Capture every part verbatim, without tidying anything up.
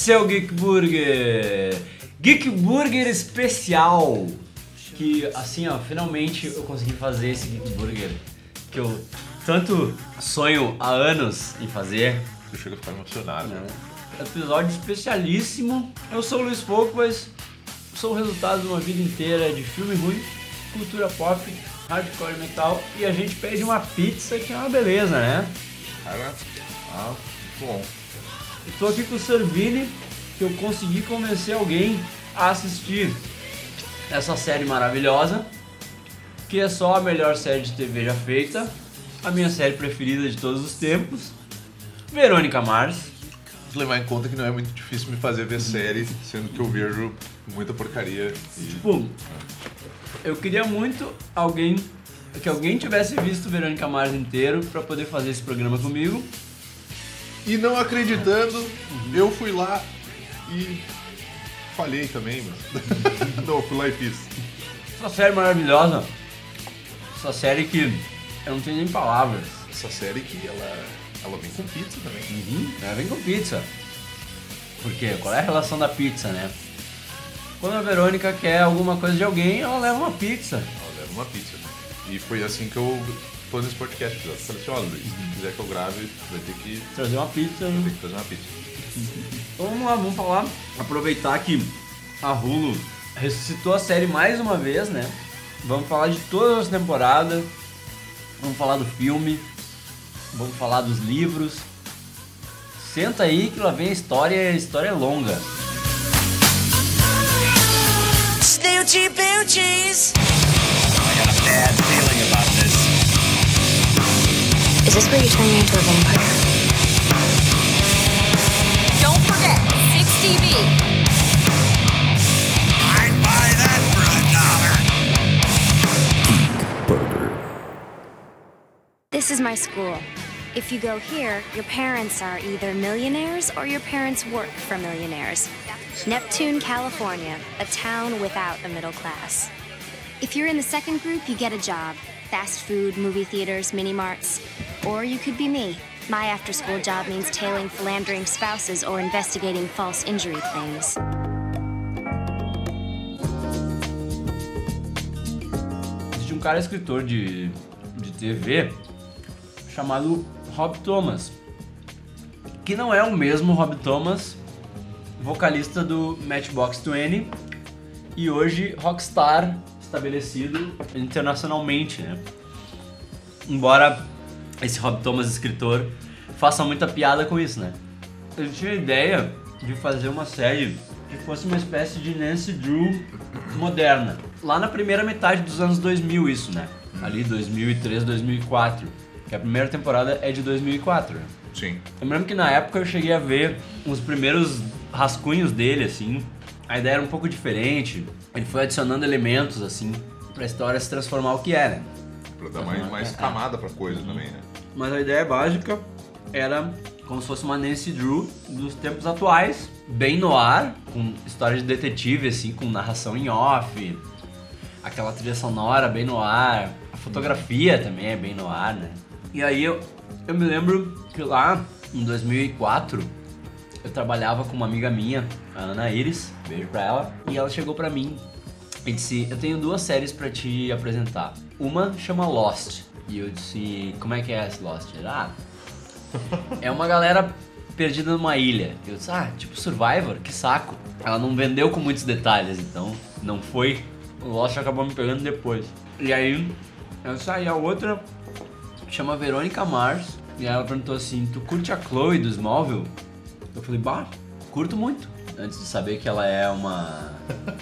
Esse é o Geek Burger. Geek Burger especial. Que assim, ó, finalmente eu consegui fazer esse Geek Burger que eu tanto sonho há anos em fazer. Eu chego a ficar emocionado, né? Episódio especialíssimo. Eu sou o Luiz Focas, sou o resultado de uma vida inteira de filme ruim, cultura pop, hardcore metal, e a gente pede uma pizza que é uma beleza, né? Cara, ah, muito bom. Eu tô aqui com o Servini, que eu consegui convencer alguém a assistir essa série maravilhosa, que é só a melhor série de T V já feita, a minha série preferida de todos os tempos, Verônica Mars. Vou levar em conta que não é muito difícil me fazer ver série, sendo que eu vejo muita porcaria. E... Tipo, eu queria muito alguém, que alguém tivesse visto Verônica Mars inteiro pra poder fazer esse programa comigo. E não acreditando, uhum. eu fui lá e falhei também, mas não, fui lá e fiz. Essa série maravilhosa, essa série que eu não tenho nem palavras. Essa série que ela, ela vem com pizza também. Uhum, ela vem com pizza. Por quê? Qual é a relação da pizza, né? Quando a Verônica quer alguma coisa de alguém, ela leva uma pizza. Ela leva uma pizza. E foi assim que eu tô nesse podcast. Eu falei assim, olha Luiz, se quiser que eu grave, vai ter que trazer uma pizza. Vai ter que trazer uma pizza. Então vamos lá, vamos falar, aproveitar que a Hulu ressuscitou a série mais uma vez, né? Vamos falar de todas as temporadas, vamos falar do filme, vamos falar dos livros. Senta aí que lá vem a história, e a história é longa. Snoochie boochies. I got a bad feeling about this. Is this where you turn me into a vampire? Don't forget, six T V. I'd buy that for a dollar. Burger. This is my school. If you go here, your parents are either millionaires or your parents work for millionaires. Neptune, California, a town without a middle class. If you're in the second group, you get a job. Fast food, movie theaters, mini-marts. Or you could be me. My after-school job means tailing philandering spouses or investigating false injury claims. Existe um cara escritor de, de T V chamado Rob Thomas, que não é o mesmo Rob Thomas, vocalista do Matchbox vinte e hoje rockstar estabelecido internacionalmente, né? Embora esse Rob Thomas escritor faça muita piada com isso, né? Ele tinha a ideia de fazer uma série que fosse uma espécie de Nancy Drew moderna. Lá na primeira metade dos anos dois mil isso, né? Ali dois mil e três, dois mil e quatro. Que a primeira temporada é de dois mil e quatro. Né? Sim. Eu me lembro que na época eu cheguei a ver os primeiros rascunhos dele, assim. A ideia era um pouco diferente. Ele foi adicionando elementos, assim, pra história se transformar o que é, né? Pra dar mais, mais camada pra coisa também, né? Mas a ideia básica era como se fosse uma Nancy Drew dos tempos atuais, bem no ar, com história de detetive, assim, com narração em off, aquela trilha sonora bem no ar, a fotografia também é bem no ar, né? E aí eu, eu me lembro que lá em dois mil e quatro eu trabalhava com uma amiga minha, a Ana Iris, beijo pra ela, e ela chegou pra mim e disse, eu tenho duas séries pra te apresentar. Uma chama Lost, e eu disse, como é que é esse Lost? Ela, ah, é uma galera perdida numa ilha. Eu disse, ah, tipo Survivor, que saco. Ela não vendeu com muitos detalhes, então não foi. O Lost acabou me pegando depois. E aí, eu disse, ah, e a outra chama Verônica Mars, e ela perguntou assim, tu curte a Chloe do Smallville? Eu falei, bah, curto muito. Antes de saber que ela é uma...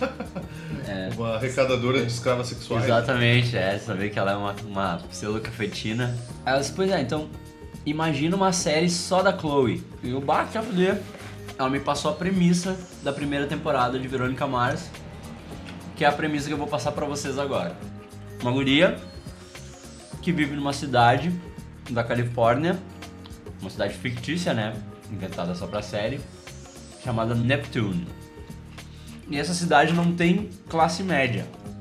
é, uma arrecadadora de escravas sexuais. Exatamente, é, saber que ela é uma, uma pseudo-cafetina. Aí ela disse, pois é, então, imagina uma série só da Chloe. E eu, bah, que a fuder. Ela me passou a premissa da primeira temporada de Verônica Mars, que é a premissa que eu vou passar pra vocês agora. Uma guria que vive numa cidade da Califórnia, uma cidade fictícia, né, inventada só pra série, chamada Neptune. E essa cidade não tem classe média.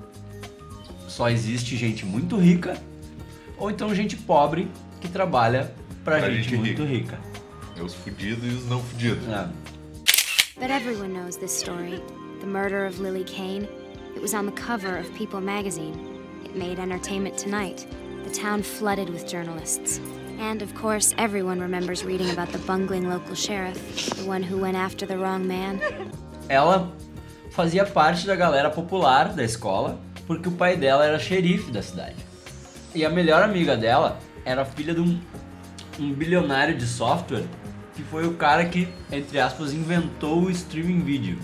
Só existe gente muito rica, ou então gente pobre que trabalha pra, pra gente, gente muito rica. É os fudidos e os não fudidos. É. But everyone knows this story. The murder of Lily Kane. It was on the cover of People magazine. It made Entertainment Tonight. The town flooded with journalists. And, of course, everyone remembers reading about the bungling local sheriff, the one who went after the wrong man. Ela fazia parte da galera popular da escola porque o pai dela era xerife da cidade. E a melhor amiga dela era filha de um, um bilionário de software que foi o cara que, entre aspas, inventou o streaming video.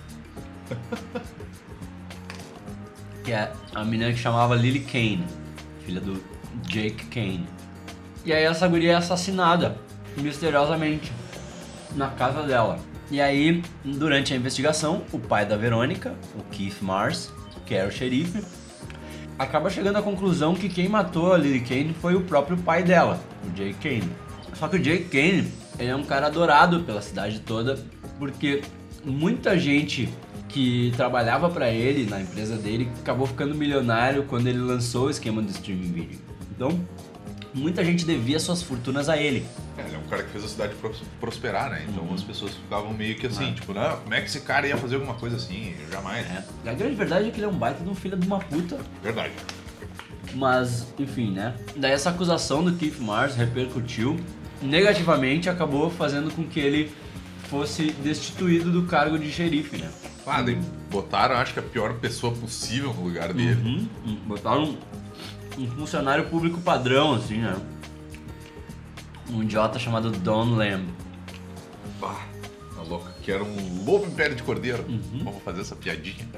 Que é a menina que chamava Lily Kane, filha do Jake Kane. E aí essa guria é assassinada, misteriosamente, na casa dela. E aí, durante a investigação, o pai da Verônica, o Keith Mars, que era o xerife, acaba chegando à conclusão que quem matou a Lily Kane foi o próprio pai dela, o Jake Kane. Só que o Jake Kane, ele é um cara adorado pela cidade toda, porque muita gente que trabalhava pra ele, na empresa dele, acabou ficando milionário quando ele lançou o esquema do streaming video. Então, muita gente devia suas fortunas a ele. É, ele é um cara que fez a cidade pros- prosperar, né? Então Uhum. as pessoas ficavam meio que assim, Ah. tipo, não, como é que esse cara ia fazer alguma coisa assim? Jamais. É. A grande verdade é que ele é um baita de um filho de uma puta. Verdade. Mas, enfim, né? Daí essa acusação do Keith Mars repercutiu negativamente, acabou fazendo com que ele fosse destituído do cargo de xerife, né? Ah, daí botaram, acho que a pior pessoa possível no lugar dele. Uhum. Botaram um, um funcionário público padrão, assim, né? Um idiota chamado Don Lamb. Bah, tá louca. Que era um lobo em pele de cordeiro. Uhum. Vamos fazer essa piadinha.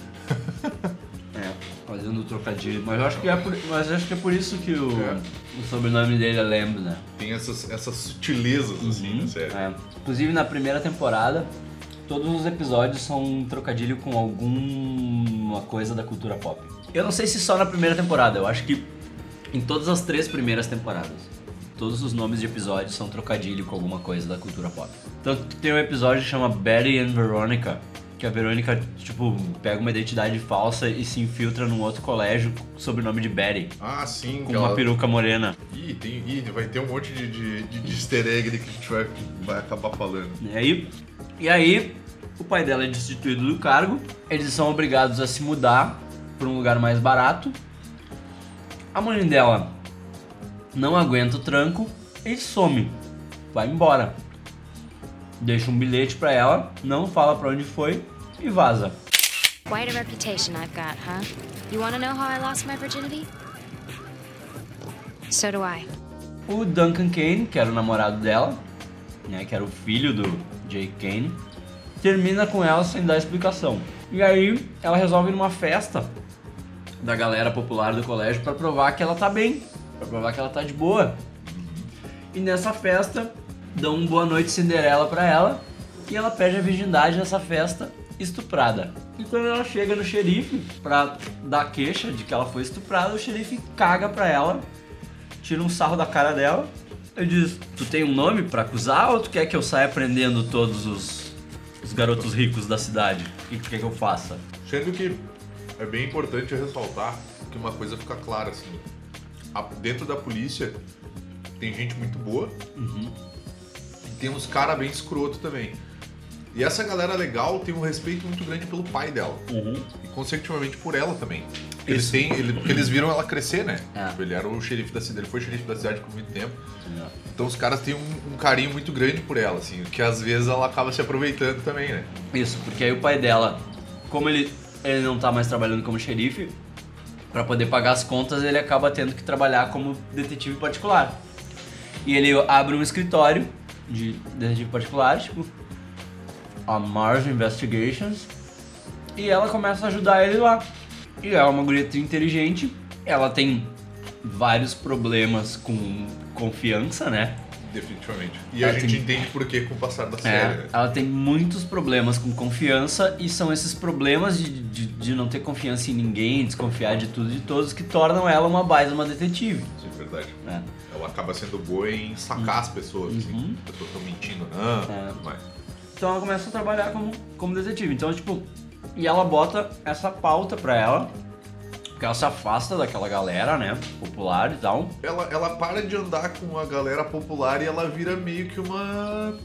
É, fazendo trocadilho. Mas eu acho que é por, mas eu acho que é por isso que o, É. o sobrenome dele é Lamb, né? Tem essas, essas sutilezas, assim, na série. É. Inclusive na primeira temporada, todos os episódios são um trocadilho com alguma coisa da cultura pop. Eu não sei se só na primeira temporada, eu acho que em todas as três primeiras temporadas. Todos os nomes de episódios são trocadilho com alguma coisa da cultura pop. Tanto que tem um episódio que chama Betty and Veronica, que a Verônica, tipo, pega uma identidade falsa e se infiltra num outro colégio sob o nome de Betty, Ah, sim. com que uma ela- peruca morena. Ih, tem, ih, vai ter um monte de, de, de, de easter egg ali que a gente vai, vai acabar falando. E aí, e aí, o pai dela é destituído do cargo, eles são obrigados a se mudar para um lugar mais barato. A mãe dela não aguenta o tranco e some, vai embora. Deixa um bilhete pra ela, não fala pra onde foi e vaza. Quite a reputation I've got, huh? You wanna know how I lost my virginity? So do I. O Duncan Kane, que era o namorado dela, né, que era o filho do Jake Kane, termina com ela sem dar explicação. E aí ela resolve ir numa festa da galera popular do colégio pra provar que ela tá bem, pra provar que ela tá de boa. E nessa festa dão um boa noite Cinderela pra ela e ela perde a virgindade nessa festa estuprada. E quando ela chega no xerife pra dar queixa de que ela foi estuprada, o xerife caga pra ela, tira um sarro da cara dela e diz: tu tem um nome pra acusar ou tu quer que eu saia prendendo todos os, os garotos ricos da cidade? O que tu quer que eu faça? Sendo que é bem importante ressaltar que uma coisa fica clara, assim. A- dentro da polícia tem gente muito boa e tem uns caras bem escroto também. E essa galera legal tem um respeito muito grande pelo pai dela. E consecutivamente por ela também. Porque eles, Isso. têm, ele, porque eles viram ela crescer, né? É. Tipo, ele era o xerife da cidade, ele foi xerife da cidade por muito tempo. Então os caras têm um, um carinho muito grande por ela, assim, que às vezes ela acaba se aproveitando também, né? Isso, porque aí o pai dela, como ele, ele não tá mais trabalhando como xerife, pra poder pagar as contas ele acaba tendo que trabalhar como detetive particular. E ele abre um escritório de detetive particular, tipo, a Mars Investigations, e ela começa a ajudar ele lá. E ela é uma guria inteligente, ela tem vários problemas com confiança, né? Definitivamente. E Ela a gente tem- entende por que com o passar da É, série, né? ela tem muitos problemas com confiança e são esses problemas de, de, de não ter confiança em ninguém, desconfiar de tudo e de todos, que tornam ela uma baita uma detetive. Isso é verdade. Né? Ela acaba sendo boa em sacar as pessoas, assim. Uhum. As pessoas estão mentindo, não, É. tudo mais. Então ela começa a trabalhar como, como detetive. Então, tipo, e ela bota essa pauta pra ela, porque ela se afasta daquela galera, né, popular e tal. Ela, ela para de andar com a galera popular e ela vira meio que uma... tipo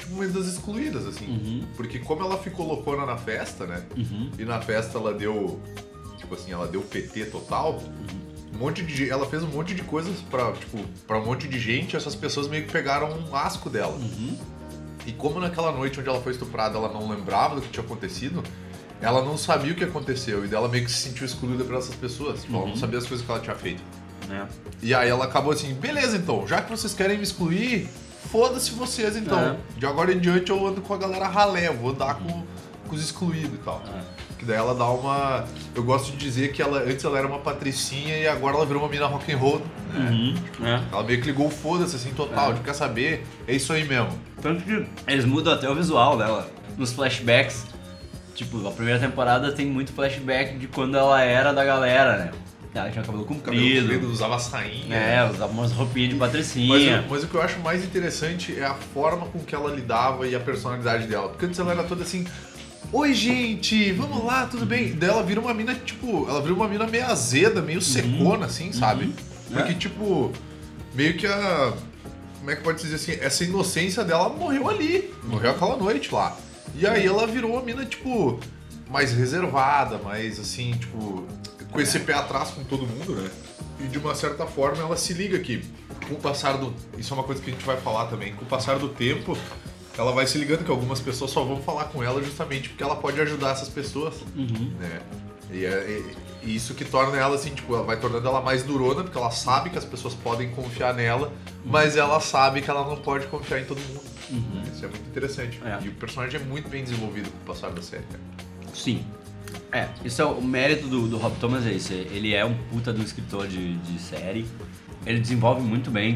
tipo uma das excluídas, assim. Uhum. Porque como ela ficou loucona na festa, né? Uhum. E na festa ela deu, tipo assim, ela deu P T total. Um monte de, ela fez um monte de coisas pra, tipo, pra um monte de gente, essas pessoas meio que pegaram um asco dela. Uhum. E como naquela noite onde ela foi estuprada, ela não lembrava do que tinha acontecido, ela não sabia o que aconteceu. E dela meio que se sentiu excluída por essas pessoas. Tipo, ela não sabia as coisas que ela tinha feito. É. E aí ela acabou assim, beleza então, já que vocês querem me excluir, foda-se vocês então. É. De agora em diante eu ando com a galera ralé, eu vou andar com, com os excluídos e tal. É. Que daí ela dá uma... Eu gosto de dizer que ela antes ela era uma patricinha e agora ela virou uma mina rock and roll. Né? Uhum. É. Ela meio que ligou o foda-se assim total, de quer saber, é isso aí mesmo. Tanto que eles mudam até o visual dela. Nos flashbacks, tipo, a primeira temporada tem muito flashback de quando ela era da galera, né? Ela tinha cabelo comprido. Cabelo comprido, usava sainha. É, usava umas roupinhas de Mas, patricinha. o- mas o que eu acho mais interessante é a forma com que ela lidava e a personalidade dela. Porque antes ela era toda assim, oi gente, vamos lá, tudo bem? Daí ela vira uma mina, tipo, ela vira uma mina meio azeda, meio secona, assim, sabe? Porque, É. tipo, meio que a... Como é que pode dizer assim? Essa inocência dela morreu ali. Morreu aquela noite lá. E aí ela virou uma mina, tipo, mais reservada, mais assim, tipo, com esse pé atrás com todo mundo, né? E de uma certa forma ela se liga que, com o passar do... Isso é uma coisa que a gente vai falar também. Com o passar do tempo, ela vai se ligando que algumas pessoas só vão falar com ela justamente porque ela pode ajudar essas pessoas, Uhum. né? E, é, e- e isso que torna ela assim, tipo, ela vai tornando ela mais durona, porque ela sabe que as pessoas podem confiar nela, mas ela sabe que ela não pode confiar em todo mundo. Uhum. Isso é muito interessante. É. E o personagem é muito bem desenvolvido com o passar da série, cara. Sim. É, isso é o mérito do, do Rob Thomas, é isso. Ele é um puta de um escritor de, de série. Ele desenvolve muito bem.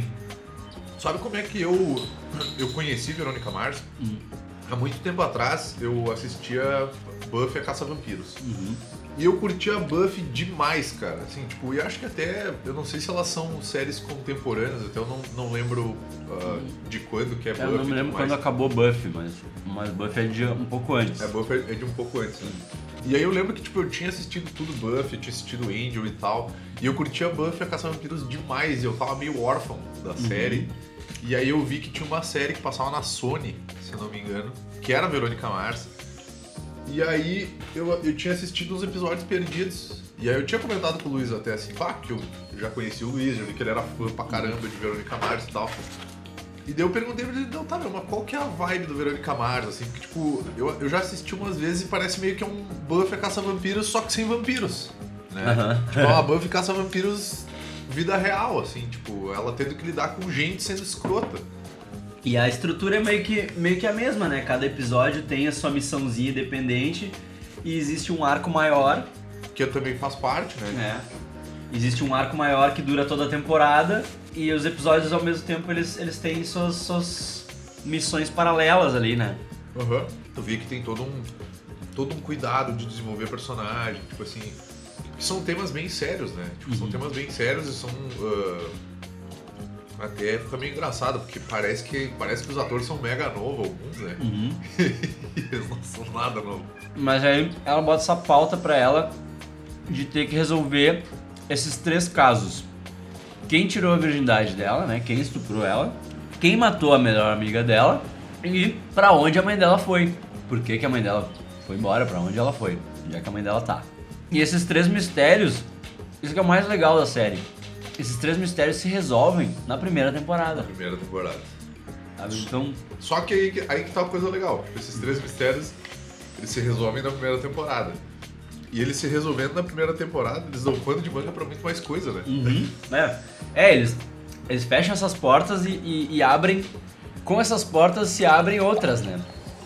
Sabe como é que eu, eu conheci Verônica Mars? Hum. Há muito tempo atrás eu assistia Buffy a Caça-Vampiros. Uhum. E eu curtia Buffy demais, cara. Assim, tipo, e acho que até, eu não sei se elas são séries contemporâneas, até eu não, não lembro uh, de quando que é Buffy. Eu não me e lembro tudo quando mais. acabou Buffy, mas, mas Buffy é de um pouco antes. É, Buffy é de um pouco antes, né? E aí eu lembro que, tipo, eu tinha assistido tudo Buffy, eu tinha assistido Angel e tal, e eu curtia Buffy a Caça-Vampiros demais, e eu tava meio órfão da série. E aí eu vi que tinha uma série que passava na Sony, se eu não me engano, que era Verônica Mars. E aí eu, eu tinha assistido uns episódios perdidos. E aí eu tinha comentado com o Luiz até assim, pá, que eu já conheci o Luiz, já vi que ele era fã pra caramba de Verônica Mars e tal. E daí eu perguntei pra ele, não, tá, meu, mas qual que é a vibe do Verônica Mars, assim? Porque, tipo, eu, eu já assisti umas vezes e parece meio que é um Buffy caça-vampiros, só que sem vampiros, né? Aham. Tipo, é uma Buffy caça-vampiros vida real, assim, tipo, ela tendo que lidar com gente sendo escrota. E a estrutura é meio que, meio que a mesma, né? Cada episódio tem a sua missãozinha independente e existe um arco maior, Que também faz parte, né? né? Existe um arco maior que dura toda a temporada e os episódios ao mesmo tempo eles, eles têm suas, suas missões paralelas ali, né? Aham. Tu vê que tem todo um, todo um cuidado de desenvolver personagem, tipo assim, que são temas bem sérios, né? Tipo, são temas bem sérios e são... ah, até fica meio engraçado, porque parece que, parece que os atores são mega novos, alguns, né? Uhum. E eles não são nada novos. Mas aí ela bota essa pauta pra ela de ter que resolver esses três casos. Quem tirou a virgindade dela, né? Quem estuprou ela, quem matou a melhor amiga dela e pra onde a mãe dela foi. Por que, que a mãe dela foi embora, pra onde ela foi, onde é que a mãe dela tá. E esses três mistérios, isso que é o mais legal da série. Esses três mistérios se resolvem na primeira temporada. Primeira temporada. Sabe? Então, Só que aí, aí que tá uma coisa legal. Tipo, esses três mistérios, eles se resolvem na primeira temporada. E eles se resolvendo na primeira temporada, eles dão pano de manga pra muito mais coisa, né? uhum, é, é eles, eles fecham essas portas e, e, e abrem. Com essas portas se abrem outras, né?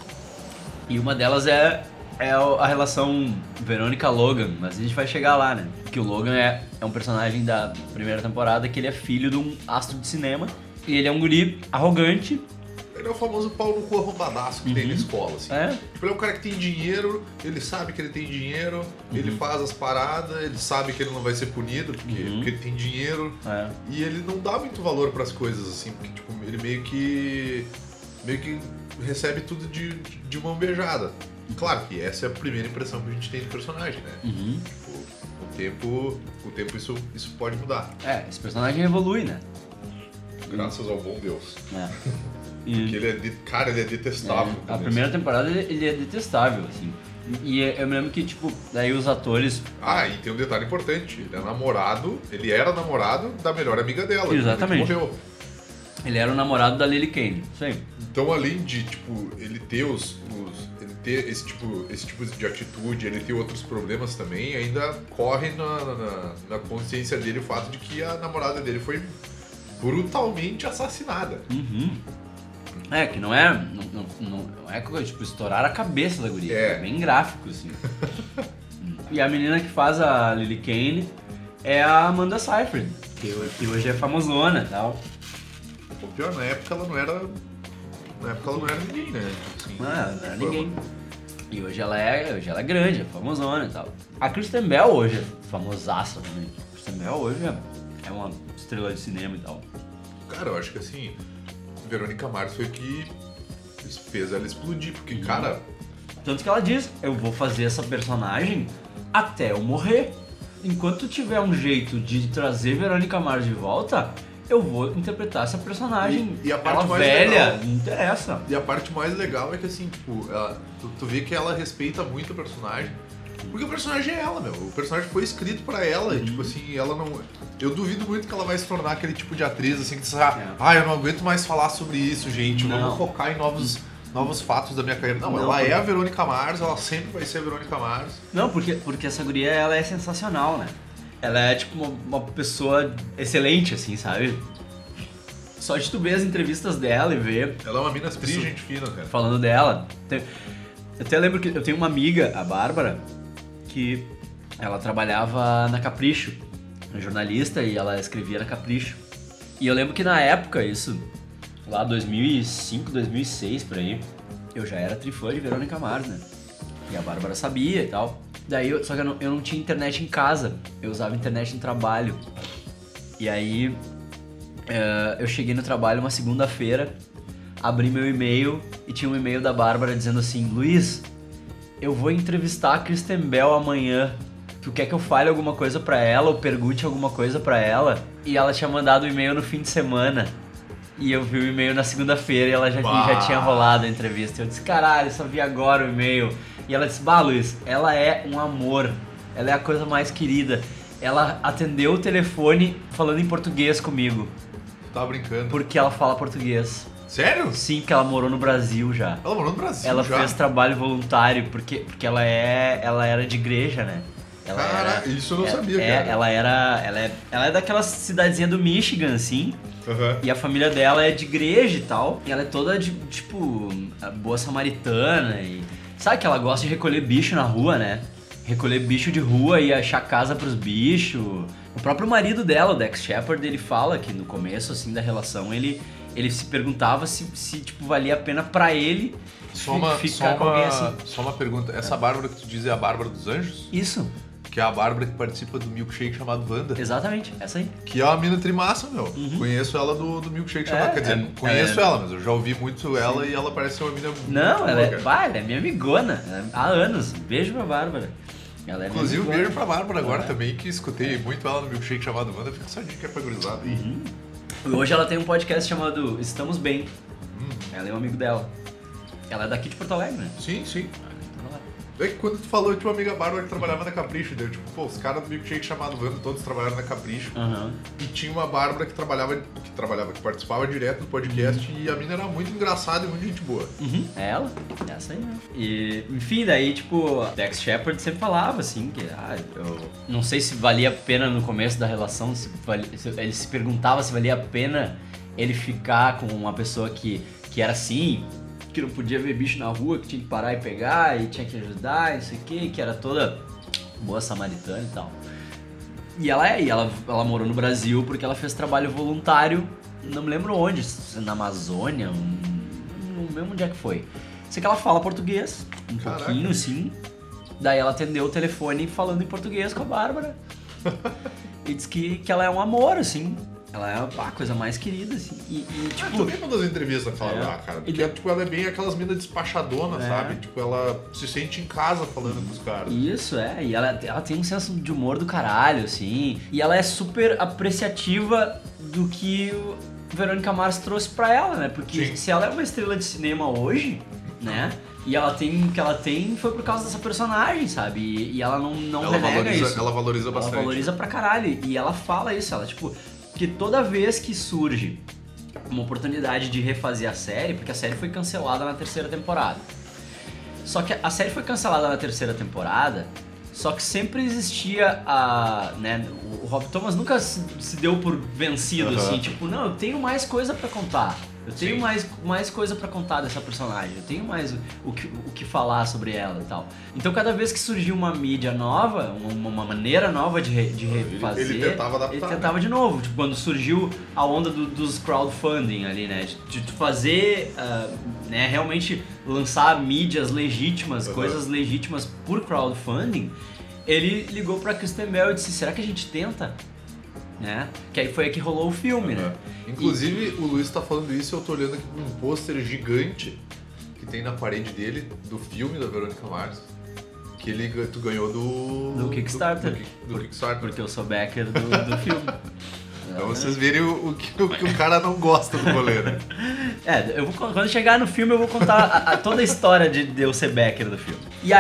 E uma delas é, é a relação Verônica-Logan, mas a gente vai chegar lá, né? Que o Logan é, é um personagem da primeira temporada que ele é filho de um astro de cinema. E ele é um guri arrogante. Ele é o famoso pau no cu arrombadaço que tem Uhum. na escola, assim. É, Tipo, ele é um cara que tem dinheiro, ele sabe que ele tem dinheiro, ele faz as paradas, ele sabe que ele não vai ser punido porque, Uhum. porque ele tem dinheiro. é. E ele não dá muito valor pras coisas, assim, porque, tipo, ele meio que... meio que recebe tudo de, de mão beijada. Claro que essa é a primeira impressão que a gente tem do personagem, né? Uhum. Tipo, com o tempo, com o tempo isso, isso pode mudar. É, esse personagem evolui, né? Graças ao bom Deus. É. E, Porque ele é, de... cara, ele é detestável. é, a primeira temporada ele, ele é detestável, assim. E eu me lembro que, tipo, daí os atores... Ah, e tem um detalhe importante. Ele é namorado, ele era namorado da melhor amiga dela. Exatamente. Que morreu. Ele era o namorado da Lily Kane, isso aí. Então, além de, tipo, ele ter os... os ele ter esse tipo, esse tipo de atitude, ele ter outros problemas também, ainda corre na, na, na consciência dele o fato de que a namorada dele foi brutalmente assassinada. Uhum. É, que não é. Não, não, não é tipo estourar a cabeça da guria. É. É bem gráfico, assim. E a menina que faz a Lily Kane é a Amanda Seyfried, que, que hoje é famosona e tal. O pior, na época ela não era. Na época ela não era ninguém, né? Tipo assim, Não, não era ninguém. E hoje ela é, hoje ela é grande, é famosona e tal. A Kristen Bell hoje é famosaça também. A Kristen Bell hoje é, é uma estrela de cinema e tal. Cara, eu acho que assim, Verônica Mars foi o que fez ela explodir, porque, cara, Tanto que ela diz, eu vou fazer essa personagem até eu morrer. Enquanto tiver um jeito de trazer Verônica Mars de volta, eu vou interpretar essa personagem. E- e a parte ela mais velha, legal- não interessa. e a parte mais legal é que assim, tipo, ela, tu, tu vê que ela respeita muito o personagem, porque o personagem é ela, meu. O personagem foi escrito pra ela e, tipo assim, ela não... Eu duvido muito que ela vai se tornar aquele tipo de atriz, assim, que diz, ah, É. ah, eu não aguento mais falar sobre isso, gente, Não. vamos focar em novos, novos fatos da minha carreira. Não, Não, ela porque- é a Verônica Mars, ela sempre vai ser a Verônica Mars. Não, porque, porque essa guria, ela é sensacional, né? Ela é, tipo, uma, uma pessoa excelente, assim, sabe? Só de tu ver as entrevistas dela e ver Ela é uma mina tri, Isso. gente fina, cara. falando dela. Tem- Eu até lembro que eu tenho uma amiga, a Bárbara, que ela trabalhava na Capricho, jornalista, e ela escrevia na Capricho. E eu lembro que na época, isso, lá dois mil e cinco, dois mil e seis, por aí, eu já era trifã de Verônica Mars, né? E a Bárbara sabia e tal. Daí, eu, só que eu não, eu não tinha internet em casa, eu usava internet no trabalho. E aí, eh, eu cheguei no trabalho uma segunda-feira, abri meu e-mail e tinha um e-mail da Bárbara dizendo assim: Luiz, eu vou entrevistar a Kristen Bell amanhã. Tu quer que eu fale alguma coisa pra ela ou pergunte alguma coisa pra ela? E ela tinha mandado o e-mail no fim de semana. E eu vi o e-mail na segunda-feira e ela já, Bah. já tinha rolado a entrevista. Eu disse, caralho, só vi agora o e-mail. E ela disse, bah, Luiz, ela é um amor. Ela é a coisa mais querida. Ela atendeu o telefone falando em português comigo. Tu tava brincando. Porque ela fala português. Sério? Sim, porque ela morou no Brasil já. Ela morou no Brasil Ela já. fez trabalho voluntário, porque, porque ela é. Ela era de igreja, né? Ela Cara, isso eu não é- sabia, é, cara. Ela era. Ela é, ela é daquela cidadezinha do Michigan, assim. Aham. E a família dela é de igreja e tal. E ela é toda de, tipo, a boa samaritana. E sabe que ela gosta de recolher bicho na rua, né? Recolher bicho de rua e achar casa pros bichos. O próprio marido dela, o Dax Shepard, ele fala que no começo, assim, da relação, ele, ele se perguntava se, se, tipo, valia a pena pra ele Só uma, fi- só, ficar com alguém uma, assim. só uma pergunta. Essa Bárbara que tu diz é a Bárbara dos Anjos? Isso, Que é a Bárbara que participa do milkshake chamado Wanda. exatamente, essa aí. Que é uma mina trimassa, meu. Conheço ela do, do milkshake chamado... É, Quer dizer, é- não conheço é- ela, mas eu já ouvi muito ela e ela parece ser uma mina muito Não, boa, ela é, cara. bah, ela é minha amigona, há anos. Beijo pra Bárbara. Ela é minha Inclusive, um amigona. beijo pra Bárbara agora É. também, que escutei muito ela no milkshake chamado Wanda. Fica essa dica pra gurizada aí. Uhum. E hoje ela tem um podcast chamado Estamos Bem. Ela é um amigo dela. Ela é daqui de Porto Alegre, né? Sim, sim. Então ela- É que quando tu falou, eu tinha uma amiga Bárbara que trabalhava na Capricho, deu tipo, pô, os caras do milkshake chamado Wanda, todos trabalharam na Capricho. Aham. E tinha uma Bárbara que trabalhava, que trabalhava, que participava direto do podcast e a mina era muito engraçada e muito gente boa. Uhum. É ela, essa aí mesmo. E, enfim, daí, tipo, Dax Shepard sempre falava, assim, que, ah, eu não sei se valia a pena no começo da relação, se valia- se- ele se perguntava se valia a pena ele ficar com uma pessoa que, que era assim, que não podia ver bicho na rua, que tinha que parar e pegar, e tinha que ajudar, e isso aqui, que era toda boa samaritana e tal. E ela é, e ela, ela morou no Brasil porque ela fez trabalho voluntário, não me lembro onde, se na Amazônia, um- não lembro onde é que foi. Sei que ela fala português, um Caraca. pouquinho assim. Daí ela atendeu o telefone falando em português com a Bárbara. E disse que, que ela é um amor, assim. Ela é a coisa mais querida, assim. E, e, Ah, tipo, tu lembra das entrevistas que ela É. dá, cara? E Porque de- tipo, ela é bem aquelas minas despachadonas, É. sabe? Tipo, ela se sente em casa falando com os caras. Isso, é. E ela, ela tem um senso de humor do caralho, assim. E ela é super apreciativa do que o- Verônica Mars trouxe pra ela, né? Porque Sim. se ela é uma estrela de cinema hoje, né? E ela tem o que ela tem foi por causa dessa personagem, sabe? E, e ela não, não Ela renega valoriza, isso. ela valoriza bastante. Ela valoriza pra caralho. E ela fala isso, ela, tipo, que toda vez que surge uma oportunidade de refazer a série, porque a série foi cancelada na terceira temporada. Só que a série foi cancelada na terceira temporada, só que sempre existia a, né, o Rob Thomas nunca se, se deu por vencido, Uhum. assim, tipo, não, eu tenho mais coisa pra contar. Eu tenho Sim. mais, mais coisa pra contar dessa personagem, eu tenho mais o que, o que falar sobre ela e tal. Então cada vez que surgia uma mídia nova, uma, uma maneira nova de, re, de refazer, ele tentava adaptar, ele tentava de novo. Tipo, quando surgiu a onda do, dos crowdfunding ali, né, de, de fazer, uh, né, realmente lançar mídias legítimas, Uhum. coisas legítimas por crowdfunding, ele ligou pra Kristen Bell e disse, será que a gente tenta? Né? Que aí foi aí que rolou o filme, né? Inclusive, o Luiz tá falando isso, eu tô olhando aqui pra um pôster gigante que tem na parede dele, do filme da Verônica Mars, que ele, tu ganhou do... Do Kickstarter. Do, do Kickstarter. Porque eu sou backer do, do filme. Então vocês verem o, o, que, o que o cara não gosta do rolê, né? É, eu vou, quando chegar no filme eu vou contar a, a, toda a história de, de eu ser backer do filme. E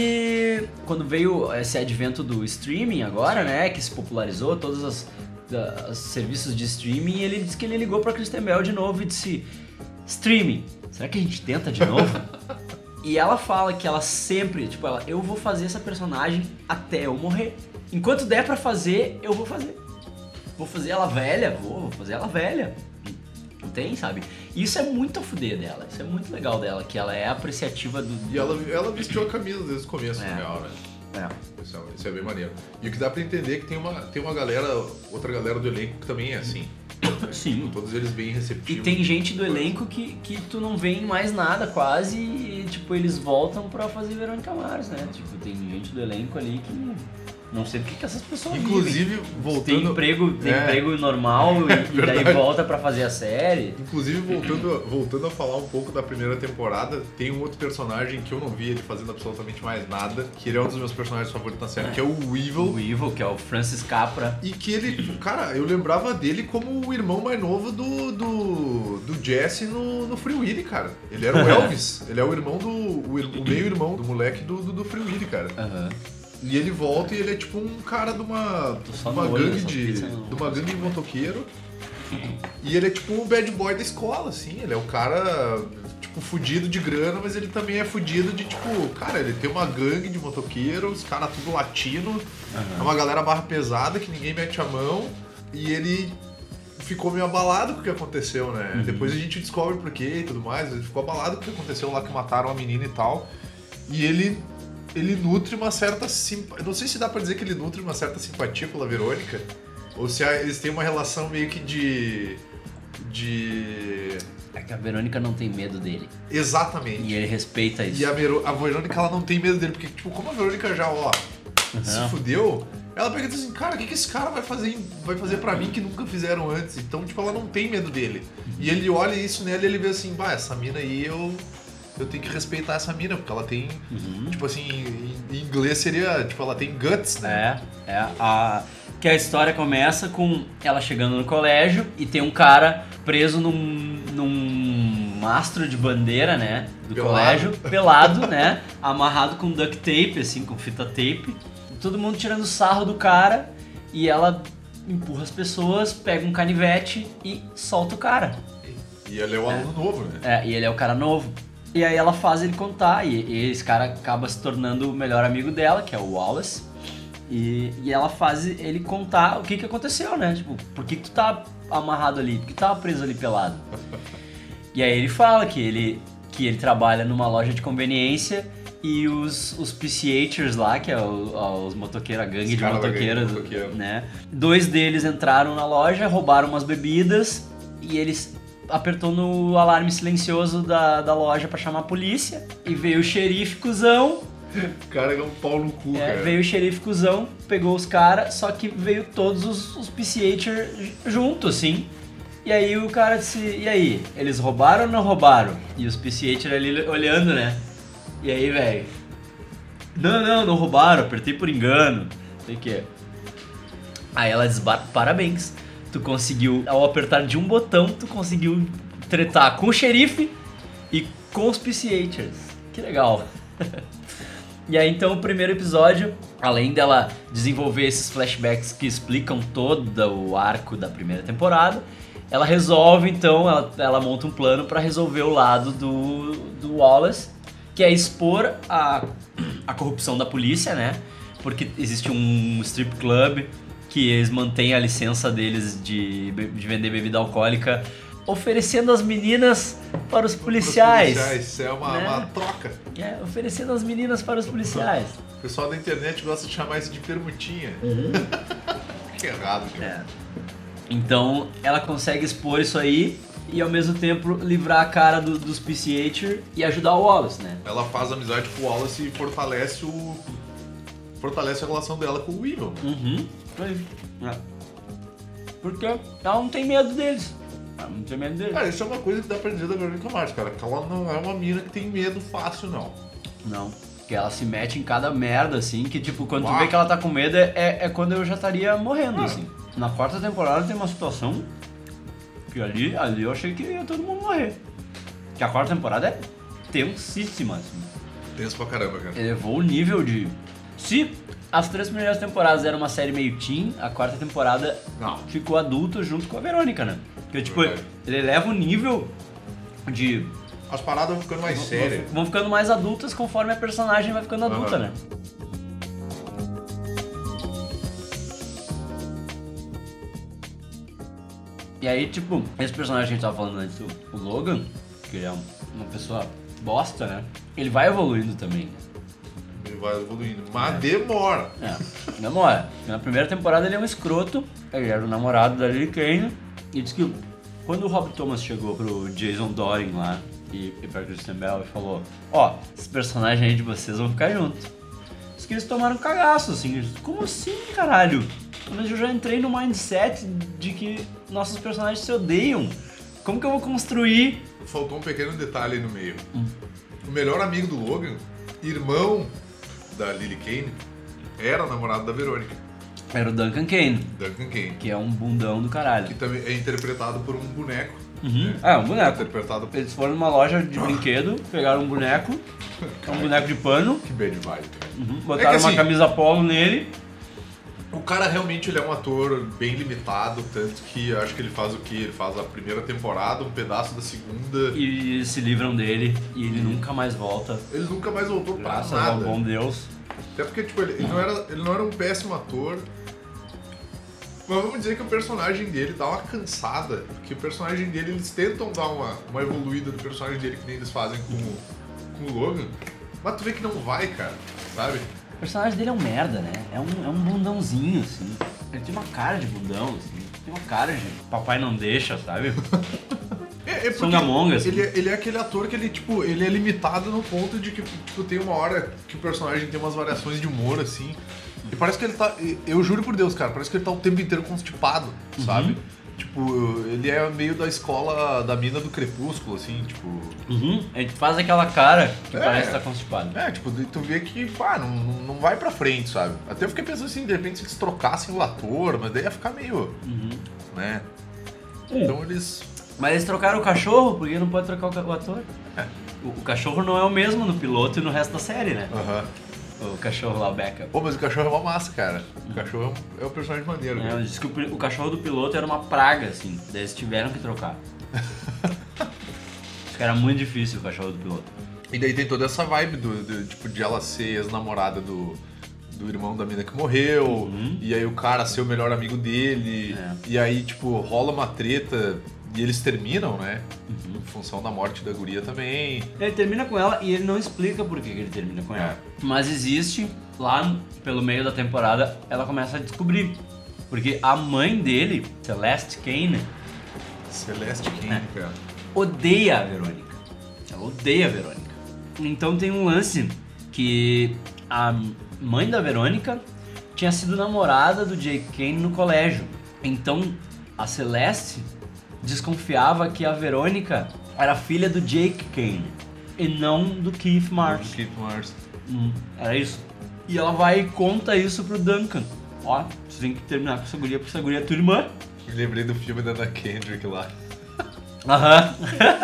aí, quando veio esse advento do streaming agora, né, que se popularizou, todos os, da, os serviços de streaming, ele disse que ele ligou pra Kristen Bell de novo e disse, streaming, será que a gente tenta de novo? E ela fala que ela sempre, tipo, ela, eu vou fazer essa personagem até eu morrer. Enquanto der pra fazer, eu vou fazer. Vou fazer ela velha, vou, vou fazer ela velha. Não tem, sabe? E isso é muito a fuder dela, isso é muito legal dela, que ela é apreciativa do... E ela, ela vestiu a camisa desde o começo, É. na real, né? É. Isso é, isso é bem maneiro. E o que dá pra entender é que tem uma, tem uma galera, outra galera do elenco que também é assim. Sim. Todos eles bem E receptivos. tem gente do elenco que, que tu não vê em mais nada quase e, tipo, eles voltam pra fazer Verônica Mars, né? Tipo, tem gente do elenco ali que... Não sei porque que essas pessoas Inclusive, vivem. voltando... Tem emprego, tem É. emprego normal e, e daí Verdade. volta pra fazer a série. Inclusive, voltando, voltando a falar um pouco da primeira temporada, tem um outro personagem que eu não vi ele fazendo absolutamente mais nada, que ele é um dos meus personagens favoritos na série, que é o Weevil. O Evil, que é o Francis Capra. E que ele, cara, eu lembrava dele como o irmão mais novo do, do, do Jesse no, no Free Willy, cara. Ele era o Elvis, ele é o irmão do, o, ir- o meio-irmão do moleque do, do, do Free Willy, cara. Aham. E ele volta e ele é tipo um cara de uma, Tô só de uma no olho gangue dessa de, pizza, não. de uma gangue de motoqueiro. E ele é tipo um bad boy da escola, assim. Ele é um cara, tipo, fudido de grana, mas ele também é fudido de, tipo, cara, ele tem uma gangue de motoqueiro, os caras tudo latino, é uma galera barra pesada que ninguém mete a mão. E ele ficou meio abalado com o que aconteceu, né? Uhum. Depois a gente descobre por quê e tudo mais. Ele ficou abalado com o que aconteceu lá, que mataram a menina e tal. E ele... ele nutre uma certa simpatia. Não sei se dá pra dizer que ele nutre uma certa simpatia pela Verônica. Ou se a- eles têm uma relação meio que de. de. É que a Verônica não tem medo dele. Exatamente. E ele respeita isso. E a, Verô- a Verônica, ela não tem medo dele. Porque, tipo, como a Verônica já, ó, se Uhum. fudeu, ela pega e diz assim, cara, o que, que esse cara vai fazer, vai fazer pra mim que nunca fizeram antes? Então, tipo, ela não tem medo dele. E ele olha isso nela e ele vê assim, bah, essa mina aí eu. Eu tenho que respeitar essa mina, porque ela tem, Uhum. tipo assim, em, em inglês seria, tipo, ela tem guts, né? É, é. A, que a história começa com ela chegando no colégio e tem um cara preso num, num mastro de bandeira, né? Do Pelado. colégio, pelado, né? Amarrado com duct tape, assim, com fita tape. Todo mundo tirando sarro do cara e ela empurra as pessoas, pega um canivete e solta o cara. E ele é o aluno novo, né? É, e ele é o cara novo. E aí ela faz ele contar, e, e esse cara acaba se tornando o melhor amigo dela, que é o Wallace. E, e ela faz ele contar o que, que aconteceu, né? Tipo, por que, que tu tá amarrado ali? Por que tu tava preso ali pelado? E aí ele fala que ele, que ele trabalha numa loja de conveniência e os, os P C Hers lá, que é o, os motoqueiros, a gangue Os de caras da gangue de motoqueiros, motoqueiro. né? Dois deles entraram na loja, roubaram umas bebidas e eles apertou no alarme silencioso da, da loja pra chamar a polícia e veio o xerife cuzão. O cara é um pau no cu, É, cara. veio o xerife cuzão, pegou os caras, só que veio todos os, os P C H juntos, assim. E aí o cara disse, e aí, eles roubaram ou não roubaram? E os P C H ali olhando, né? E aí, velho, não, não, não roubaram, apertei por engano, sei o que. Aí ela diz, "Ba- parabéns, tu conseguiu, ao apertar de um botão, tu conseguiu tretar com o xerife e com os P C Hers. Que legal. E aí então o primeiro episódio, além dela desenvolver esses flashbacks que explicam todo o arco da primeira temporada, ela resolve então, ela, ela monta um plano pra resolver o lado do, do Wallace, que é expor a, a corrupção da polícia, né? Porque existe um strip club que eles mantêm a licença deles de, de vender bebida alcoólica, oferecendo as meninas para os policiais. Para os policiais, é uma, né? uma troca. É, oferecendo as meninas para os policiais. O pessoal da internet gosta de chamar isso de permutinha. Uhum. Que errado, cara. É. Então ela consegue expor isso aí e ao mesmo tempo livrar a cara do, dos P C H e ajudar o Wallace, né? Ela faz amizade com o Wallace e fortalece o. Fortalece a relação dela com o Evil. Uhum. É. Porque ela não tem medo deles. Ela não tem medo deles. Cara, isso é uma coisa que dá pra dizer da Verônica Mars, cara. Que ela não é uma mina que tem medo fácil, não. Não. Porque ela se mete em cada merda, assim, que tipo, quando Uau. tu vê que ela tá com medo, é, é quando eu já estaria morrendo, Ah. assim. Na quarta temporada tem uma situação que ali, ali eu achei que ia todo mundo morrer. Que a quarta temporada é tensíssima, assim. Tenso pra caramba, cara. Elevou o nível de... Se as três primeiras temporadas eram uma série meio teen, a quarta temporada Não. ficou adulto junto com a Verônica, né? Porque, tipo, Verdade. ele eleva o nível de... As paradas vão ficando mais sérias. Vão ficando mais adultas conforme a personagem vai ficando adulta, Aham. né? E aí, tipo, esse personagem que a gente tava falando antes, o Logan, que ele é uma pessoa bosta, né? Ele vai evoluindo também. Ele vai evoluindo. Mas demora. É, demora. Na primeira temporada ele é um escroto, ele era o namorado da Lily Kane, e diz que quando o Rob Thomas chegou pro Jason Doring lá e, e pra Kristen Bell e falou: ó, esses personagens aí de vocês vão ficar juntos. Diz que eles tomaram um cagaço, assim, eles, como assim, caralho? Mas eu já entrei no mindset de que nossos personagens se odeiam. Como que eu vou construir? Faltou um pequeno detalhe aí no meio. O melhor amigo do Logan, irmão da Lily Kane, era o namorado da Verônica, Era o Duncan Kane, Duncan Kane, que é um bundão do que caralho. também é interpretado por um boneco. Uhum. É, um boneco. Interpretado por... Eles foram numa loja de brinquedo, pegaram um boneco, um boneco de pano, Que bad vibe, cara. uhum, botaram É que uma assim- camisa polo nele. O cara realmente ele é um ator bem limitado, tanto que acho que ele faz o quê? Ele faz a primeira temporada, um pedaço da segunda. E se livram dele e ele nunca mais volta. Ele nunca mais voltou pra Graças ao nada. bom Deus. Até porque, tipo, ele, ele não era, ele não era um péssimo ator. Mas vamos dizer que o personagem dele dá uma cansada. Porque o personagem dele, eles tentam dar uma, uma evoluída do personagem dele, que nem eles fazem com, o- com o Logan. Mas tu vê que não vai, cara, sabe? O personagem dele é um merda, né? É um, é um bundãozinho, assim. Ele tem uma cara de bundão, assim. Tem uma cara de papai não deixa, sabe? É, é porque Songamonga, assim. ele, é- ele é aquele ator que ele, tipo, ele é limitado no ponto de que, tipo, tem uma hora que o personagem tem umas variações de humor, assim. E parece que ele tá. Eu juro por Deus, cara, parece que ele tá o tempo inteiro constipado, Uhum. sabe? Tipo, ele é meio da escola da mina do Crepúsculo, assim, tipo. Uhum. A gente faz aquela cara que É. parece estar constipado. É, tipo, tu vê que, pá, não, não vai pra frente, sabe? Até eu fiquei pensando assim, de repente se eles trocassem o ator, mas daí ia ficar meio. Uhum. Né? Hum. Então eles. Mas eles trocaram o cachorro, porque não pode trocar o, ca- o ator. O, o cachorro não é o mesmo no piloto e no resto da série, né? Aham. O cachorro lá, o Becca. Pô, mas o cachorro é uma massa, cara. O cachorro é um, é um personagem maneiro, É, cara. eu disse que o, pi- o cachorro do piloto era uma praga, assim. Daí eles tiveram que trocar. Acho que era muito difícil o cachorro do piloto. E daí tem toda essa vibe do, do- tipo, de ela ser ex-namorada do, do irmão da mina que morreu, Uhum. e aí o cara ser o melhor amigo dele, É. e aí, tipo, rola uma treta e eles terminam, né? Uhum. Em função da morte da guria também. Ele termina com ela e ele não explica por que que ele termina com ela. Mas existe, lá pelo meio da temporada, ela começa a descobrir. Porque a mãe dele, Celeste Kane, Celeste Kane, É. cara. odeia a Verônica. Ela odeia a Verônica. Então tem um lance que a mãe da Verônica tinha sido namorada do Jake Kane no colégio. Então a Celeste desconfiava que a Verônica era filha do Jake Kane e não do Keith Mars. Keith Mars. Hum, era isso. E ela vai e conta isso pro Duncan. Ó, você tem que terminar com essa guria, porque essa guria é tua irmã. Me lembrei do filme da Anna Kendrick lá. Aham.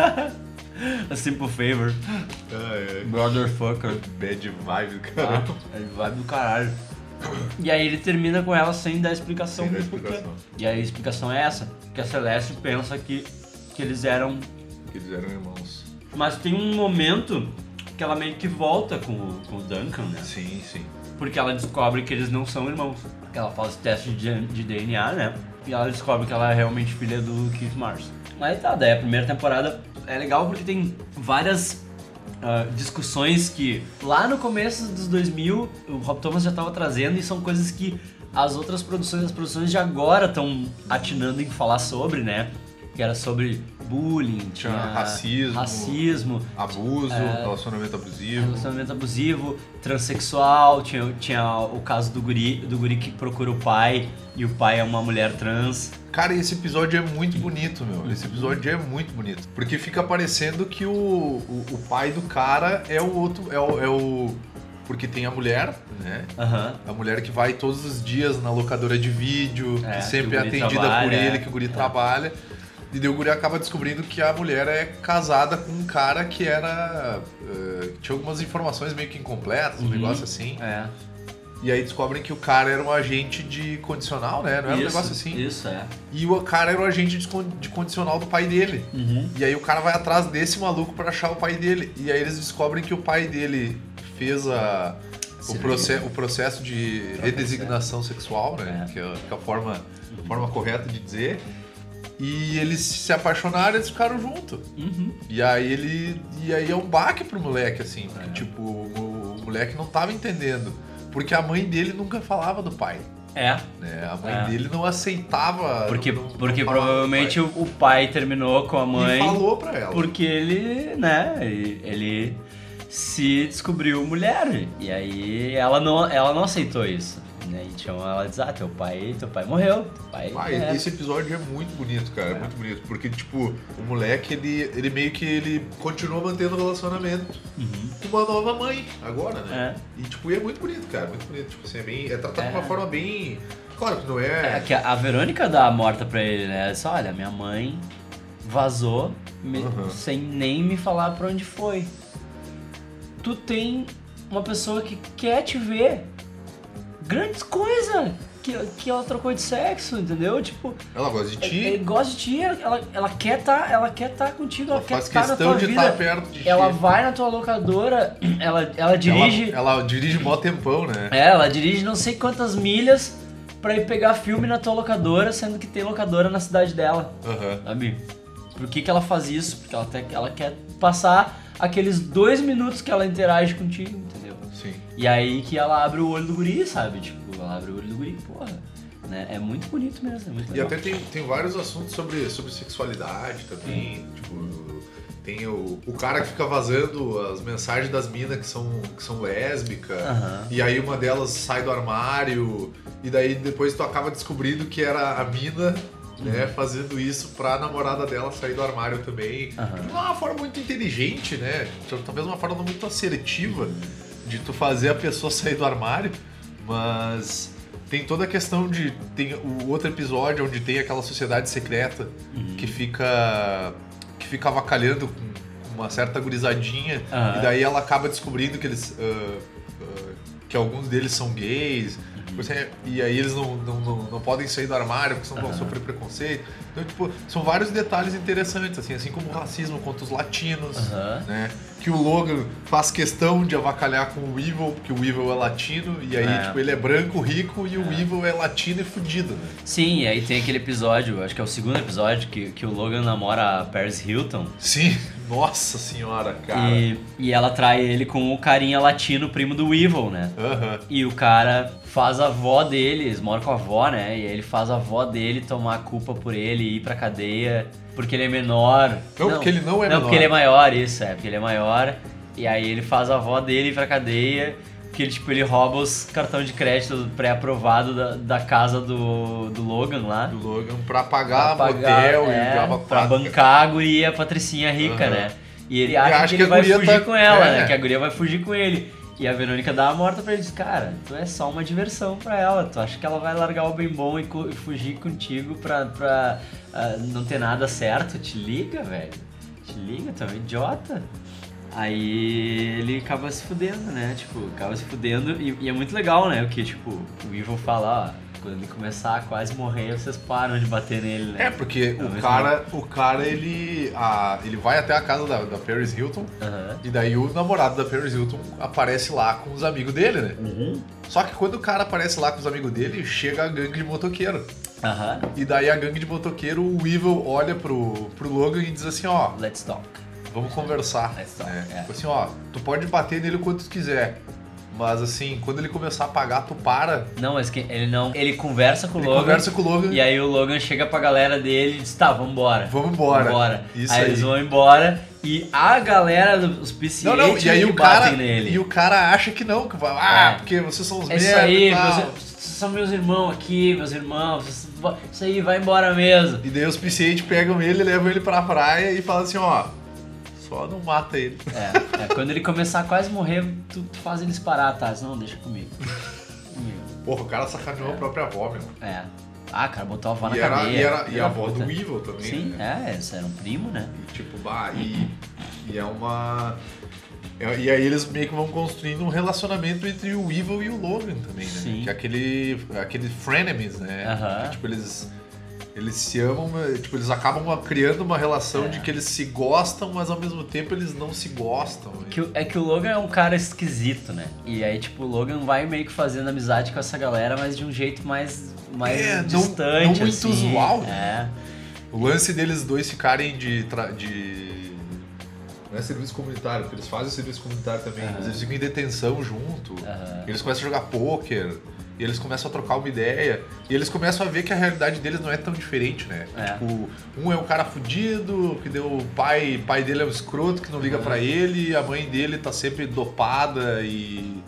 A Simple Favor. Ah, é. Brotherfucker. Bad vibe, Ah, cara. ele vai do caralho. E aí ele termina com ela sem dar explicação. Sem dar do porquê. explicação. E aí a explicação é essa, que a Celeste pensa que, que eles eram... Que eles eram irmãos. Mas tem um momento que ela meio que volta com, o- com o Duncan, né? Sim, sim. Porque ela descobre que eles não são irmãos. Ela faz teste de, de D N A, né? E ela descobre que ela é realmente filha do Keith Mars. Aí tá, daí a primeira temporada é legal porque tem várias ah, discussões que lá no começo dos dois mil o Rob Thomas já tava trazendo e são coisas que as outras produções, as produções de agora estão atinando em falar sobre, né? Que era sobre bullying, tinha, Tinha racismo, racismo, Abuso, É. relacionamento abusivo. relacionamento abusivo, transexual, tinha, tinha o caso do guri, do guri que procura o pai e o pai é uma mulher trans. Cara, esse episódio é muito bonito, meu. Esse episódio é muito bonito. Porque fica parecendo que o, o, o pai do cara é o outro. É o, é o. Porque tem a mulher, né? Aham. A mulher que vai todos os dias na locadora de vídeo, É, que sempre que é o guri atendida trabalha, por ele, é. que o guri trabalha. E daí o guri acaba descobrindo que a mulher é casada com um cara que era. eh, tinha algumas informações meio que incompletas, um Uhum. negócio assim. É. E aí descobrem que o cara era um agente de condicional, né? Não era um Isso, negócio assim. Isso, é. E o cara era o agente de con- de condicional do pai dele. Uhum. E aí o cara vai atrás desse maluco pra achar o pai dele. E aí eles descobrem que o pai dele fez a, o, Sim. proce o processo de Troca de redesignação sexual, né? É. Que, é, que é a forma, a forma correta de dizer. E eles se apaixonaram e eles ficaram juntos. Uhum. E aí ele. E aí é um baque pro moleque, assim. Porque, É. tipo, o, o moleque não tava entendendo. Porque a mãe dele nunca falava do pai. É. Né? A mãe É. dele não aceitava. Porque, não, não- porque não falava do provavelmente pai. o, o pai terminou com a mãe. E falou pra ela. Porque ele, né, ele, ele se descobriu mulher. E aí ela não, ela não aceitou isso. Né? Então ela diz, ah, teu pai, teu pai morreu. Teu pai Ah, é. esse episódio é muito bonito, cara. É. É. muito bonito. Porque, tipo, o moleque, ele, ele meio que ele continua mantendo o relacionamento Uhum. com uma nova mãe agora, né? É. E, tipo, é muito bonito, cara. Muito bonito. Tipo assim, é bem. É tratado É. de uma forma bem. Claro que não É é. que a a Verônica dá a morta pra ele, né? Ela disse, olha, minha mãe vazou me- Uhum. sem nem me falar pra onde foi. Tu tem uma pessoa que quer te ver. Grandes coisas que, que ela trocou de sexo, entendeu? Tipo, Ela gosta de ti. ele gosta de ti, ela, ela quer tá, ela quer tá contigo, ela, Ela quer faz estar na questão tua de vida. estar perto de Ela ti. vai na tua locadora, ela, ela dirige. Ela, ela dirige mó tempão, né? É, ela dirige não sei quantas milhas pra ir pegar filme na tua locadora, sendo que tem locadora na cidade dela, Aham. sabe? Por que, que ela faz isso? Porque ela, te- ela quer passar aqueles dois minutos que ela interage contigo, entendeu? Sim. E aí que ela abre o olho do guri, sabe? Tipo, ela abre o olho do guri, porra. Né? É muito bonito mesmo, é muito E legal. até tem, tem vários assuntos sobre, sobre sexualidade também. Tipo, tem o, o cara que fica vazando as mensagens das minas que são, que são lésbicas. Aham. E aí uma delas sai do armário. E daí depois tu acaba descobrindo que era a mina, né, fazendo isso pra namorada dela sair do armário também. Aham. De uma forma muito inteligente, né? Talvez uma forma muito assertiva de tu fazer a pessoa sair do armário. Mas tem toda a questão de... Tem o outro episódio onde tem aquela sociedade secreta que fica... que fica avacalhando com uma certa gurizadinha. Aham. E daí ela acaba descobrindo que eles... ah, ah, que alguns deles são gays. Você- E aí eles não, não, não, não podem sair do armário porque senão vão Aham. sofrer preconceito. Então, tipo, são vários detalhes interessantes, assim, assim como o racismo contra os latinos, Aham. né? Que o Logan faz questão de avacalhar com o Evil, porque o Evil é latino, e aí, É. tipo, ele é branco, rico, e o Evil é latino e fudido, né? Sim, e aí tem aquele episódio, acho que é o segundo episódio, que, que o Logan namora a Paris Hilton. Sim, nossa senhora, cara. E, e ela trai ele com o carinha latino, primo do Evil, né? Aham. E o cara faz a avó dele, eles moram com a avó, né? E aí ele faz a avó dele tomar a culpa por ele e ir pra cadeia porque ele é menor. Não, porque ele não é Não, menor. porque ele é maior, isso, é, porque ele é maior. E aí ele faz a avó dele ir pra cadeia, porque ele, tipo, ele rouba os cartão de crédito pré-aprovado da, da casa do, do Logan lá. Do Logan pra pagar Pra motel e é, o diabo pra quatro. bancar a guria Patricinha rica, Aham. né? E ele acha acha que que ele a vai guria fugir tá- com ela, é. né? Que a guria vai fugir com ele. E a Verônica dá a morta pra ele e diz, cara, tu é só uma diversão pra ela. Tu acha que ela vai largar o bem bom e, co- e fugir contigo pra, pra uh, não ter nada certo? Te liga, velho. Te liga, tu é um idiota. Aí ele acaba se fudendo, né? Tipo, acaba se fudendo e, e é muito legal, né? O que, tipo, o Evil fala, ó, quando ele começar a quase morrer, vocês param de bater nele, né? É, porque Ao o mesmo cara, o cara ele, a, ele vai até a casa da, da Paris Hilton, Aham. e daí o namorado da Paris Hilton aparece lá com os amigos dele, né? Uhum. Só que quando o cara aparece lá com os amigos dele, chega a gangue de motoqueiro. Aham. E daí a gangue de motoqueiro, o Evil olha pro, pro Logan e diz assim, ó, Let's talk. vamos conversar. Let's talk, né? é. Tipo assim, ó, tu pode bater nele o quanto tu quiser. Mas assim, quando ele começar a pagar, tu para. Não, mas que ele não. Ele conversa com o Ele Logan. conversa com o Logan. E aí o Logan chega pra galera dele e diz, tá, vambora. Vamos embora. Vambora. Isso aí, aí. eles vão embora e a galera dos P C Não, não, e aí o batem cara, nele. e o cara acha que não, que vai, ah, É. porque vocês são os É isso merda aí, e tal. meus, vocês são meus irmãos aqui, meus irmãos. vocês- Isso aí, vai embora mesmo. E daí os P C pegam ele, levam ele pra praia e falam assim, ó, só não mata ele. É, é, quando ele começar a quase morrer, tu, tu faz eles parar, tá? Não, deixa comigo. comigo. Porra, o cara sacaneou a própria avó, meu. É. Ah, cara, botou a avó na E, era, cadeia. e, era, e filho a da avó puta. do Evil também, Sim, né? é, eles eram primo, né? E, tipo, bah, e, e é uma... é- E aí eles meio que vão construindo um relacionamento entre o Evil e o Logan também, né? Sim. Que é aquele, aquele frenemies, né? Aham. Que, tipo, eles... Eles se amam, mas, tipo, eles acabam criando uma relação É. de que eles se gostam, mas ao mesmo tempo eles não se gostam. né? Que o- é que o Logan é um cara esquisito, né? E aí, tipo, o Logan vai meio que fazendo amizade com essa galera, mas de um jeito mais, mais É, não- distante, não muito assim. usual, né? É. O lance deles dois ficarem de... tra- de... Não é serviço comunitário, porque eles fazem serviço comunitário também, Aham. mas eles ficam em detenção junto, Aham. eles começam a jogar pôquer, e eles começam a trocar uma ideia, e eles começam a ver que a realidade deles não é tão diferente, né? É. Tipo, um é um cara fudido, que deu o pai, pai dele é um escroto que não liga pra ele, a mãe dele tá sempre dopada e,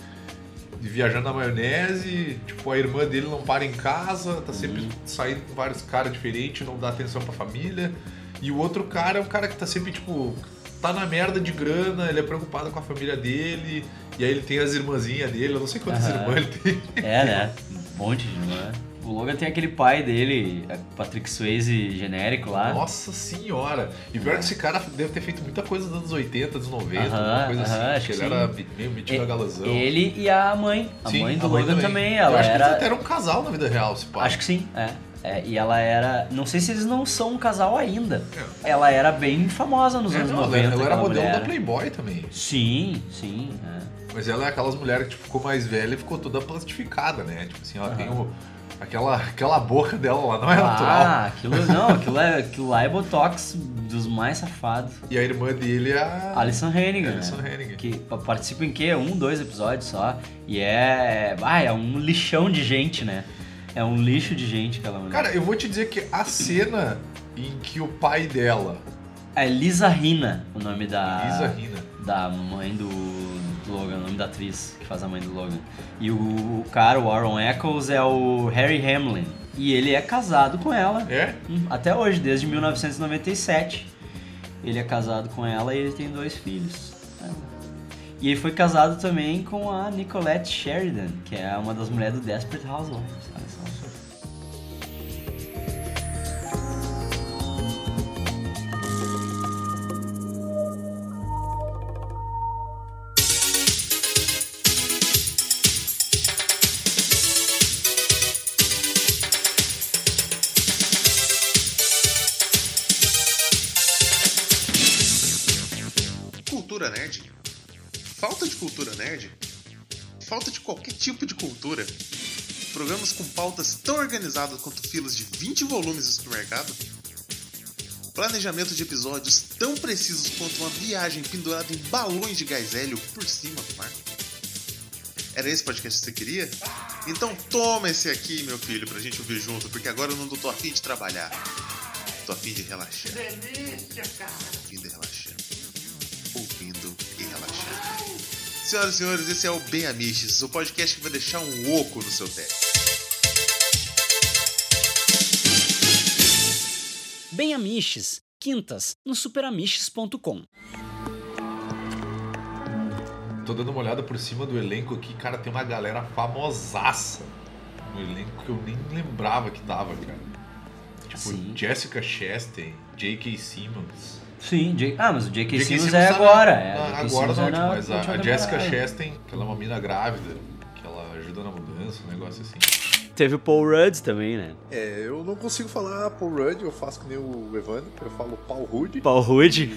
e viajando na maionese, tipo, a irmã dele não para em casa, tá sempre saindo com vários caras diferentes, não dá atenção pra família. E o outro cara é um cara que tá sempre, tipo, tá na merda de grana, ele é preocupado com a família dele, e aí ele tem as irmãzinhas dele, eu não sei quantas Aham. irmãs ele tem. É, né? Um monte de irmã. O Logan tem aquele pai dele, é Patrick Swayze genérico lá. Nossa senhora! E pior que esse cara deve ter feito muita coisa nos anos oitenta, dos noventa, Aham, alguma coisa aham, assim, acho que ele que era sim. meio metido a galazão. Ele e a mãe. A Sim, mãe do Logan também, ela Eu acho que era. eles até eram um casal na vida real, se pá. Acho que sim, é. É, e ela era. Não sei se eles não são um casal ainda. Ela era bem famosa nos É, anos não, ela noventa. era- ela era aquela modelo mulher. da Playboy também. Sim, sim. É. Mas ela é aquelas mulheres que tipo, ficou mais velha e ficou toda plastificada, né? Tipo assim, ela Aham. tem o, aquela, aquela boca dela lá, não é Ah, natural. aquilo não, aquilo, é, aquilo lá é Botox dos mais safados. E a irmã dele é a... Alison Hannigan, Alison né? Hannigan. Que pa- participa em quê? Um, dois episódios só. E é. Ah, é um lixão de gente, né? É um lixo de gente aquela mulher. Cara, eu vou te dizer que a cena em que o pai dela, É Lisa Rinna, o nome da. Lisa Rinna, Da mãe do, do Logan, o nome da atriz que faz a mãe do Logan. E o, o cara, o Aaron Eccles, é o Harry Hamlin. E ele é casado com ela. é? Hum, Até hoje, desde mil novecentos e noventa e sete. Ele é casado com ela e ele tem dois filhos. É. E ele foi casado também com a Nicolette Sheridan, que é uma das mulheres do Desperate Housewives. Olha só. Cultura nerd? Falta de cultura nerd? Falta de qualquer tipo de cultura? Programas com pautas tão organizadas quanto filas de vinte volumes do supermercado? Planejamento de episódios tão precisos quanto uma viagem pendurada em balões de gás hélio por cima do mar? Era esse podcast que você queria? Então toma esse aqui, meu filho, pra gente ouvir junto, porque agora eu não tô afim de trabalhar. Tô afim de relaxar. Delícia, cara. Afim de relaxar. Ouvindo e relaxando. Senhoras e senhores, esse é o Bem Amiches, o podcast que vai deixar um oco no seu teto. Bem Amiches, quintas no super amiches ponto com. tô dando uma olhada por cima do elenco aqui, cara, tem uma galera famosaça no elenco que eu nem lembrava que tava, cara. Tipo, Sim. Jessica Chastain, J K. Simmons. Sim, J... ah, mas o J K. J K. Simmons Simmons é tá agora. na- é, na- J K. agora Simmons não, é na mas a, última a Jessica temporada. Chastain, que ela é uma mina grávida, que ela ajuda na mudança, um negócio assim. Teve o Paul Rudd também, né? É, eu não consigo falar Paul Rudd, eu faço que nem o Evandro, eu falo Paul Rudd. Paul Rudd.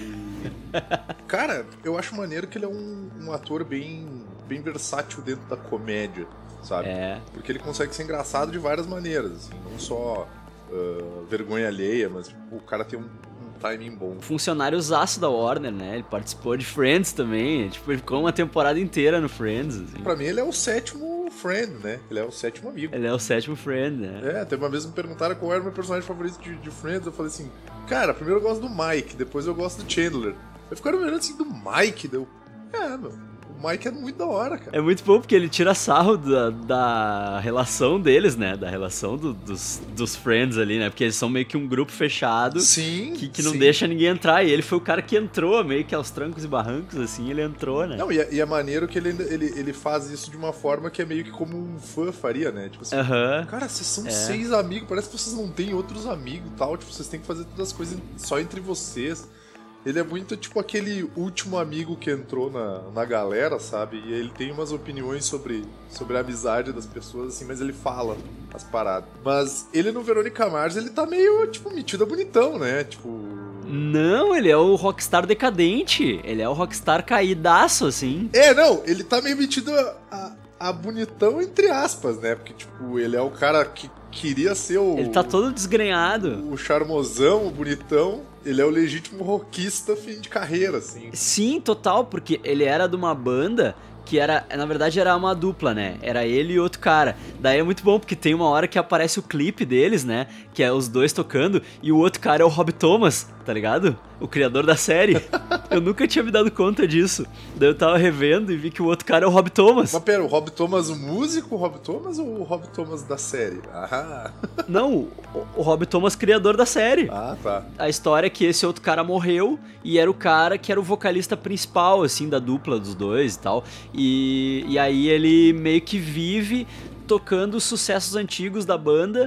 Cara, eu acho maneiro que ele é um, um ator bem, bem versátil dentro da comédia, sabe? É. Porque ele consegue ser engraçado de várias maneiras, assim, não só uh, vergonha alheia, mas tipo, o cara tem um, um timing bom. Funcionáriozaço da Warner, né? Ele participou de Friends também. Tipo, ele ficou uma temporada inteira no Friends. Assim. Pra mim ele é o sétimo friend, né? Ele é o sétimo amigo. Ele é o sétimo Friend, né? É, teve uma vez que me perguntaram qual era o meu personagem favorito de, de Friends, eu falei assim, cara, primeiro eu gosto do Mike, depois eu gosto do Chandler. Eu ficaram me olhando assim, do Mike, deu... É, meu, o Mike é muito da hora, cara. É muito bom porque ele tira sarro da, da relação deles, né? Da relação do- dos, dos Friends ali, né? Porque eles são meio que um grupo fechado Sim, que, que não sim. deixa ninguém entrar. E ele foi o cara que entrou, meio que aos trancos e barrancos, assim, ele entrou, né? Não, e é, e é maneiro que ele, ainda- ele, ele faz isso de uma forma que é meio que como um fã faria, né? Tipo assim, Aham. cara, vocês são É. seis amigos, parece que vocês não têm outros amigos e tal, tipo, vocês têm que fazer todas as coisas só entre vocês. Ele é muito tipo aquele último amigo que entrou na, na galera, sabe? E ele tem umas opiniões sobre, sobre a amizade das pessoas, assim, mas ele fala as paradas. Mas ele no Verônica Mars, ele tá meio, tipo, metido a bonitão, né? Tipo... Não, ele é o rockstar decadente. Ele é o rockstar caídaço, assim. É, não, ele tá meio metido a, a, a bonitão entre aspas, né? Porque, tipo, ele é o cara que queria ser o... Ele tá todo desgrenhado. O charmosão, o bonitão. Ele é o legítimo rockista fim de carreira, assim. Sim, total, porque ele era de uma banda que era, na verdade era uma dupla, né? Era ele e outro cara. Daí é muito bom, porque tem uma hora que aparece o clipe deles, né? Que é os dois tocando, e o outro cara é o Rob Thomas, tá ligado? O criador da série. Eu nunca tinha me dado conta disso. Daí eu tava revendo e vi que o outro cara é o Rob Thomas. Mas pera, o Rob Thomas o músico, o Rob Thomas ou o Rob Thomas da série? Ah, Não, o, o Rob Thomas, criador da série. ah tá. A história é que esse outro cara morreu e era o cara que era o vocalista principal, assim, da dupla dos dois e tal. E, e aí ele meio que vive tocando os sucessos antigos da banda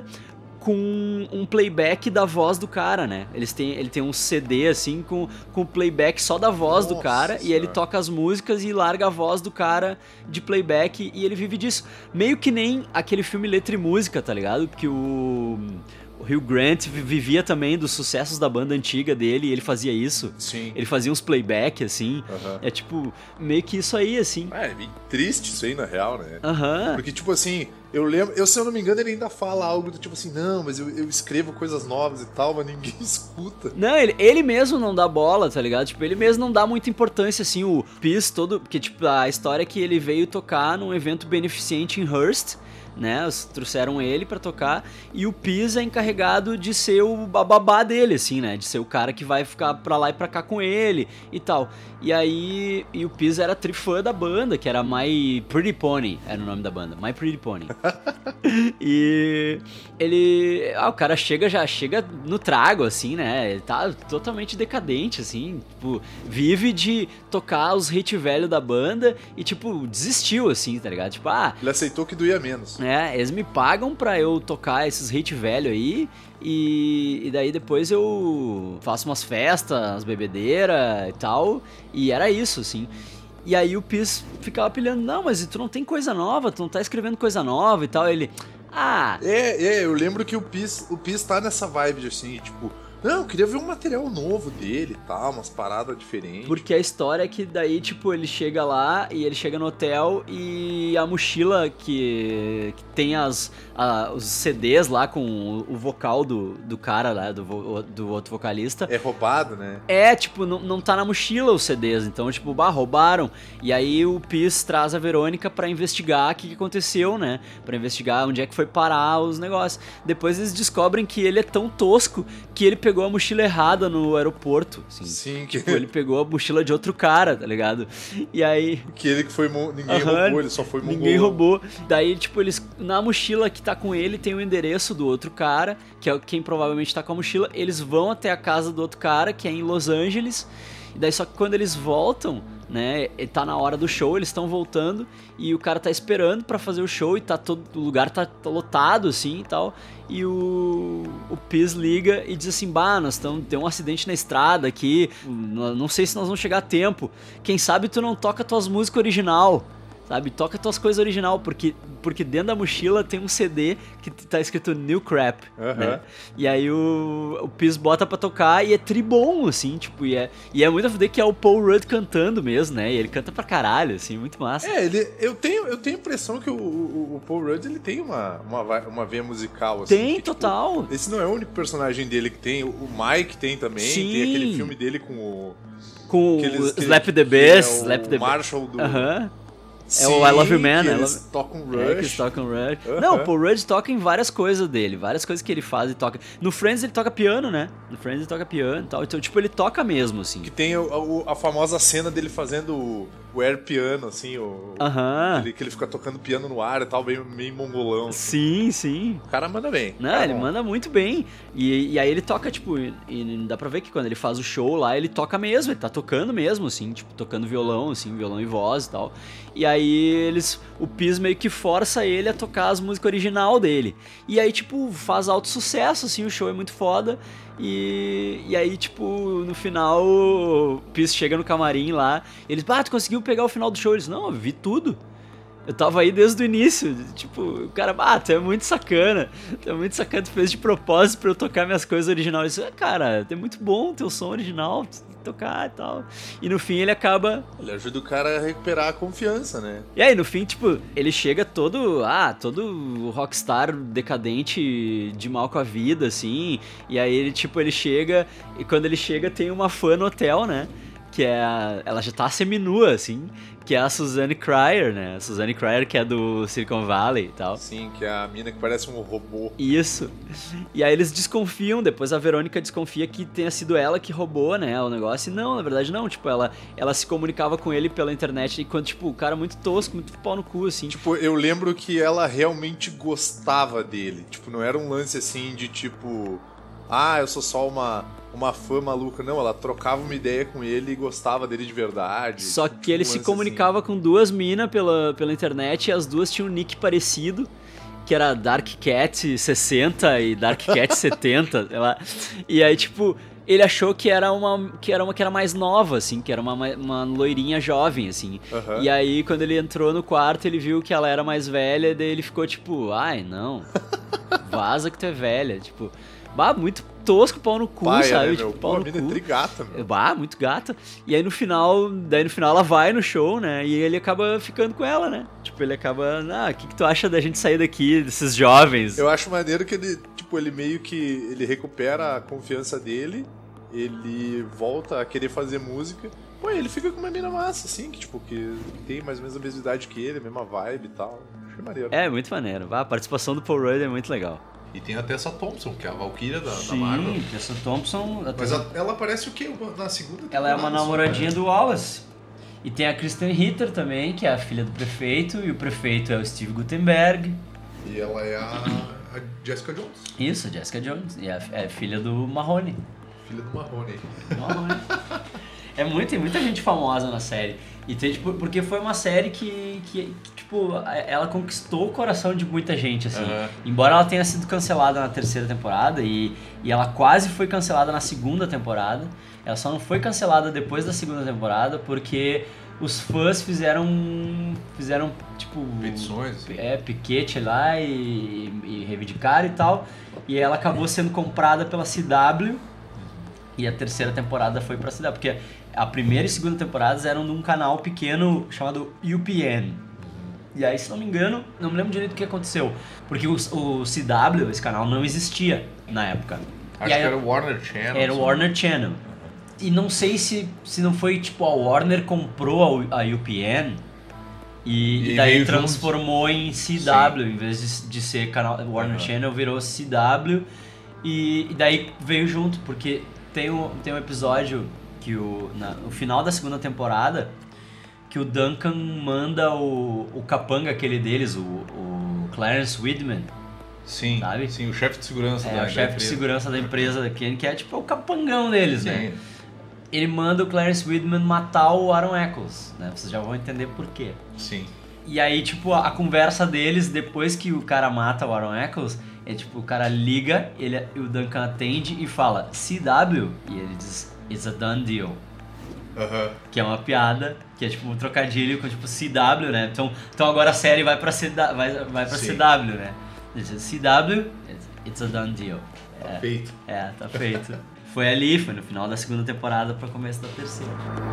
com um playback da voz do cara, né? Eles têm, ele tem um C D, assim, com, com playback só da voz do Nossa cara, e ele Senhora. toca as músicas e larga a voz do cara de playback, e ele vive disso. Meio que nem aquele filme Letra e Música, tá ligado? Que o... O Hugh Grant vi- vivia também dos sucessos da banda antiga dele e ele fazia isso. Sim. Ele fazia uns playback, assim. Aham. É tipo, meio que isso aí, assim. Ah, é meio triste isso aí, na real, né? Aham. Porque, tipo assim, eu lembro, eu, se eu não me engano, ele ainda fala algo do tipo assim, não, mas eu, eu escrevo coisas novas e tal, mas ninguém escuta. Não, ele, ele mesmo não dá bola, tá ligado? Tipo, ele mesmo não dá muita importância, assim, o Peace todo... Porque, tipo, a história é que ele veio tocar num evento beneficente em Hearst, né? Os- Trouxeram ele pra tocar e o Peace é encarregado de ser o bababá dele, assim, né? De ser o cara que vai ficar pra lá e pra cá com ele e tal. E aí, e o Peace era trifã da banda, que era My Pretty Pony, era o nome da banda, My Pretty Pony. E ele, ah, o cara chega, já chega no trago, assim, né? Ele tá totalmente decadente, assim, tipo, vive de tocar os hits velhos da banda e, tipo, desistiu, assim, tá ligado? Tipo, ah, Ele aceitou que doía menos. é, eles me pagam pra eu tocar esses hits velhos aí e, e daí depois eu faço umas festas, umas bebedeiras e tal, e era isso, assim. E aí o Peace ficava pilhando, não, mas tu não tem coisa nova, tu não tá escrevendo coisa nova e tal. Ele, ah, É, é, eu lembro que o Peace, o Peace tá nessa vibe de assim, tipo, não, eu queria ver um material novo dele e tal, umas paradas diferentes. porque a história é que daí, tipo, ele chega lá e ele chega no hotel e a mochila que, que tem as, a- os C Ds lá com o, o vocal do, do cara lá, do, vo- do outro vocalista. É roubado, né? É, tipo, não, não tá na mochila os C Ds, então, tipo, bah, roubaram. E aí o Peace traz a Verônica pra investigar o que, que aconteceu, né? Pra investigar onde é que foi parar os negócios. Depois eles descobrem que ele é tão tosco que ele pegou a mochila errada no aeroporto, assim. Sim, que, Tipo, ele pegou a mochila de outro cara, tá ligado? E aí... que ele que foi. mon- Ninguém Aham, roubou, ele só foi Ninguém mongolão. roubou. Daí, tipo, eles. Na mochila que tá com ele tem o endereço do outro cara, que é quem provavelmente tá com a mochila. Eles vão até a casa do outro cara, que é em Los Angeles. E daí, só que quando eles voltam, né? E tá na hora do show, eles estão voltando e o cara tá esperando pra fazer o show e tá todo o lugar tá, tá lotado assim e tal. E o o Piz liga e diz assim: "Bah, nós estamos tem um acidente na estrada aqui, não sei se nós vamos chegar a tempo. Quem sabe tu não toca tuas músicas original?" Sabe, toca tuas coisas original, porque, porque dentro da mochila tem um C D que tá escrito New Crap, Uhum. né? E aí o, o Piz bota pra tocar e é tribom, assim, tipo, e é, e é muito a fuder que é o Paul Rudd cantando mesmo, né? E ele canta pra caralho, assim, muito massa. É, ele, eu, tenho, eu tenho a impressão que o, o, o Paul Rudd ele tem uma, uma, vai- uma veia musical, assim. Tem, que, tipo, total. esse não é o único personagem dele que tem. O o Mike tem também. Sim. Tem aquele filme dele com o. Com que eles- o que- Slap the que Bass, é o Slap the Bass. Marshall do. Aham. Sim, É o I Love You Man, que I eles Love- tocam Rush. É, que eles tocam Rush. Aham. Não, o Paul Rudd toca em várias coisas dele, várias coisas que ele faz e toca. No Friends ele toca piano, né? No Friends ele toca piano e tal. Então, tipo, ele toca mesmo, assim. Que tem o- o- a famosa cena dele fazendo o, o air piano, assim, o, Aham. ele, que ele fica tocando piano no ar e tal, meio, meio mongolão. assim. Sim, sim. O cara manda bem. Não, Cara ele bom. manda muito bem. E, e aí ele toca, tipo, e, e dá pra ver que quando ele faz o show lá, ele toca mesmo, ele tá tocando mesmo, assim, tipo, tocando violão, assim, violão e voz e tal. E aí eles, o Piz meio que força ele a tocar as músicas original dele. E aí, tipo, faz alto sucesso, assim, o show é muito foda. E, e aí, tipo, no final, o Piz chega no camarim lá, eles, ah, tu conseguiu pegar o final do show? Eles, não, eu vi tudo. Eu tava aí desde o início, tipo, o cara, ah, tu é muito sacana, tu é muito sacana, tu fez de propósito pra eu tocar minhas coisas originais. Isso, cara, é muito bom o teu som original, tu tem que tocar e tal. E no fim ele acaba... Ele ajuda o cara a recuperar a confiança, né? E aí, no fim, tipo, ele chega todo, ah, todo rockstar decadente, de mal com a vida, assim, e aí ele, tipo, ele chega, e quando ele chega tem uma fã no hotel, né? Que é a, ela já tá seminua, assim, que é a Suzanne Cryer, né? A Suzanne Cryer, que é do Silicon Valley e tal. Sim, que é a mina que parece um robô. Isso. E aí eles desconfiam, depois a Verônica desconfia que tenha sido ela que roubou, né, o negócio. E não, na verdade não, tipo, ela, ela se comunicava com ele pela internet, enquanto, tipo, o cara muito tosco, muito pau no cu, assim. Tipo, eu lembro que ela realmente gostava dele. Tipo, não era um lance assim de tipo... Ah, eu sou só uma, uma fã maluca. Não, ela trocava uma ideia com ele e gostava dele de verdade. Só Tipo, que ele um se lance comunicava com duas minas pela, pela internet e as duas tinham um nick parecido, que era Dark Cat sessenta e Dark Cat setenta, sei lá. E aí, tipo, ele achou que era uma que era uma que era mais nova, assim, que era uma, uma loirinha jovem, assim. Aham. E aí, quando ele entrou no quarto, ele viu que ela era mais velha, daí ele ficou tipo, ai, não, vaza que tu é velha, tipo... Bah, muito tosco, pau no cu, Paia, sabe? né, Tipo, meu? pau Pô, no a mina é cu. trigata, meu. Bah, muito gata. E aí no final, daí no final ela vai no show, né? E ele acaba ficando com ela, né? Tipo, ele acaba, ah, o que, que tu acha da gente sair daqui, desses jovens? Eu acho maneiro que ele, tipo, ele meio que... Ele recupera a confiança dele, ele volta a querer fazer música. Pô, ele fica com uma mina massa, assim, que, tipo, que tem mais ou menos a mesma idade que ele, a mesma vibe e tal. Achei maneiro. É, muito maneiro. Ah, a participação do Paul Rudd é muito legal. E tem a Tessa Thompson, que é a Valkyria da, da Sim, Marvel. Tessa Thompson. a Mas Tessa- a- ela aparece o quê? Na segunda temporada? Ela é uma só, namoradinha né? do Wallace. E tem a Kristen Ritter também, que é a filha do prefeito, e o prefeito é o Steve Guttenberg. E ela é a, a Jessica Jones, Isso, Jessica Jones. E é, é filha do Marrone. filha do Marrone. Marrone. É muito, tem muita gente famosa na série. E tem, tipo, porque foi uma série que, que, que, tipo, ela conquistou o coração de muita gente, assim. Aham. Embora ela tenha sido cancelada na terceira temporada e, e ela quase foi cancelada na segunda temporada, ela só não foi cancelada depois da segunda temporada porque os fãs fizeram, fizeram tipo... Petições, assim. É, piquete lá e, e reivindicaram e tal. E ela acabou sendo comprada pela C W. E a terceira temporada foi pra C W, porque a primeira e segunda temporadas eram de um canal pequeno chamado U P N. E aí, se não me engano, não me lembro direito o que aconteceu. Porque o, o C W, esse canal, não existia na época. Acho E aí, que era o Warner Channel. era o assim. Warner Channel. E não sei se, se não foi, tipo, a Warner comprou a, U- a U P N e, E e daí veio transformou em C W, em vez de, de ser canal Warner Uhum. Channel, virou C W. E, e daí veio junto, porque tem um, tem um episódio que o, na, no final da segunda temporada que o Duncan manda o, o capanga aquele deles, o, o Clarence Widman, Sim, sabe? sim, o chefe de segurança é, da o da chefe de empresa. segurança da empresa da Ken, que é tipo o capangão deles, Sim. né? ele manda o Clarence Widman matar o Aaron Eccles, né? Vocês já vão entender por quê. Sim. E aí, tipo, a, a conversa deles, depois que o cara mata o Aaron Eccles, é tipo, o cara liga, ele, o Duncan atende e fala C W, e ele diz, it's a done deal. Aham. Que é uma piada, que é tipo um trocadilho com tipo C W, né? Então, então agora a série vai pra, C W, vai, vai pra Sim. C W, né? C W, it's a done deal. Tá É, feito. é, tá feito. Foi ali, foi no final da segunda temporada pra começo da terceira.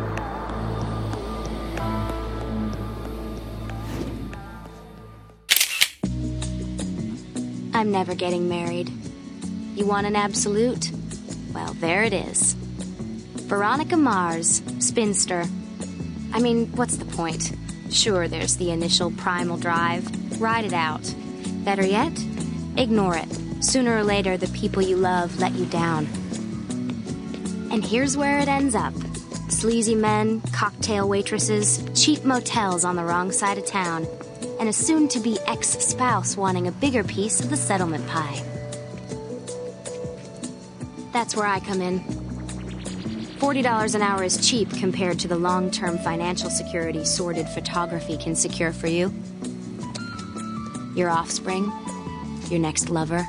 I'm never getting married. You want an absolute? Well, there it is. Veronica Mars, spinster. I mean, what's the point? Sure, there's the initial primal drive. Ride it out. Better yet, ignore it. Sooner or later, the people you love let you down. And here's where it ends up. Sleazy men, cocktail waitresses, cheap motels on the wrong side of town, and a soon-to-be ex-spouse wanting a bigger piece of the settlement pie. That's where I come in. forty dollars an hour is cheap compared to the long-term financial security sordid photography can secure for you. Your offspring, your next lover.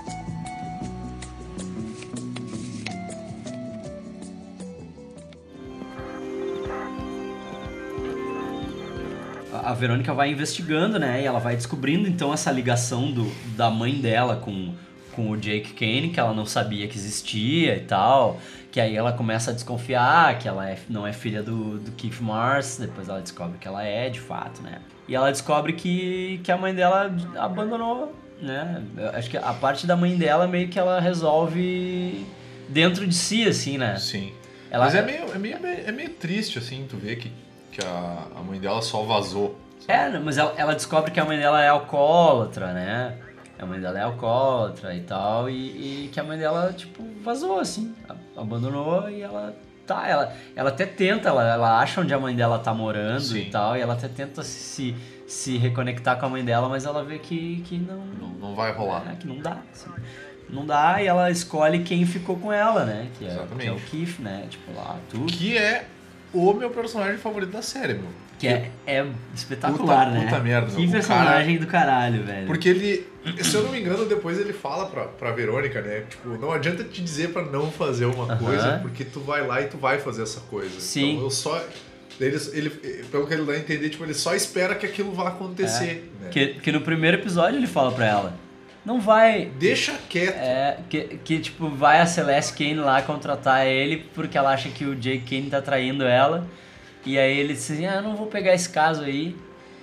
A Verônica vai investigando, né? E ela vai descobrindo então essa ligação do, da mãe dela com, com o Jake Kane, que ela não sabia que existia e tal. Que aí ela começa a desconfiar que ela é, não é filha do, do Keith Mars. Depois ela descobre que ela é, de fato, né? E ela descobre que, que a mãe dela abandonou, né? Eu acho que a parte da mãe dela meio que ela resolve dentro de si, assim, né? Sim. Ela- Mas é meio, é, meio, é meio triste, assim, tu ver que, que a, a mãe dela só vazou. É, mas ela, ela descobre que a mãe dela é alcoólatra, né? A mãe dela é alcoólatra e tal, e, e que a mãe dela, tipo, vazou, assim, a- abandonou e ela tá, ela, ela até tenta, ela, ela acha onde a mãe dela tá morando Sim. e tal, e ela até tenta se, se reconectar com a mãe dela, mas ela vê que, que não, Não, não vai rolar. é, que não dá, assim. Não dá, e ela escolhe quem ficou com ela, né? Que é, Exatamente. que é o Keith, né? Tipo, lá, tudo. Que é o meu personagem favorito da série, meu. Que é, é espetacular, Puta- né? puta merda, Que o personagem do caralho, velho. Porque ele, se eu não me engano, depois ele fala pra, pra Verônica, né? Tipo, não adianta te dizer pra não fazer uma Aham. coisa, porque tu vai lá e tu vai fazer essa coisa. Sim. Então eu só... Ele, ele, pelo que ele dá a entender, tipo, ele só espera que aquilo vá acontecer, né? Que, que no primeiro episódio ele fala pra ela, não vai... Deixa quieto. É, que, que tipo, vai a Celeste Kane lá contratar ele porque ela acha que o Jake Kane tá traindo ela. E aí ele diz assim, ah, eu não vou pegar esse caso aí.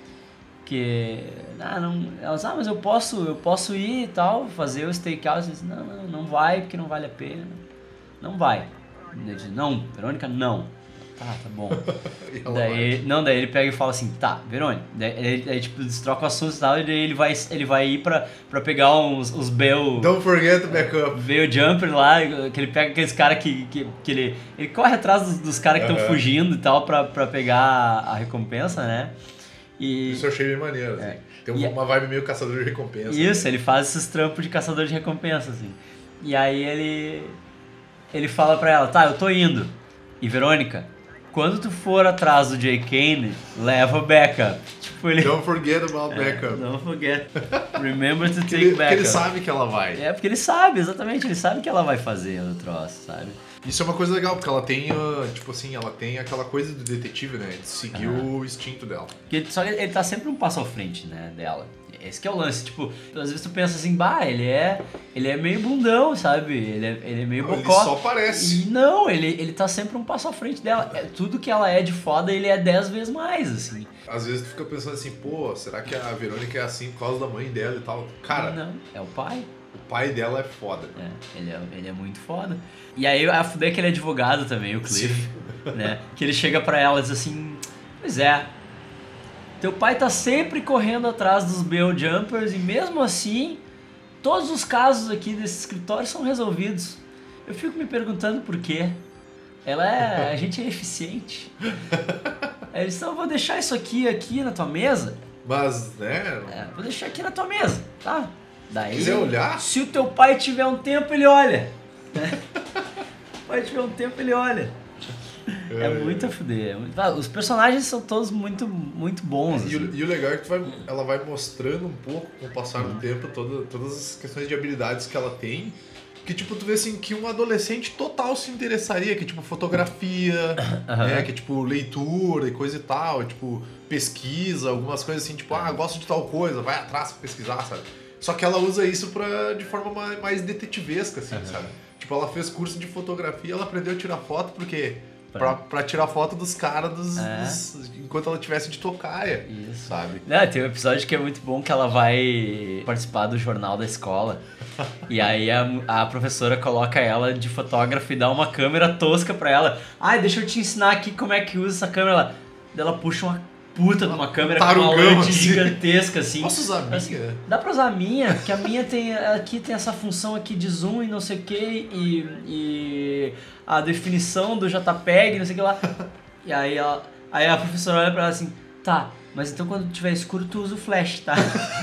Que... Ah, não... Ela diz, ah, mas eu posso, eu posso ir e tal, fazer o stakeout. Ele diz, não, não, não vai porque não vale a pena. Não vai. Ele diz, não, Verônica, não. Tá, tá bom. E ela Daí, não, daí ele pega e fala assim, tá, Verônica. Daí ele, aí, tipo, eles trocam o assunto e tal, e daí ele vai, ele vai ir pra, pra pegar uns, uns Bell... Don't forget the backup. Veio o Jumper lá, que ele pega aqueles caras que, que, que ele... Ele corre atrás dos, dos caras que estão Aham. fugindo e tal pra, pra pegar a, a recompensa, né? E... Isso eu achei bem maneiro, assim. É. Tem E- uma vibe meio caçador de recompensa. Isso, né? ele faz esses trampos de caçador de recompensa, assim. E aí ele... Ele fala pra ela, tá, eu tô indo. E Verônica, quando tu for atrás do Jay Kane, leva o backup. Tipo, ele... Don't forget about backup. Don't forget. Remember to Porque take ele, porque backup. ele sabe que ela vai. É, porque ele sabe, exatamente, ele sabe que ela vai fazer o troço, sabe? Isso é uma coisa legal, porque ela tem, uh, tipo assim, ela tem aquela coisa do detetive, né? De seguir o instinto dela. Porque, só que ele tá sempre um passo à frente, né, dela. Esse que é o lance, tipo, às vezes tu pensa assim, bah, ele é, ele é meio bundão, sabe? Ele é, ele é meio Não, ele bocó. só parece. E não, ele, ele tá sempre um passo à frente dela. É, tudo que ela é de foda, ele é dez vezes mais, assim. Às vezes tu fica pensando assim, pô, será que a Verônica é assim por causa da mãe dela e tal? Cara, Não, é o pai. o pai dela é foda. É, ele é, ele é muito foda. E aí a fuder que ele é advogado também, o Cliff, né? Que ele chega pra ela e diz assim, pois é, teu pai tá sempre correndo atrás dos Bell Jumpers e mesmo assim, todos os casos aqui desse escritório são resolvidos. Eu fico me perguntando por quê. Ela é, a gente é eficiente. Aí eles disse, eu vou deixar isso aqui, aqui na tua mesa. Mas, né? É, vou deixar aqui na tua mesa, tá? Daí, quiser olhar? se o teu pai tiver um tempo, ele olha. Né? Se o pai tiver um tempo, ele olha. É muito a fuder. é muito- Ah, Os personagens são todos muito, muito bons. E assim. o, e o legal é que tu vai, ela vai mostrando um pouco, com o passar do tempo, toda, todas as questões de habilidades que ela tem. Que, tipo, tu vê, assim, que um adolescente total se interessaria. Que, tipo, fotografia, né? Que, tipo, leitura e coisa e tal. Tipo, pesquisa, algumas coisas assim. Tipo, ah, gosto de tal coisa, vai atrás pra pesquisar, sabe? Só que ela usa isso pra, de forma mais, mais detetivesca, assim, sabe? Tipo, ela fez curso de fotografia, ela aprendeu a tirar foto, porque... Pra, pra tirar foto dos caras dos, É. dos- enquanto ela tivesse de tocaia, Isso. sabe? Não, tem um episódio que é muito bom que ela vai participar do jornal da escola. E aí a, a professora coloca ela de fotógrafa e dá uma câmera tosca pra ela. Ai, deixa eu te ensinar aqui como é que usa essa câmera. Ela, ela puxa uma puta de uma câmera com uma tarugão, lente assim. gigantesca assim. Posso usar a minha? Assim, dá pra usar a minha, porque a minha tem aqui tem essa função aqui de zoom e não sei o que e, e a definição do JPEG, não sei o que lá. E aí, ela, aí a professora olha pra ela assim, tá, mas então quando tiver escuro tu usa o flash, tá?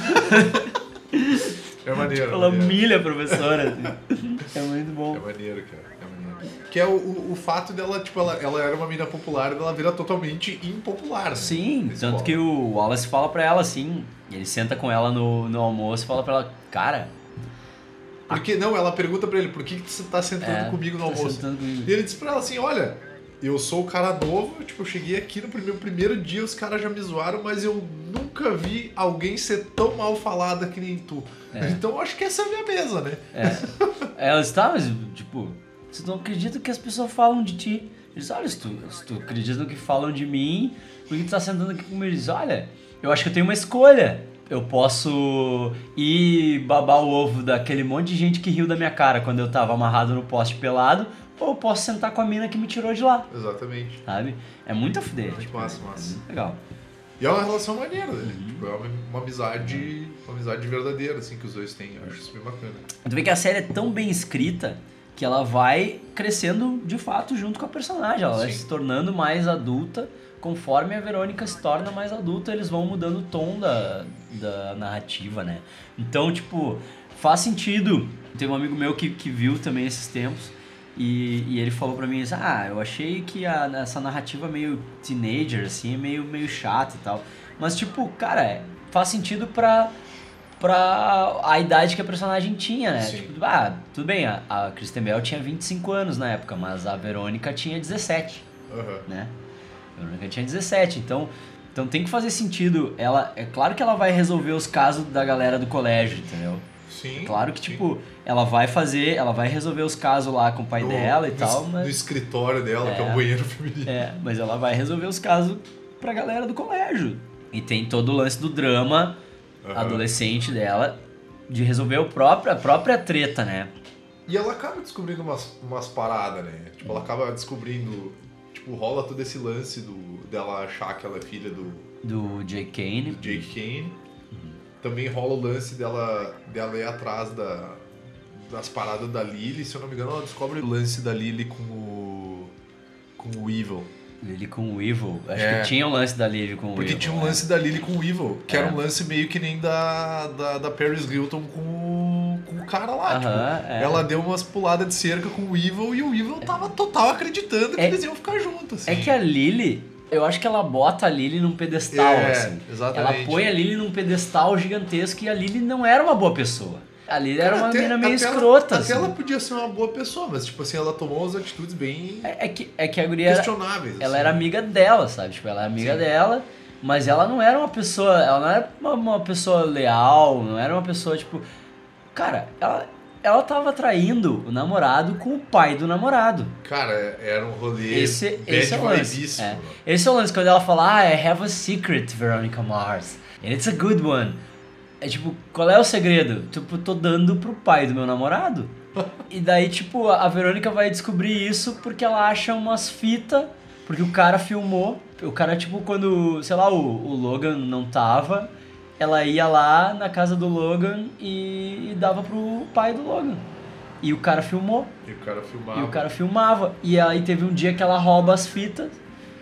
É maneiro. Ela é maneiro. humilha a professora. Assim. É muito bom. É maneiro, cara. É maneiro. Que é o, o, o fato dela, tipo, ela, ela era uma mina popular e ela vira totalmente impopular. Né? Sim, Na tanto escola. que o Wallace fala pra ela assim, ele senta com ela no, no almoço e fala pra ela, cara... Porque, não, ela pergunta pra ele, por que, que você tá sentando É, comigo no tá almoço? sentando comigo. E ele diz pra ela assim, olha, eu sou o cara novo, tipo, eu cheguei aqui no meu primeiro dia, os caras já me zoaram, mas eu nunca vi alguém ser tão mal falada que nem tu. É. Então eu acho que essa é a minha mesa, né? É. Ela está, mas tipo, você não acredita que as pessoas falam de ti. Ele diz, olha, se tu, se tu acredita no que falam de mim, por que tu tá sentando aqui comigo? Ele diz, olha, eu acho que eu tenho uma escolha. Eu posso ir babar o ovo daquele monte de gente que riu da minha cara quando eu tava amarrado no poste pelado, ou eu posso sentar com a mina que me tirou de lá, Exatamente. sabe? É muito a fuder. Muito Tipo, massa, massa. legal. E é uma relação maneira, né? Uhum. Tipo, é uma, uma amizade, uma amizade verdadeira, assim, que os dois têm. Eu acho isso bem bacana. Tu vê que a série é tão bem escrita que ela vai crescendo de fato junto com a personagem. Ela vai Sim. se tornando mais adulta. Conforme a Verônica se torna mais adulta, eles vão mudando o tom da, da narrativa, né? Então, tipo, faz sentido. Tem um amigo meu que, que viu também esses tempos e, e ele falou pra mim assim, ah, eu achei que a, essa narrativa meio teenager, assim, é meio, meio chata e tal. Mas, tipo, cara, é, faz sentido pra... pra a idade que a personagem tinha, né? Sim. Tipo, ah, tudo bem, a, a Kristen Bell tinha vinte e cinco anos na época, mas a Verônica tinha dezessete, Aham. né? A Verônica tinha dezessete, então, então tem que fazer sentido. Ela, é claro que ela vai resolver os casos da galera do colégio, entendeu? Sim. Claro que, sim. tipo, ela vai fazer, ela vai resolver os casos lá com o pai No- dela e no tal, es- mas... No escritório dela, que é É. um banheiro feminino. É, mas ela vai resolver os casos pra galera do colégio. E tem todo o lance do drama Aham. adolescente dela, de resolver o próprio, a própria treta, né? E ela acaba descobrindo umas, umas paradas, né? Tipo, ela acaba descobrindo... Tipo, rola todo esse lance do, dela achar que ela é filha do, Do Jake Kane. do Jake Kane. Também rola o lance dela, dela ir atrás da, das paradas da Lily. Se eu não me engano, ela descobre o lance da Lily com o... com o Evil. Lily com o Evil. Acho É. que tinha um lance da Lily com o Porque Evil. tinha um é. lance da Lily com o Evil, que É. era um lance meio que nem da, da, da Paris Hilton com, o- com o cara lá. Aham, tipo, é. Ela deu umas puladas de cerca com o Evil e o Evil tava total acreditando que É- eles iam ficar juntos. Assim. É que a Lily, eu acho que ela bota a Lily num pedestal, É, assim. exatamente. Ela põe a Lily num pedestal gigantesco e a Lily não era uma boa pessoa. A Lily era uma Até- menina meio até ela- escrota, Até assim. ela podia ser uma boa pessoa, mas tipo assim, ela tomou umas atitudes bem É, é que, é que a guria era, questionáveis. ela assim. era amiga dela, sabe? Tipo, ela era amiga Sim. dela, mas ela não era uma pessoa, ela não era uma, uma pessoa leal, não era uma pessoa, tipo... Cara, ela, ela tava traindo o namorado com o pai do namorado. Cara, era um rolê Esse, bad esse é o lance. vibíssimo. É. Esse é o lance, quando ela fala, ah, I have a secret, Veronica Mars, and it's a good one. É tipo, qual é o segredo? Tipo, tô dando pro pai do meu namorado. E daí, tipo, a Verônica vai descobrir isso porque ela acha umas fitas, porque o cara filmou. O cara, tipo, quando, sei lá, o, o Logan não tava, ela ia lá na casa do Logan e, e dava pro pai do Logan. E o cara filmou. E o cara filmava. E o cara filmava. E aí teve um dia que ela rouba as fitas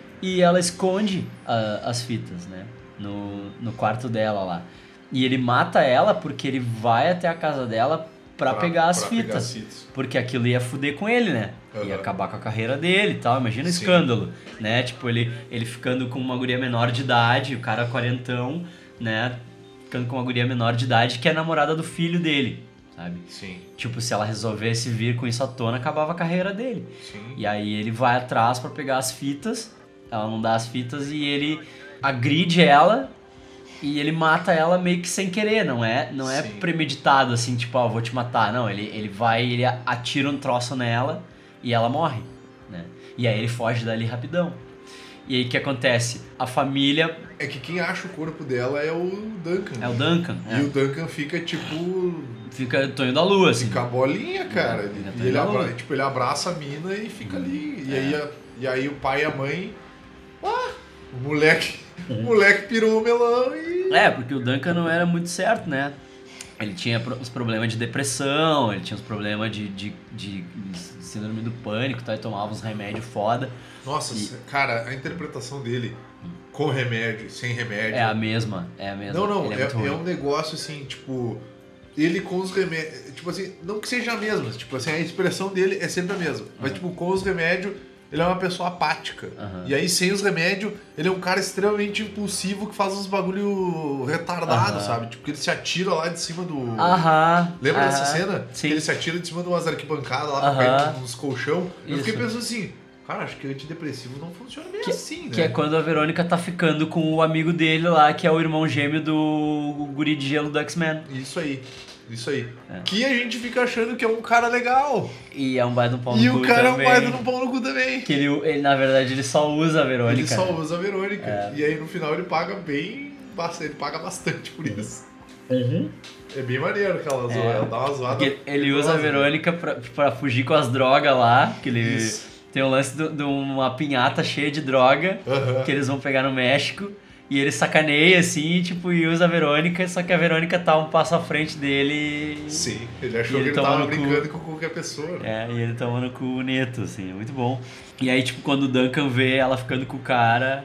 e ela esconde a- as fitas, né? No, no quarto dela lá. E ele mata ela porque ele vai até a casa dela pra, Pra- pegar as pra pegar fitas. as fitas. Porque aquilo ia fuder com ele, né? Ia Aham. acabar com a carreira dele e tal. Imagina o Sim. escândalo, né? Tipo, ele, ele ficando com uma guria menor de idade, o cara quarentão, né? Ficando com uma guria menor de idade que é namorada do filho dele, sabe? Sim, Tipo, se ela resolvesse vir com isso à tona, acabava a carreira dele. sim. E aí ele vai atrás pra pegar as fitas, ela não dá as fitas e ele agride ela e ele mata ela meio que sem querer, não é, não é Sim. premeditado assim, tipo, ó, vou te matar. Não, ele, ele vai, ele atira um troço nela e ela morre, né? E aí ele foge dali rapidão. E aí o que acontece? A família É que quem acha o corpo dela é o Duncan. é o Duncan, E é. o Duncan fica tipo. Fica Tonho da Lua, assim. Fica a bolinha, cara. É, Ele- fica e ele, Tonho da abra- Lua. tipo, ele abraça a mina e fica ali. E, É. aí, a- e aí o pai e a mãe. Ah, o moleque. O moleque pirou o melão e. É, porque o Duncan não era muito certo, né? Ele tinha pro- os problemas de depressão, ele tinha os problemas de, de, de síndrome do pânico, tá? E tomava uns remédios foda. Nossa, E- cara, a interpretação dele com remédio, sem remédio. É a mesma, é a mesma. Não, não, Ele é, é, muito é ruim. um negócio assim, tipo. Ele com os remédios. Tipo assim, não que seja a mesma, tipo assim, a expressão dele é sempre a mesma. Mas, tipo, com os remédios, ele é uma pessoa apática. Aham. E aí, sem os remédios, ele é um cara extremamente impulsivo que faz uns bagulho retardado, Aham. sabe? Tipo, que ele se atira lá de cima do. Aham. Lembra aham, dessa cena? Sim. Que ele se atira de cima de umas arquibancadas lá, Aham. caindo nos colchão. Eu Isso. fiquei pensando assim, cara, acho que antidepressivo não funciona bem Que, assim, né? que é quando a Verônica tá ficando com o amigo dele lá, que é o irmão gêmeo do guri de gelo do X-Men. Isso aí. Isso aí. É. Que a gente fica achando que é um cara legal. E é um baita no pau E no o cu cara também. é um baita no pau no cu também. Que ele, ele, na verdade, ele só usa a Verônica. Ele só né? usa a Verônica. É. E aí no final ele paga bem. bastante- Ele paga bastante por isso. Uhum. É bem maneiro que ela zoa. É. Ela dá uma zoada. Porque ele usa a perigosa. Verônica pra, pra fugir com as drogas lá, que ele Isso. tem o lance de uma pinhata cheia de droga Aham. que eles vão pegar no México. E ele sacaneia assim, tipo, e usa a Verônica, só que a Verônica tá um passo à frente dele. Sim, ele achou E ele que ele tava toma no cu. brincando com qualquer pessoa. né? É, e ele tomando com o Neto, assim, é muito bom. E aí, tipo, quando o Duncan vê ela ficando com o cara,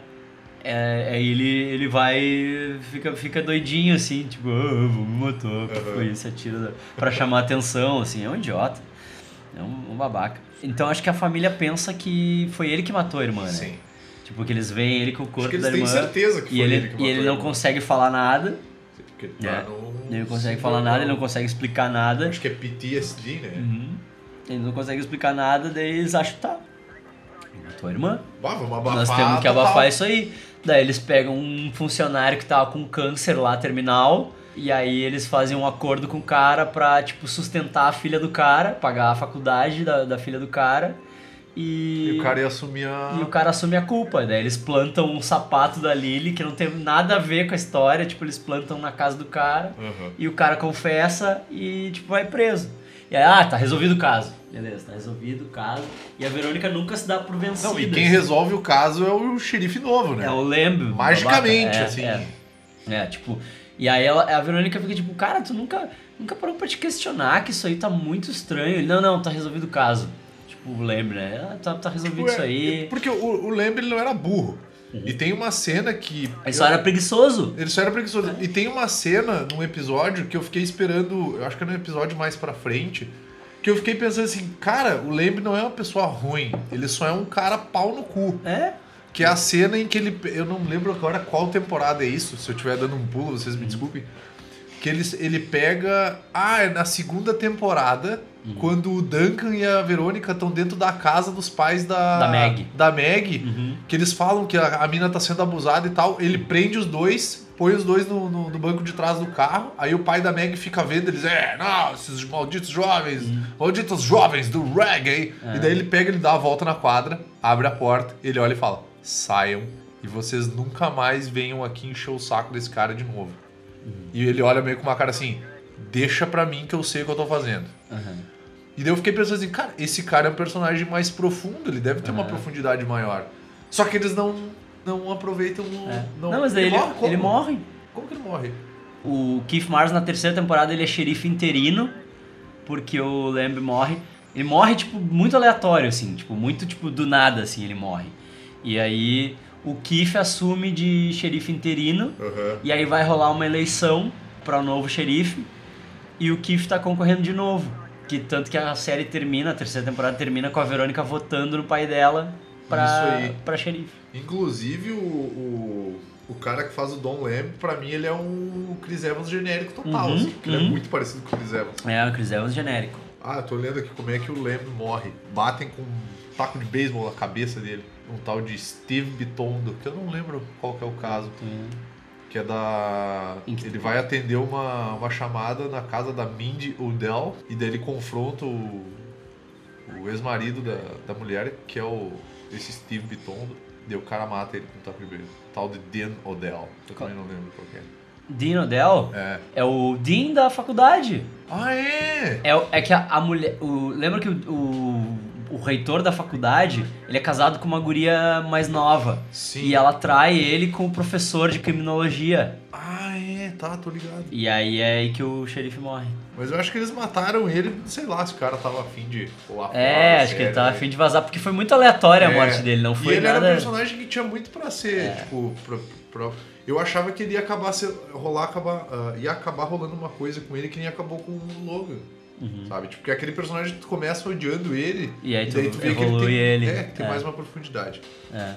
é, aí ele, ele vai, fica, fica doidinho, assim, tipo, ah, vou me matar, que Aham. foi isso, atira da- pra chamar atenção, assim, é um idiota, é um, um babaca. Então acho que a família pensa que foi ele que matou a irmã, né? Sim. Tipo, que eles veem ele com o corpo Acho que eles da têm irmã certeza que foi e ele, ele que e matou ele a não irmã. consegue falar nada, Porque ele tá né? no... Ele não consegue falar nada, ele não consegue explicar nada. Acho que é P T S D, né? Uhum. Ele não consegue explicar nada, daí eles acham que tá. Ele matou a irmã. Bah, vamos abafar. Nós temos que abafar total. isso aí. Daí eles pegam um funcionário que tava com câncer lá, terminal, e aí eles fazem um acordo com o cara pra, tipo, sustentar a filha do cara, pagar a faculdade da, da filha do cara. E, E o cara ia assumir a... e o cara assume a culpa. Daí eles plantam um sapato da Lily que não tem nada a ver com a história. Tipo, eles plantam na casa do cara. Aham. E o cara confessa e, tipo, vai preso. E aí, ah, tá resolvido o caso. Beleza, tá resolvido o caso. E a Verônica nunca se dá por vencida. Não, e quem assim. resolve o caso é o xerife novo, né? É o Lamb. Magicamente, babaca. É, assim. É, é, tipo... E aí ela, a Verônica fica tipo, cara, tu nunca, nunca parou pra te questionar que isso aí tá muito estranho. Ele, não, não, tá resolvido o caso. Tipo, o Lamb, né? Ah, tá, tá resolvido Tipo, isso é- aí. Porque o, o Lamb, ele não era burro. E tem uma cena que... Ele só era preguiçoso. Ele só era preguiçoso. E tem uma cena num episódio que eu fiquei esperando, eu acho que é no episódio mais pra frente, que eu fiquei pensando assim, cara, o Lamb não é uma pessoa ruim, ele só é um cara pau no cu. É? Que é a cena em que ele... Eu não lembro agora qual temporada é isso, se eu estiver dando um pulo, vocês me desculpem. Que ele, ele pega... Ah, é na segunda temporada, Uhum. quando o Duncan e a Verônica estão dentro da casa dos pais da... Da Meg. Da Meg, Uhum. que eles falam que a, a mina tá sendo abusada e tal. Ele prende os dois, põe os dois no, no, no banco de trás do carro. Aí o pai da Meg fica vendo, eles... É, não, esses malditos jovens, malditos jovens do reggae. É. E daí ele pega, ele dá a volta na quadra, abre a porta, ele olha e fala... Saiam e vocês nunca mais venham aqui encher o saco desse cara de novo. E ele olha meio com uma cara assim, deixa pra mim que eu sei o que eu tô fazendo. Uhum. E daí eu fiquei pensando assim, cara, esse cara é um personagem mais profundo, ele deve ter uma Uhum. profundidade maior. Só que eles não, não aproveitam... o- É. Não, Não, mas daí ele, morre como? ele morre. Como que ele morre? O Keith Mars na terceira temporada ele é xerife interino, porque o Lamb morre. Ele morre, tipo, muito aleatório, assim, tipo, muito, tipo, do nada, assim, ele morre. E aí o Keith assume de xerife interino, Uhum. e aí vai rolar uma eleição para o novo xerife. e o Keith tá concorrendo de novo. Que tanto que a série termina, a terceira temporada termina com a Verônica votando no pai dela pra, Isso aí. pra xerife. Inclusive, o, o, o cara que faz o Don Lamb, pra mim, ele é um Chris Evans genérico total. Uhum, assim, porque uhum. ele é muito parecido com o Chris Evans. É, o Chris Evans genérico. Ah, eu tô lendo aqui como é que o Lamb morre. Batem com um taco de beisebol na cabeça dele. Um tal de Steve Bitondo, que eu não lembro qual que é o caso. Uhum. Que é da... Ele vai atender uma, uma chamada na casa da Mindy Udell. E daí ele confronta o, o ex-marido da, da mulher, que é o esse Steve Bitondo. Daí o cara mata ele com um taco de beisebol. Tal de Dean Odell. Eu também não lembro qual que é. Dean Odell? É. É o Dean da faculdade. Ah, é? É, o- é que a, a mulher... O, lembra que o, o, o reitor da faculdade, ele é casado com uma guria mais nova. Sim. E ela trai ele com o professor de criminologia. Ah, é. Tá, tô ligado. E aí é aí que o xerife morre. Mas eu acho que eles mataram ele, sei lá, se o cara tava afim de pular fora. É, da acho que ele série, tava né? afim de vazar, porque foi muito aleatória a É. morte dele, não foi e ele nada... era um personagem que tinha muito pra ser, tipo, pra, pra- eu achava que ele ia acabar ser, rolar, acabar, ah, ia acabar rolando uma coisa com ele que nem acabou com o Logan. Sabe? Tipo, porque aquele personagem tu começa odiando ele E aí tu daí tu vê que ele evolui tem, ele. É, tem É. mais uma profundidade. É.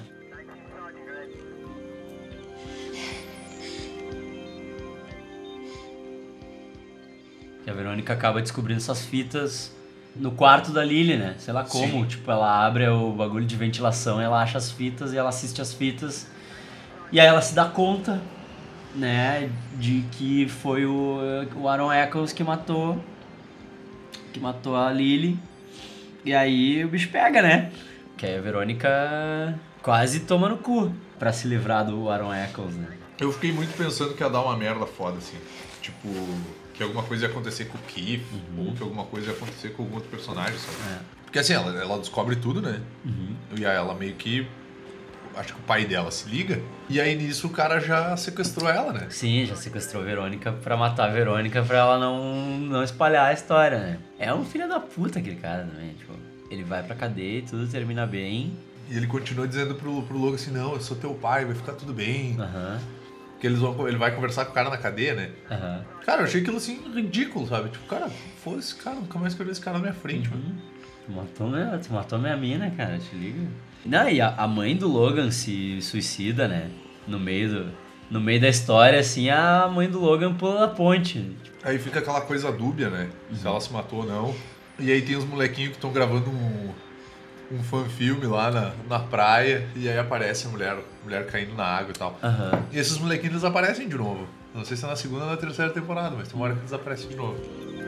Que a Verônica acaba descobrindo essas fitas no quarto da Lily, né? Sei lá como. Sim. Tipo, ela abre o bagulho de ventilação, ela acha as fitas e ela assiste as fitas. E aí ela se dá conta, né? De que foi o, o Aaron Eccles que matou. Que matou a Lily. E aí o bicho pega, né? Que aí a Verônica quase toma no cu pra se livrar do Aaron Eccles, né? Eu fiquei muito pensando que ia dar uma merda foda, assim. Tipo, que alguma coisa ia acontecer com o Keith, ou que alguma coisa ia acontecer com algum outro personagem, sabe? É. Porque assim, ela, ela descobre tudo, né? Uhum. E aí ela meio que... Acho que o pai dela se liga. E aí nisso o cara já sequestrou ela, né? Sim, já sequestrou a Verônica pra matar a Verônica pra ela não, não espalhar a história, né? É um filho da puta aquele cara também, tipo... Ele vai pra cadeia e tudo termina bem. E ele continua dizendo pro, pro Logan assim, não, eu sou teu pai, vai ficar tudo bem. Aham, Porque eles vão, ele vai conversar com o cara na cadeia, né? aham. Cara, eu achei aquilo assim ridículo, sabe? Tipo, cara, foda-se, cara, nunca mais quero ver esse cara na minha frente, mano. Tu matou minha, tu matou minha mina, cara, te liga. Não, e a, a mãe do Logan se suicida, né? No meio do, no meio da história, assim, a mãe do Logan pula a ponte. Tipo, Aí fica aquela coisa dúbia, né? Se ela se matou ou não. E aí tem os molequinhos que estão gravando um, um fanfilme lá na, na praia. E aí aparece a mulher, a mulher caindo na água e tal. aham. E esses molequinhos desaparecem de novo. Não sei se é na segunda ou na terceira temporada, mas tem uma hora que desaparece de novo.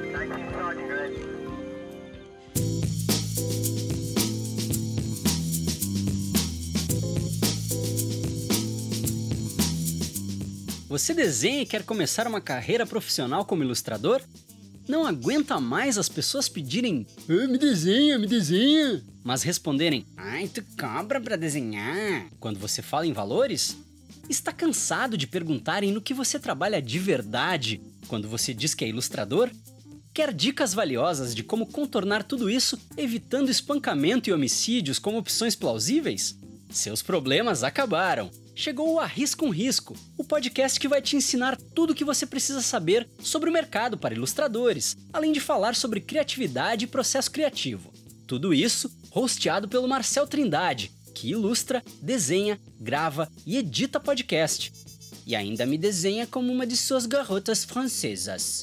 Você desenha e quer começar uma carreira profissional como ilustrador? Não aguenta mais as pessoas pedirem ah, me desenha, me desenha, mas responderem ai, tu cobra pra desenhar quando você fala em valores? Está cansado de perguntarem no que você trabalha de verdade quando você diz que é ilustrador? Quer dicas valiosas de como contornar tudo isso, evitando espancamento e homicídios como opções plausíveis? Seus problemas acabaram! Chegou o Arrisca um Risco, o podcast que vai te ensinar tudo o que você precisa saber sobre o mercado para ilustradores, além de falar sobre criatividade e processo criativo. Tudo isso hosteado pelo Marcel Trindade, que ilustra, desenha, grava e edita podcast. E ainda me desenha como uma de suas garotas francesas.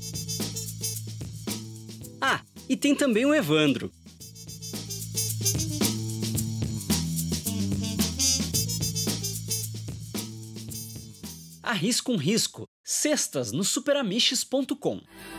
Ah, e tem também o Evandro. Arrisca um Risco, sextas no superamiches ponto com.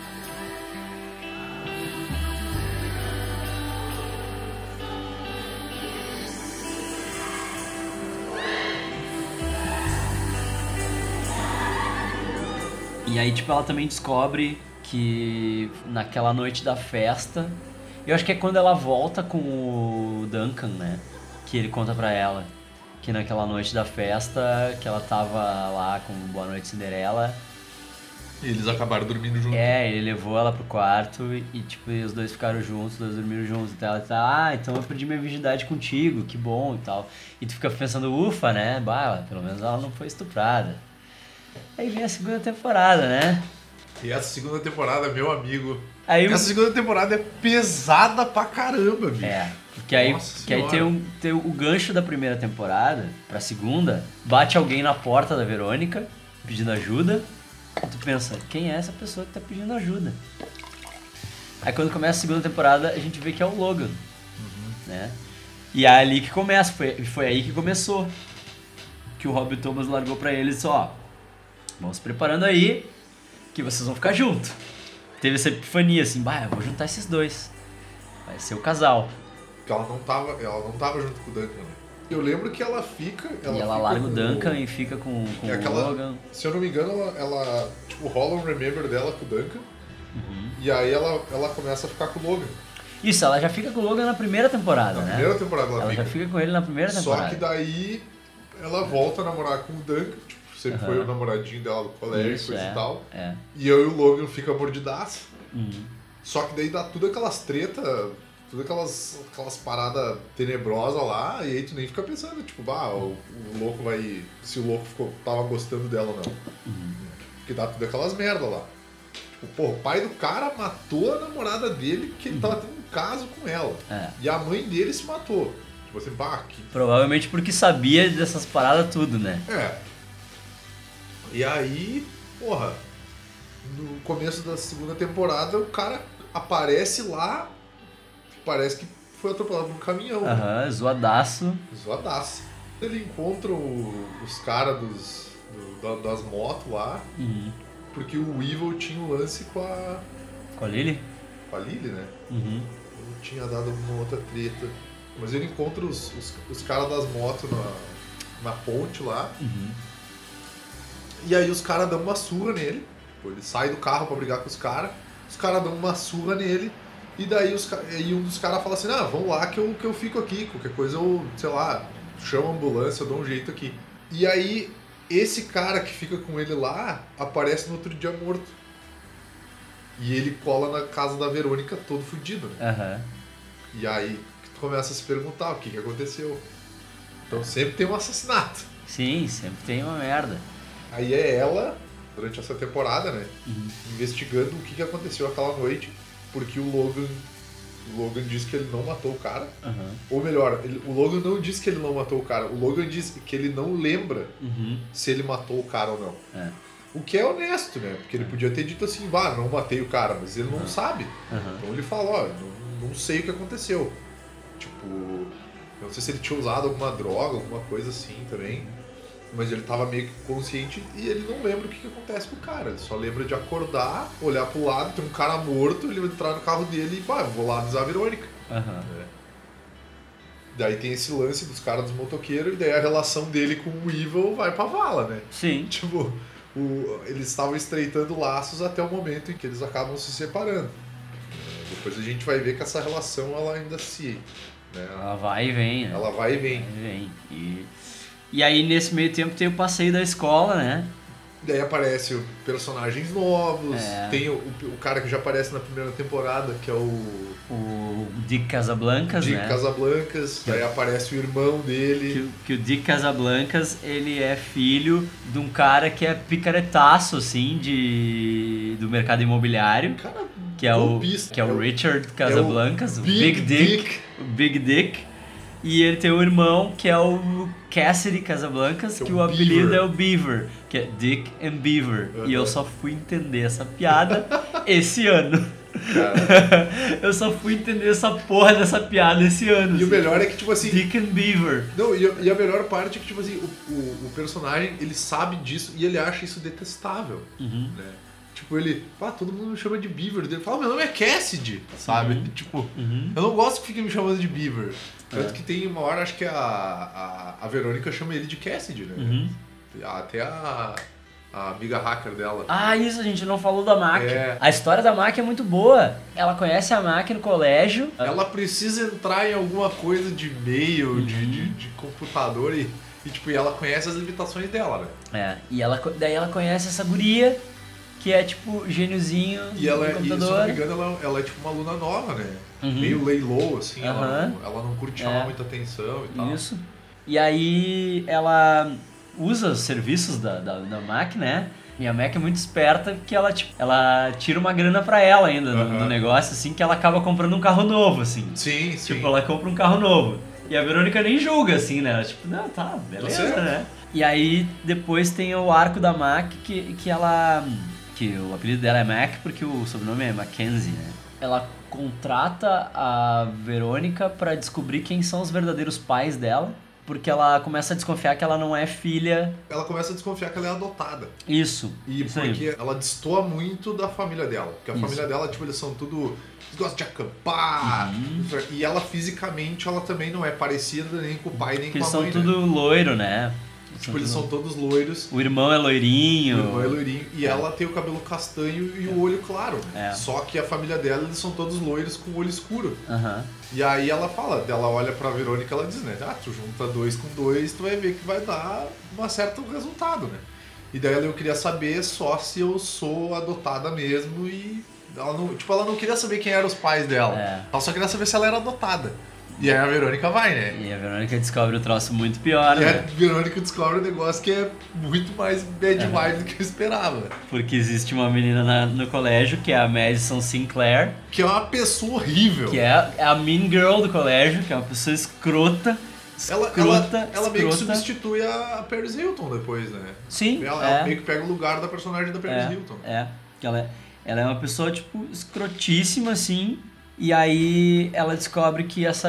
E aí, tipo, ela também descobre que naquela noite da festa... Eu acho que é quando ela volta com o Duncan, né? Que ele conta pra ela que naquela noite da festa, que ela tava lá com Boa Noite Cinderela... E eles acabaram dormindo juntos. É, ele levou ela pro quarto e, e, tipo, e os dois ficaram juntos, os dois dormiram juntos e tal. Ela tá, ah, então eu perdi minha virgindade contigo, que bom e tal. E tu fica pensando, ufa, né? Bah, pelo menos ela não foi estuprada. Aí vem a segunda temporada, né? E essa segunda temporada, meu amigo... Aí essa o- segunda temporada é pesada pra caramba, bicho. É, porque aí, Nossa que aí tem, Senhora. um, tem o gancho da primeira temporada pra segunda, bate alguém na porta da Verônica pedindo ajuda, e tu pensa, quem é essa pessoa que tá pedindo ajuda? Aí quando começa a segunda temporada, a gente vê que é o Logan, né? E é ali que começa, foi, foi aí que começou. Que o Rob Thomas largou pra eles, ó, vamos se preparando aí, que vocês vão ficar juntos. Teve essa epifania assim, bah, eu vou juntar esses dois. Vai ser o casal. Porque ela não tava, ela não tava junto com o Duncan, né? Eu lembro que ela fica... Ela e ela fica larga o com Duncan e fica com, com É o aquela- Logan. Se eu não me engano, ela, ela tipo, rola um remember dela com o Duncan. Uhum. E aí ela, ela começa a ficar com o Logan. Isso, ela já fica com o Logan na primeira temporada, Na né? primeira temporada ela, Ela fica. já fica com ele na primeira temporada. Só que daí ela volta a namorar com o Duncan. Tipo, sempre Aham. foi o namoradinho dela do colégio, Isso, coisa é, e tal. é. E eu e o Logan fica mordidaço. Uhum. Só que daí dá tudo aquelas tretas, tudo aquelas, aquelas paradas tenebrosas lá, e aí tu nem fica pensando, tipo, bah, o, o louco vai. Se o louco ficou, tava gostando dela ou não. Uhum. Porque dá tudo aquelas merda lá. Tipo, pô, o pai do cara matou a namorada dele porque ele tava tendo um caso com ela. É. E a mãe dele se matou. Tipo assim, bah, que. Provavelmente porque sabia dessas paradas tudo, né? É. E aí, porra, no começo da segunda temporada o cara aparece lá, parece que foi atropelado por um caminhão. né? Aham, zoadaço. Zoadaço. Ele encontra o- os caras dos, do- da- das motos lá, Uhum. porque o Evil tinha um lance com a, Com a Lily? com a Lily, né? Uhum. Ele tinha dado uma outra treta. Mas ele encontra os, os, os caras das motos na, na ponte lá. Uhum. E aí os caras dão uma surra nele. Pô, ele sai do carro pra brigar com os caras. Os caras dão uma surra nele. E daí os, ca- e um dos caras fala assim, ah, vamos lá que eu, que eu fico aqui. Qualquer coisa eu, sei lá, chamo a ambulância, eu dou um jeito aqui. E aí esse cara que fica com ele lá aparece no outro dia morto. E ele cola na casa da Verônica todo fudido, né? Aham. E aí tu começa a se perguntar o que, que aconteceu. Então sempre tem um assassinato. Sim, sempre tem uma merda. Aí é ela, durante essa temporada, né? Uhum. Investigando o que, que aconteceu aquela noite. Porque o Logan. O Logan disse que ele não matou o cara. Aham. Ou melhor, ele- o Logan não disse que ele não matou o cara. O Logan disse que ele não lembra Uhum. se ele matou o cara ou não. É. O que é honesto, né? Porque ele podia ter dito assim, vá, não matei o cara, mas ele não sabe. Aham. Então ele fala, ó, não, não sei o que aconteceu. Tipo, eu não sei se ele tinha usado alguma droga, alguma coisa assim também. Mas ele tava meio que consciente e ele não lembra o que, que acontece com o cara. Ele só lembra de acordar, olhar pro lado, tem um cara morto, ele vai entrar no carro dele e, pá, eu vou lá avisar a Verônica. Aham. né? Daí tem esse lance dos caras dos motoqueiros e daí a relação dele com o Evil vai pra vala, né? Sim. Tipo, o- eles estavam estreitando laços até o momento em que eles acabam se separando. É, Depois a gente vai ver que essa relação ela ainda se... Né? Ela vai e vem, né? Ela vai e vem. Vai e vem. E... e aí nesse meio tempo tem o passeio da escola, né? Daí aparecem personagens novos, É. tem o, o cara que já aparece na primeira temporada, que é o O Dick Casablancas, Dick né? Casablancas, daí aparece o irmão Que, dele. o- que o Dick Casablancas, ele é filho de um cara que é picaretaço, assim, de do mercado imobiliário. Cara, Que é o, golpista. que é o É o- Richard Casablancas, o Big Big Dick, Dick. o Big Dick. E ele tem um irmão que é o Cassidy Casablancas, Que é que o o apelido Beaver. é o Beaver, que é Dick and Beaver. Uhum. E eu só fui entender essa piada esse ano. Cara. Eu só fui entender essa porra dessa piada esse ano. E o assim. melhor é que, tipo assim, Dick and Beaver. não, e a, e a melhor parte é que, tipo assim, o, o, o personagem, ele sabe disso e ele acha isso detestável, Uhum. né? Tipo, ele, pá, todo mundo me chama de Beaver. Ele fala, meu nome é Cassidy, sabe? Tipo, Uhum. eu não gosto que fiquem me chamando de Beaver. Tanto É. que tem uma hora, acho que a, a, a Verônica chama ele de Cassidy, né? Uhum. Até a, a amiga hacker dela. Ah, isso, a gente não falou da Mac. É. A história da Mac é muito boa. Ela conhece a Mac no colégio. Ela precisa entrar em alguma coisa de e-mail, Uhum. de, de, de computador e, e, tipo, e ela conhece as limitações dela, né? É, e ela, co- daí ela conhece essa guria, que é tipo gêniozinho E ela, do é- e, se eu computador. não me engano, ela, ela é tipo uma aluna nova, né? Uhum. Meio lay low, assim, ela, Aham. não, ela não curte É. chamar muita atenção e tal. Isso. E aí ela usa os serviços da, da, da Mac, né? E a Mac é muito esperta porque ela, tipo, ela tira uma grana pra ela ainda no, Aham. no negócio, assim, que ela acaba comprando um carro novo, assim. Sim, sim. Tipo, ela compra um carro novo. E a Verônica nem julga, assim, né? Ela, tipo, não, tá, beleza, certo. né? E aí, depois tem o arco da Mac, que, que ela... Que o apelido dela é Mac porque o sobrenome é Mackenzie, né? Ela contrata a Verônica pra descobrir quem são os verdadeiros pais dela. Porque ela começa a desconfiar que ela não é filha... Ela começa a desconfiar que ela é adotada. Isso, E isso aí. porque ela destoa muito da família dela. Porque a Isso. família dela, tipo, eles são tudo... Eles gostam de acampar. Uhum. E ela, fisicamente, ela também não é parecida nem com o pai, nem Porque com eles a mãe, mãe, são tudo né? loiro, né? Tipo, eles são todos loiros. O irmão é loirinho. O irmão é loirinho. E ela tem o cabelo castanho e o olho claro. É. Só que a família dela, eles são todos loiros com o olho escuro. Aham. E aí ela fala, ela olha pra Verônica e ela diz, né? Ah, tu junta dois com dois, tu vai ver que vai dar um certo resultado, né? E daí eu queria saber só se eu sou adotada mesmo e... Ela não, tipo, ela não queria saber quem eram os pais dela. É. Ela só queria saber se ela era adotada. E aí a Verônica vai, né? E a Verônica descobre o troço muito pior, E né? a Verônica descobre um negócio que é muito mais bad vibe do que eu esperava. Porque existe uma menina na- no colégio, que é a Madison Sinclair, Que é uma pessoa horrível. que é a, é a mean girl do colégio, que é uma pessoa escrota. Ela, Escrota, ela, ela meio que escrota. substitui a Paris Hilton depois, né? Sim, Ela, é. ela meio que pega o lugar da personagem da Paris É, Hilton. é. Que ela, é, ela é uma pessoa, tipo, escrotíssima, assim. E aí ela descobre que essa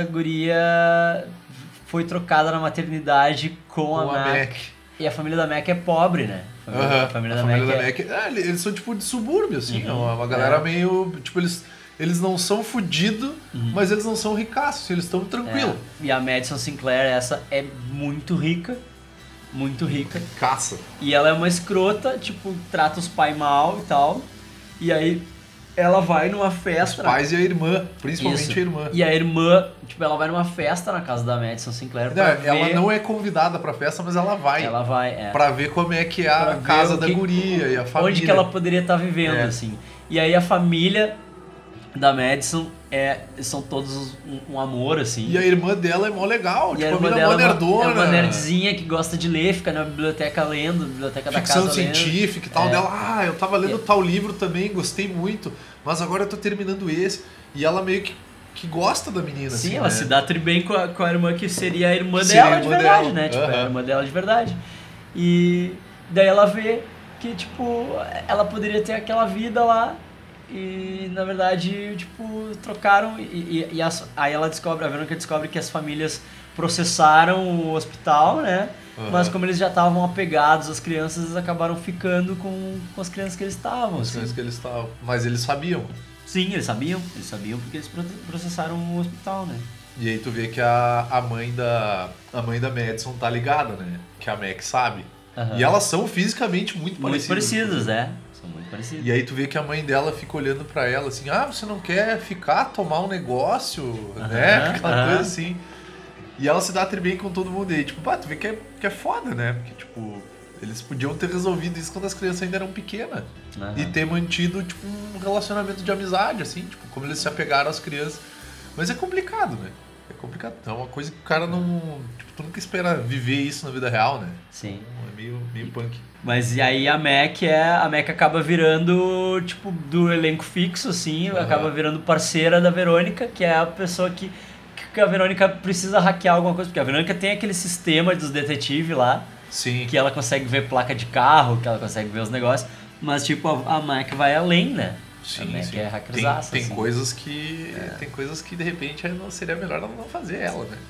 guria foi trocada na maternidade com, Com a, a Mac. Mac. E a família da Mac é pobre, né? A família, Aham. a família A da família Mac, da é... Mac. É, eles são tipo de subúrbio, assim. Uhum. É uma, uma galera É. meio. Tipo, eles, eles não são fudidos, Uhum. mas eles não são ricaços, eles estão tranquilos. É. E a Madison Sinclair, essa é muito rica. Muito rica. Caça. E ela é uma escrota, tipo, trata os pais mal e tal. E aí ela vai numa Os festa. pais e a irmã, principalmente Isso. a irmã. E a irmã, tipo, ela vai numa festa na casa da Madison Sinclair pra É, ver... ela não é convidada pra festa, mas ela vai. Ela vai, é. Pra ver como é que é Pra a ver casa o da que- guria e a família. Onde que ela poderia estar vivendo, É. assim. E aí a família da Madison é, são todos um, um amor, assim. E a irmã dela é mó legal, E tipo, a a irmã mina dela mó é uma- nerdona. é uma nerdzinha que gosta de ler, fica na biblioteca lendo, biblioteca da Ficção casa lendo. científica e tal É. dela. Ah, eu tava lendo É. tal livro também, gostei muito, mas agora eu tô terminando esse. E ela meio que, que gosta da menina, Sim, assim, ela né? se dá tri bem com a, com a irmã que seria a irmã Que seria dela a de irmã verdade, dela. né? Tipo, é a Aham. irmã dela de verdade. E daí ela vê que, tipo, ela poderia ter aquela vida lá e, na verdade, tipo, trocaram e, e, e as- aí ela descobre, a Verônica descobre que as famílias processaram o hospital, né? Aham. Mas como eles já estavam apegados às crianças, eles acabaram ficando com, com as crianças que eles estavam, As assim. coisas que eles estavam. Mas eles sabiam. Sim, eles sabiam, eles sabiam porque eles pro- processaram o hospital, né? E aí tu vê que a, a mãe da. A mãe da Madison tá ligada, né? Que a Mac sabe. Aham. E elas são fisicamente muito Muito parecidas. parecidas, é. São muito parecidas. E aí tu vê que a mãe dela fica olhando pra ela assim, ah, você não quer ficar, tomar um negócio, né? Aham, Aquela aham. coisa assim. E ela se dá tri bem com todo mundo. E aí, tipo, pá, tu vê que é, que é foda, né? Porque, tipo, eles podiam ter resolvido isso quando as crianças ainda eram pequenas. Aham. E ter mantido, tipo, um relacionamento de amizade, assim, tipo, como eles se apegaram às crianças. Mas é complicado, né? É complicado. É uma coisa que o cara não... Tipo, tu nunca espera viver isso na vida real, né? Sim. Então, é meio, meio punk. Mas e aí a Mac é. A Mac acaba virando, tipo, do elenco fixo, assim, Aham. acaba virando parceira da Verônica, que é a pessoa que, que a Verônica precisa hackear alguma coisa, porque a Verônica tem aquele sistema dos detetives lá, Sim. que ela consegue ver placa de carro, que ela consegue ver os negócios, mas tipo, a, a Mac vai além, né? Sim, a Mac sim. é Tem, hackerzaça, tem assim. coisas que. Tem coisas que de repente não seria melhor ela não fazer ela, né?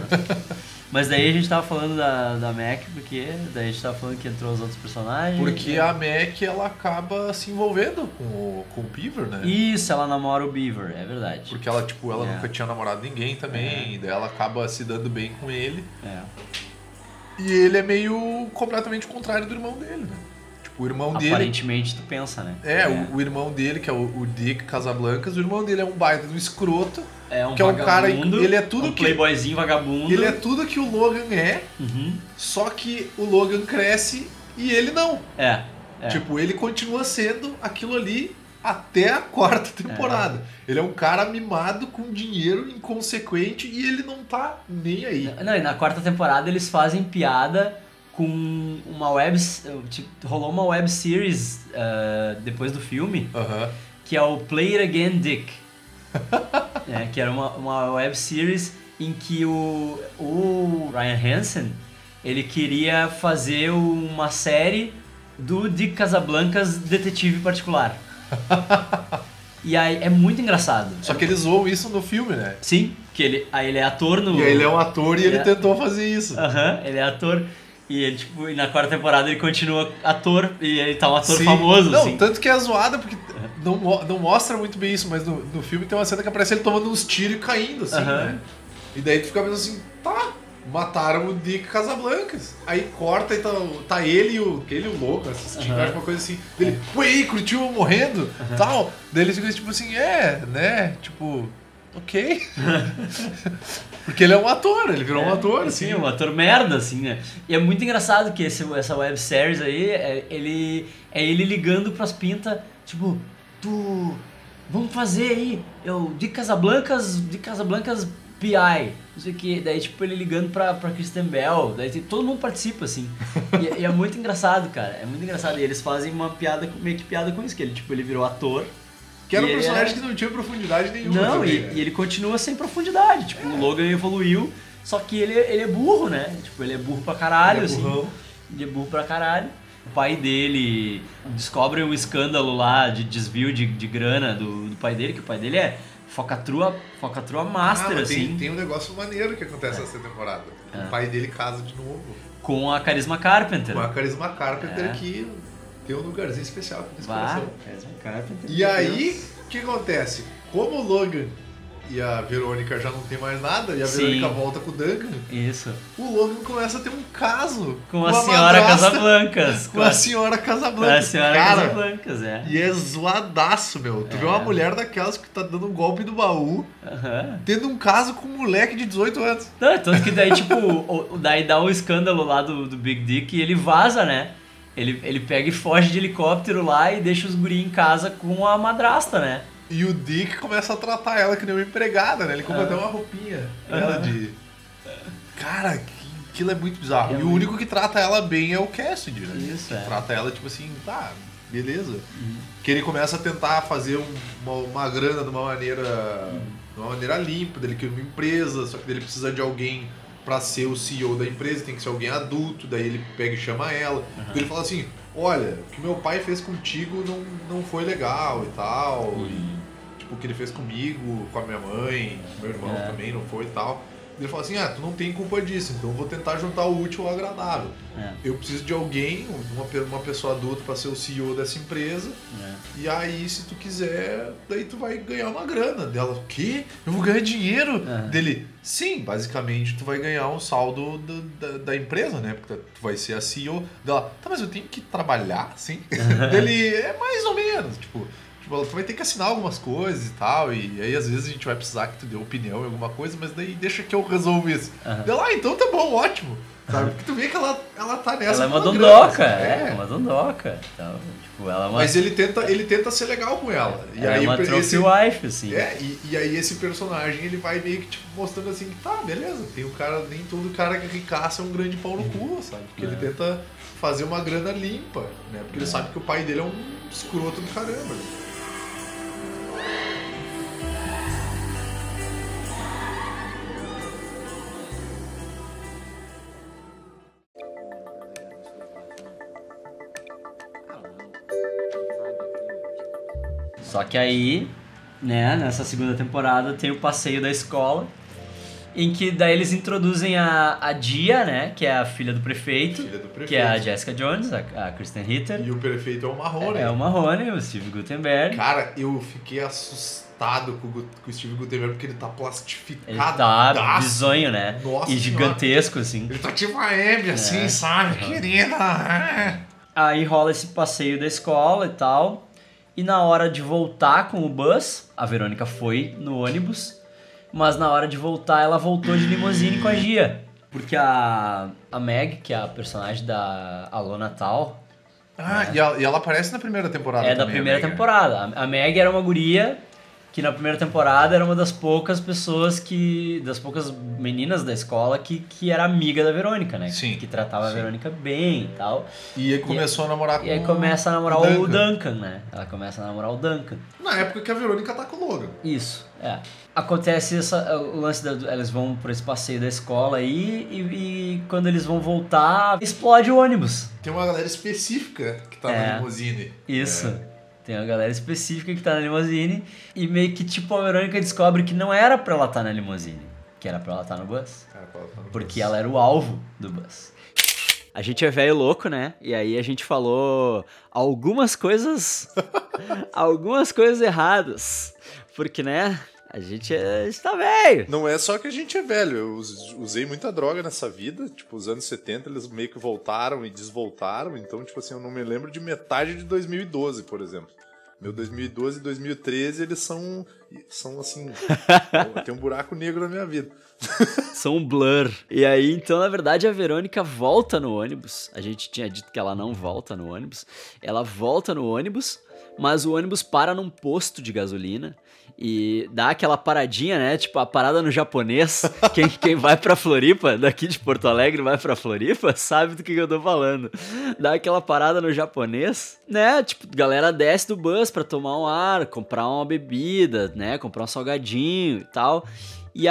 Mas daí a gente tava falando da, da Mac, porque daí a gente tava falando que entrou os outros personagens. Porque a Mac ela acaba se envolvendo com o, com o Beaver, né? Isso, ela namora o Beaver, é verdade. Porque ela, tipo, ela É. nunca tinha namorado ninguém também, e daí ela acaba se dando bem com ele. É. E ele é meio completamente contrário do irmão dele, né? Tipo, o irmão dele. Aparentemente tu pensa, né? É, O, o irmão dele, que é o, o Dick Casablancas, o irmão dele é um baita do escroto. É um que é um cara. vagabundo, Ele é tudo um que. playboyzinho vagabundo. Ele é tudo que o Logan é, Uhum. só que o Logan cresce e ele não. É, é. Tipo, ele continua sendo aquilo ali até a quarta temporada. Ele é um cara mimado com dinheiro inconsequente e ele não tá nem aí. Não, e na quarta temporada eles fazem piada com uma web... Tipo, rolou uma web series uh, depois do filme, Aham. que é o Play It Again Dick. É, que era uma, uma web series em que o, o Ryan Hansen, ele queria fazer uma série do Dick Casablancas detetive particular. E aí é muito engraçado. Só que eles zoam isso no filme, né? Sim, que ele, aí ele é ator no... E aí ele é um ator e ele É. tentou fazer isso. Aham, ele é ator. E ele, tipo, e na quarta temporada ele continua ator e ele tá um ator Sim. famoso, Não, assim. tanto que é zoada, porque não, mo- não mostra muito bem isso, mas no, no filme tem uma cena que aparece ele tomando uns tiros e caindo, assim, Aham. né? E daí tu fica pensando assim, tá, mataram o Dick Casablancas. Aí corta e tá, tá ele e o, ele e o louco assistindo, Aham. acho uma coisa assim. Ele, ué, curtiu eu morrendo? Tal. Daí eles ficam tipo assim, é, né, tipo... Ok. Porque ele é um ator, ele virou um ator, assim. Sim, um ator merda, assim, né? E é muito engraçado que esse, essa web series aí, é ele, é ele ligando pras pintas, tipo, tu... Vamos fazer aí, eu, de Casablancas, de Casablancas P I, não sei o que. Daí, tipo, ele ligando pra, pra Kristen Bell, daí tem, todo mundo participa, assim. E, e é muito engraçado, cara, é muito engraçado. E eles fazem uma piada, meio que piada com isso, que ele, tipo, ele virou ator. Que era um E ele personagem é- que não tinha profundidade nenhuma. Não, também, e, né? e ele continua sem profundidade. Tipo, o Logan evoluiu, só que ele, ele é burro, né? Tipo, ele é burro pra caralho, Ele é assim. burrão. Ele é burro pra caralho. O pai dele descobre um escândalo lá de desvio de, de grana do, do pai dele, que o pai dele é focatrua, focatrua master, Ah, mas assim, tem, tem um negócio maneiro que acontece nessa temporada. É. O pai dele casa de novo com a Charisma Carpenter. com a Charisma Carpenter, É. que tem um lugarzinho especial aqui nesse Vá, coração. Charisma Carpenter. E aí, o que acontece? Como o Logan e a Verônica já não tem mais nada, e a Sim. Verônica volta com o Duncan, Isso. o Logan começa a ter um caso Com a senhora madrasta, Casablancas. Com a senhora Com Casablancas. a senhora Cara, Casablancas, é. e é zoadaço, meu. Tu É. vê uma mulher daquelas que tá dando um golpe do baú, Aham. tendo um caso com um moleque de dezoito anos. Não, tanto que daí, tipo, o, o- daí dá o escândalo lá do, do Big Dick e ele vaza, né? Ele, ele pega e foge de helicóptero lá e deixa os guri em casa com a madrasta, né? E o Dick começa a tratar ela que nem uma empregada, né? Ele compra Ah. até uma roupinha pra ela Aham. de... Cara, que- aquilo é muito bizarro. É e o muito- único que trata ela bem é o Cassidy, né? Isso, Que é. trata ela tipo assim, tá, beleza. Que ele começa a tentar fazer um- uma, uma grana de uma maneira, de uma maneira limpa, dele cria uma empresa, só que ele precisa de alguém pra ser o C E O da empresa, tem que ser alguém adulto, daí ele pega e chama ela. Daí ele fala assim, olha, o que meu pai fez contigo não, não foi legal e tal, e tipo, o que ele fez comigo, com a minha mãe, meu irmão É. também não foi e tal. Ele fala assim, ah, tu não tem culpa disso, então eu vou tentar juntar o útil ao agradável. É. Eu preciso de alguém, uma, pe- uma pessoa adulta pra ser o C E O dessa empresa, É. e aí se tu quiser, daí tu vai ganhar uma grana. Dela, o quê? Eu vou ganhar dinheiro? Aham. Dele, sim, basicamente tu vai ganhar um saldo do- da, da empresa, né? Porque tu vai ser a C E O. Dela, tá, mas eu tenho que trabalhar, sim? Dele, é mais ou menos, tipo... Tipo, tu vai ter que assinar algumas coisas e tal, e aí às vezes a gente vai precisar que tu dê opinião em alguma coisa, mas daí deixa que eu resolvo isso. Aham. Dela, ah, então tá bom, ótimo. Sabe? Porque tu vê que ela, ela tá nessa Ela é uma pela dondoca, grana, é, é. uma dondoca. Então, tipo, ela é uma, Mas ele tenta, ele tenta ser legal com ela. E ela aí é uma esse- trophy wife, assim. É, e, e aí esse personagem ele vai meio que tipo, mostrando assim, tá, beleza, tem um cara, nem todo cara que ricaça é um grande pau no cu, sabe? Porque É. ele tenta fazer uma grana limpa, né? Porque ele sabe que o pai dele é um escroto do caramba. Só que aí, né, nessa segunda temporada tem o passeio da escola, em que daí eles introduzem a, a Dia, né, que é a filha do prefeito, Filha do prefeito. que é a Jessica Jones, a, a Kristen Ritter. E o prefeito é o Marrone. É o Marrone, o Steve Guttenberg. Cara, eu fiquei assustado com o, Gu- com o Steve Guttenberg porque ele tá plastificado. Ele tá bizonho, né? Nossa e gigantesco, assim. Ele tá tipo a Abby, assim, É. sabe? Querida. Aí rola esse passeio da escola e tal. E na hora de voltar com o bus, a Verônica foi no ônibus, mas na hora de voltar ela voltou de limusine com a Gia. Porque a, a Meg, que é a personagem da Alona Tal, Ah, e ela, e ela aparece na primeira temporada é da também, primeira amiga. temporada. A, a Meg era uma guria que na primeira temporada era uma das poucas pessoas que... das poucas meninas da escola que, que era amiga da Verônica, né? Sim. Que tratava Sim. a Verônica bem e tal. E aí começou e, a namorar com E aí começa a namorar o o Duncan. Duncan, né? Ela começa a namorar o Duncan. Na época que a Verônica tá com o Logan. Isso, é. Acontece essa, o lance da... Eles vão por esse passeio da escola aí e, e quando eles vão voltar, explode o ônibus. Tem uma galera específica que tá É. na limusine. Isso. É. Tem uma galera específica que tá na limusine e meio que tipo a Verônica descobre que não era pra ela estar na limusine, que era pra ela estar no bus. Cara, pra ela tá no Porque bus. ela era o alvo do bus. A gente é velho louco, né? E aí a gente falou algumas coisas... algumas coisas erradas. Porque, né? A gente é, está velho. Não é só que a gente é velho, eu us- usei muita droga nessa vida, tipo, os anos setenta eles meio que voltaram e desvoltaram, então, tipo assim, eu não me lembro de metade de dois mil e doze, por exemplo. Meu dois mil e doze e dois mil e treze, eles são, são assim, tem um buraco negro na minha vida. São um blur. E aí, então, na verdade, a Verônica volta no ônibus. A gente tinha dito que ela não volta no ônibus. Ela volta no ônibus, mas o ônibus para num posto de gasolina e dá aquela paradinha, né? Tipo, a parada no japonês. Quem, quem vai pra Floripa, daqui de Porto Alegre vai pra Floripa, sabe do que, que eu tô falando. Dá aquela parada no japonês, né? Tipo, galera desce do bus pra tomar um ar, comprar uma bebida, né? Comprar um salgadinho e tal. E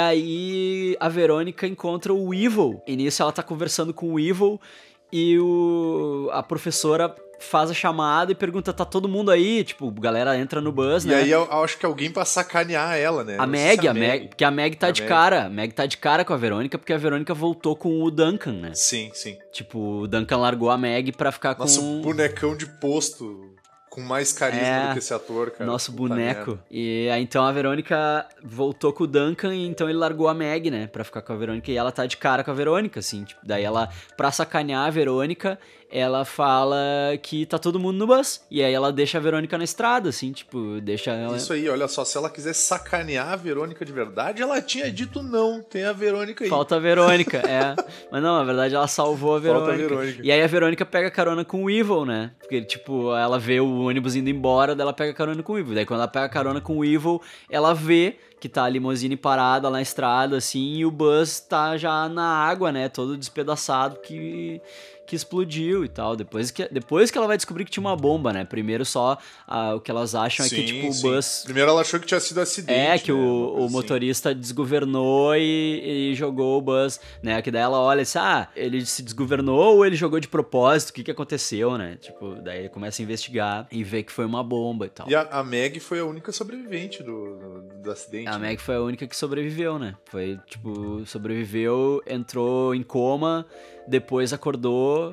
aí a Verônica encontra o Evil. E nisso ela tá conversando com o Evil e o, a professora faz a chamada e pergunta, tá todo mundo aí? Tipo, a galera entra no bus, E né? aí eu, eu acho que alguém pra sacanear ela, né? A Não sei Meg, se a Meg, porque a Meg tá A de Meg. cara. A Meg tá de cara com a Verônica porque a Verônica voltou com o Duncan, né? Sim, sim. Tipo, o Duncan largou a Meg pra ficar Nosso com... bonecão de posto com mais carisma É, do que esse ator, cara. Nosso Puta boneco. merda. E aí então a Verônica voltou com o Duncan e então ele largou a Meg, né? Pra ficar com a Verônica. E ela tá de cara com a Verônica, assim. Tipo, daí ela, pra sacanear a Verônica, ela fala que tá todo mundo no bus. E aí ela deixa a Verônica na estrada, assim, tipo, deixa ela... Isso aí, olha só, se ela quisesse sacanear a Verônica de verdade, ela tinha dito não, tem a Verônica aí. Falta a Verônica, é. Mas não, na verdade ela salvou a Verônica. Falta a Verônica. E aí a Verônica pega carona com o Evil, né? Porque, tipo, ela vê o ônibus indo embora, daí ela pega carona com o Evil. Daí quando ela pega carona com o Evil, ela vê que tá a limusine parada lá na estrada, assim, e o bus tá já na água, né? Todo despedaçado, que... que explodiu e tal, depois que, depois que ela vai descobrir que tinha uma bomba, né, primeiro só ah, o que elas acham é que, tipo, o sim. bus... Primeiro ela achou que tinha sido acidente. É, que né? o, Uma coisa o assim. motorista desgovernou e, e jogou o bus, né, que daí ela olha e diz, ah, ele se desgovernou ou ele jogou de propósito, o que que aconteceu, né, tipo, daí ele começa a investigar e vê que foi uma bomba e tal. E a, a Meg foi a única sobrevivente do, do, do acidente. A né? Meg foi a única que sobreviveu, né? Foi, tipo, sobreviveu, entrou em coma, depois acordou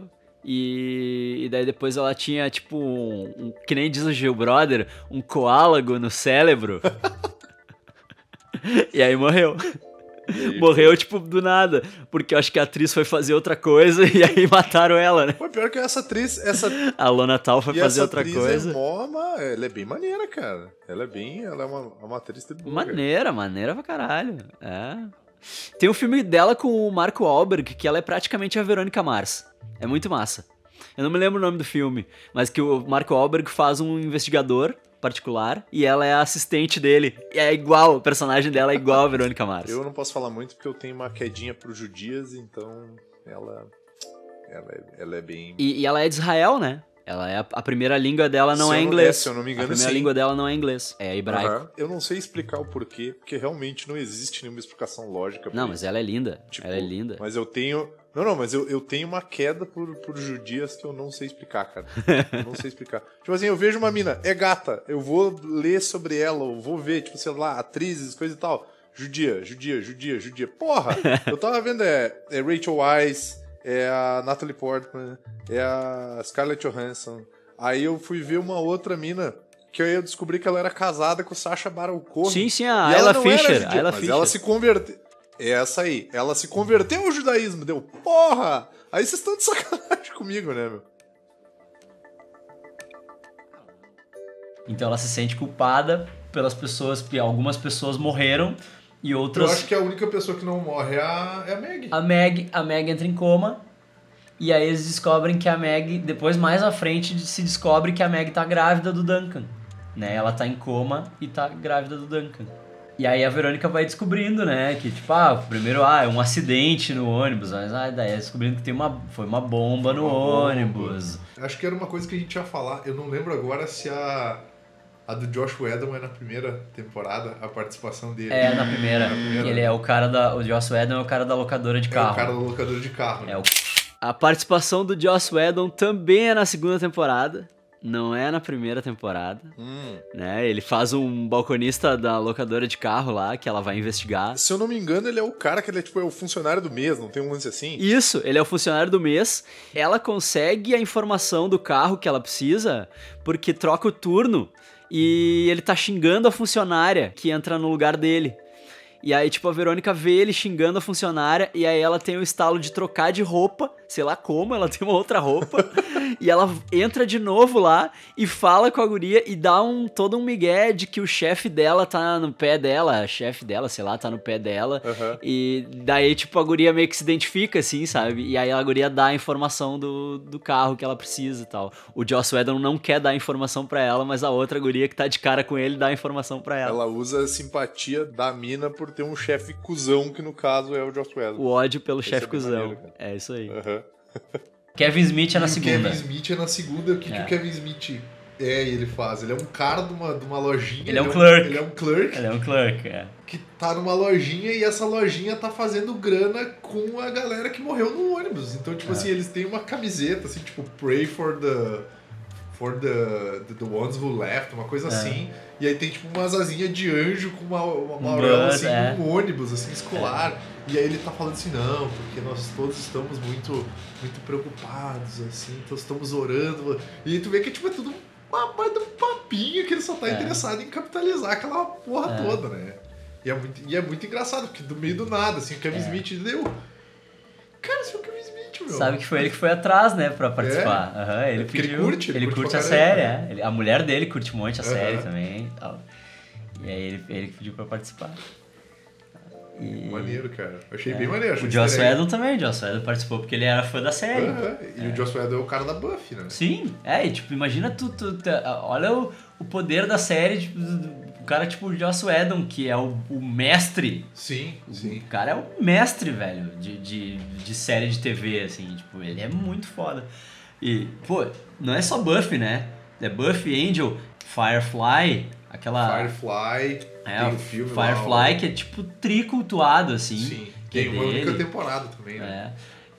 e, e daí depois ela tinha, tipo, um, um- que nem diz o Gil Brother, um coálago no cérebro. E aí morreu. Morreu, tipo, do nada. Porque eu acho que a atriz foi fazer outra coisa e aí mataram ela, né? Pô, pior que essa atriz, essa... A Lona Tal foi e fazer essa outra atriz coisa. é mó, ma- ela é bem maneira, cara. Ela é bem, ela é uma, uma atriz de boa, cara. Maneira, maneira pra caralho. É. Tem um filme dela com o Marco Wahlberg, que ela é praticamente a Verônica Mars. É muito massa. Eu não me lembro o nome do filme, mas que o Marco Wahlberg faz um investigador particular e ela é a assistente dele. E é igual, o personagem dela é igual a Verônica Mars. Eu não posso falar muito porque eu tenho uma quedinha pro Judias, então ela, ela, é, ela é bem... E, e ela é de Israel, né? Ela é a, a primeira língua dela não Se é eu não- inglês. é, se eu não me engano, a primeira sim. língua dela não é inglês, é hebraico. Aham. Eu não sei explicar o porquê, porque realmente não existe nenhuma explicação lógica pra Não, isso. mas ela é linda. Tipo, ela é linda. Mas eu tenho... Não, não, mas eu, eu tenho uma queda por, por judias que eu não sei explicar, cara. Eu não sei explicar. Tipo assim, eu vejo uma mina, é gata, eu vou ler sobre ela, eu vou ver, tipo, sei lá, atrizes, coisa e tal. Judia, judia, judia, judia. Porra! Eu tava vendo, é, é Rachel Weisz, é a Natalie Portman, é a Scarlett Johansson. Aí eu fui ver uma outra mina que eu descobri que ela era casada com o Sacha Baron Cohen. Sim, sim, a E ela Ayla não era Fisher, judia, a Ayla mas Fisher. ela se converteu. É essa aí. Ela se converteu ao judaísmo. Deu, porra! Aí vocês estão de sacanagem comigo, né, meu? Então ela se sente culpada pelas pessoas, porque algumas pessoas morreram e outras... Eu acho que a única pessoa que não morre é a, é a Meg. A Meg, a Meg entra em coma e aí eles descobrem que a Meg, depois mais à frente se descobre que a Meg tá grávida do Duncan. né? Ela tá em coma e tá grávida do Duncan. E aí a Verônica vai descobrindo, né, que tipo, ah, primeiro, ah, é um acidente no ônibus, mas ah, daí é descobrindo que tem uma, foi uma bomba no Uma bomba. ônibus. Acho que era uma coisa que a gente ia falar, eu não lembro agora se a, a do Josh Whedon é na primeira temporada, a participação dele. É, na primeira. Na primeira. Ele é o cara da, o Joss Whedon é o cara da locadora de É carro. o cara da locadora de carro. É o... A participação do Joss Whedon também é na segunda temporada. Não é na primeira temporada, Hum. né? Ele faz um balconista da locadora de carro lá, que ela vai investigar. Se eu não me engano, ele é o cara que ele é tipo é o funcionário do mês, não tem um lance assim? Isso, ele é o funcionário do mês. Ela consegue a informação do carro que ela precisa, porque troca o turno e ele tá xingando a funcionária que entra no lugar dele. E aí, tipo, a Verônica vê ele xingando a funcionária e aí ela tem o estalo de trocar de roupa, sei lá como, ela tem uma outra roupa, e ela entra de novo lá e fala com a guria e dá um, todo um migué de que o chefe dela tá no pé dela, a chefe dela, sei lá, tá no pé dela, Uhum. e daí, tipo, a guria meio que se identifica, assim, sabe? E aí a guria dá a informação do, do carro que ela precisa e tal. O Joss Whedon não quer dar a informação pra ela, mas a outra guria que tá de cara com ele dá a informação pra ela. Ela usa a simpatia da mina por ter um chefe cuzão, que no caso é o Joss Whedon. O ódio pelo Esse chefe é bem cuzão. maneiro, cara. É isso aí. Aham. Kevin Smith é na E o segunda. Kevin Smith é na segunda. O que, É. que o Kevin Smith é e ele faz? Ele é um cara de uma, de uma lojinha. Ele é um clerk. Ele é um clerk Ele é um clerk, é. que tá numa lojinha e essa lojinha tá fazendo grana com a galera que morreu no ônibus. Então, tipo É. assim, eles têm uma camiseta, assim, tipo, pray for the... For the, the, the ones who left, uma coisa É. assim. E aí tem tipo umas asinhas de anjo com uma, uma Um auréola bus, assim, é. num ônibus, assim, escolar. E aí ele tá falando assim, não, porque nós todos estamos muito, muito preocupados, assim, então estamos orando. E aí tu vê que tipo, é tudo uma baita um papinho que ele só tá É. interessado em capitalizar aquela porra É. toda, né? E é, muito, e é muito engraçado, porque do meio do nada, assim, o Kevin É. Smith deu. Cara, esse é o Kevin Smith, meu. Sabe que foi ele que foi atrás, né, pra participar. Aham, ele Porque ele pediu. curte, ele ele curte curte pra a caramba, série, né? é. Ele- a mulher dele curte um monte a Aham. série também e tal. E aí ele, ele que pediu pra participar. E... Maneiro, cara. Eu achei é. bem maneiro. achei O Joss easter egg. Whedon também, o Joss Whedon participou porque ele era fã da série. Aham. E o Joss Whedon é o cara da Buffy, né? Sim, é, e tipo, imagina tu, tu, tu- olha o, o poder da série, tipo, o cara tipo o Joss Whedon, que é o, o mestre. Sim, sim. O cara é o mestre, velho, de, de, de série de T V, assim, tipo, ele é muito foda. E, pô, não é só Buffy, né? É Buffy, Angel, Firefly, aquela... Firefly, é, tem o o filme lá, Firefly, o- que é tipo tricultuado, assim. Sim, que é tem uma única dele. temporada também, né? É.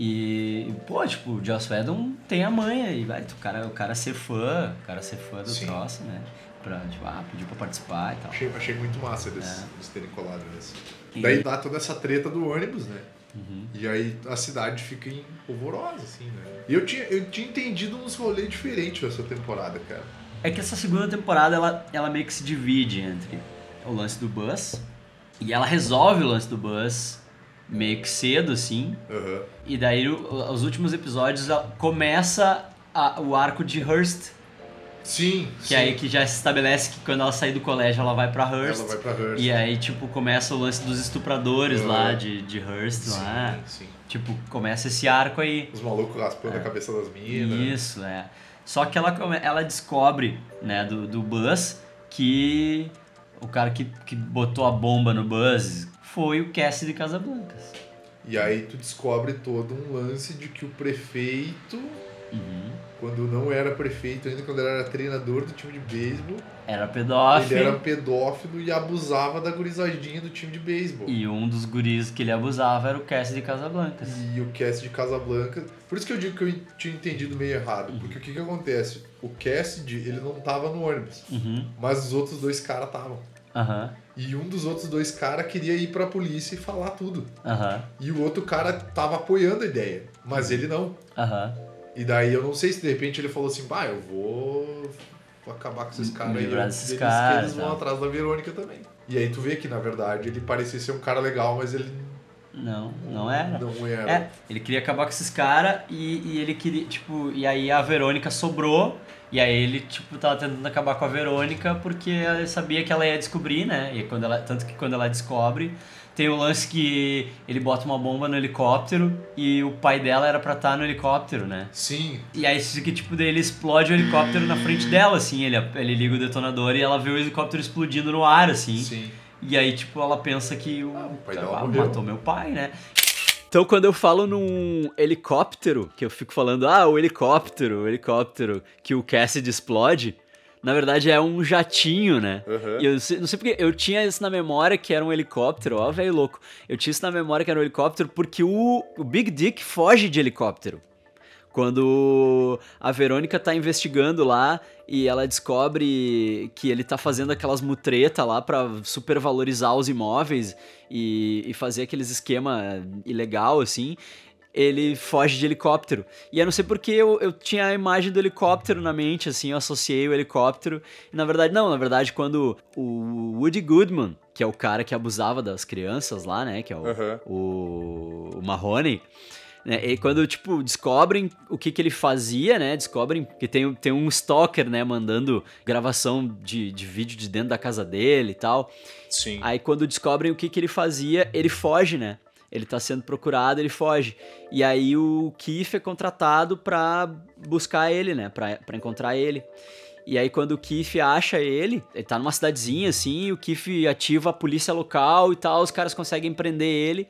E, pô, tipo, o Joss Whedon tem a manha e vai, o cara, o cara ser fã, o cara ser fã do Sim. troço, né? Pra, tipo, ah, pediu pra participar e tal. Achei, achei muito massa eles, É. eles terem colado nesse. E- Daí dá toda essa treta do ônibus, né? Uhum. E aí a cidade fica em polvorosa, assim, né? E eu tinha, eu tinha entendido uns rolês diferentes nessa temporada, cara. É que essa segunda temporada, ela, ela meio que se divide entre o lance do Buzz, e ela resolve o lance do Buzz meio que cedo, assim, Aham. e daí o- os últimos episódios ela começa a- o arco de Hearst, Sim, que sim. é aí que já se estabelece que quando ela sair do colégio ela vai pra Hearst. Ela vai pra Hearst. E aí, tipo, começa o lance dos estupradores Uhum. lá de, de Hearst Sim, lá. sim. Tipo, começa esse arco aí. Os malucos raspando a cabeça das minas. Isso, é. Só que ela, come- ela descobre, né, do, do Buzz, que o cara que, que botou a bomba no Buzz foi o Cassidy Casablancas. E aí tu descobre todo um lance de que o prefeito, Uhum. quando não era prefeito ainda, quando ele era treinador do time de beisebol, Era pedófilo. ele era pedófilo e abusava da gurizadinha do time de beisebol. E um dos guris que ele abusava era o Cassidy Casablancas. E o Cassidy Casablanca... Por isso que eu digo que eu tinha entendido meio errado. Uhum. Porque o que que acontece? O Cassidy, ele não tava no ônibus. Uhum. Mas os outros dois caras estavam. Aham. E um dos outros dois caras queria ir pra polícia e falar tudo. Aham. E o outro cara tava apoiando a ideia. Mas ele não. Aham. E daí eu não sei se de repente ele falou assim, bah, eu vou, vou acabar com esses caras Me aí. livrar antes desses deles, caras, que eles vão tá. atrás da Verônica também. E aí tu vê que, na verdade, ele parecia ser um cara legal, mas ele Não, não era. não era. É, ele queria acabar com esses caras e, e ele queria, tipo, e aí a Verônica sobrou, e aí ele, tipo, tava tentando acabar com a Verônica porque ele sabia que ela ia descobrir, né? E quando ela, tanto que quando ela descobre, Tem o lance que ele bota uma bomba no helicóptero e o pai dela era pra estar no helicóptero, né? Sim. E aí que tipo, daí ele explode o helicóptero na frente dela, assim, ele, ele liga o detonador e ela vê o helicóptero explodindo no ar, assim. Sim. E aí, tipo, ela pensa que o, Ah, o pai ah, dela morreu. matou meu pai, né? Então, quando eu falo num helicóptero, que eu fico falando, ah, o helicóptero, o helicóptero que o Cassidy explode, na verdade é um jatinho, né? Uhum. E eu sei- não sei porque, eu tinha isso na memória que era um helicóptero, ó, velho louco. Eu tinha isso na memória que era um helicóptero porque o, o Big Dick foge de helicóptero. Quando a Verônica tá investigando lá e ela descobre que ele tá fazendo aquelas mutretas lá pra supervalorizar os imóveis e, e fazer aqueles esquema ilegal, assim, ele foge de helicóptero. E eu não sei porque eu, eu tinha a imagem do helicóptero na mente, assim, eu associei o helicóptero. E na verdade, não, na verdade, quando o Woody Goodman, que é o cara que abusava das crianças lá, né, que é o, Uhum. o, o Mahoney, né, e quando, tipo, descobrem o que que ele fazia, né, descobrem que tem, tem um stalker, né, mandando gravação de, de vídeo de dentro da casa dele e tal. Sim. Aí quando descobrem o que que ele fazia, ele foge, né? Ele tá sendo procurado, ele foge. E aí o Keith é contratado pra buscar ele, né? Pra, pra encontrar ele. E aí quando o Keith acha ele, ele tá numa cidadezinha assim, e o Keith ativa a polícia local e tal, os caras conseguem prender ele.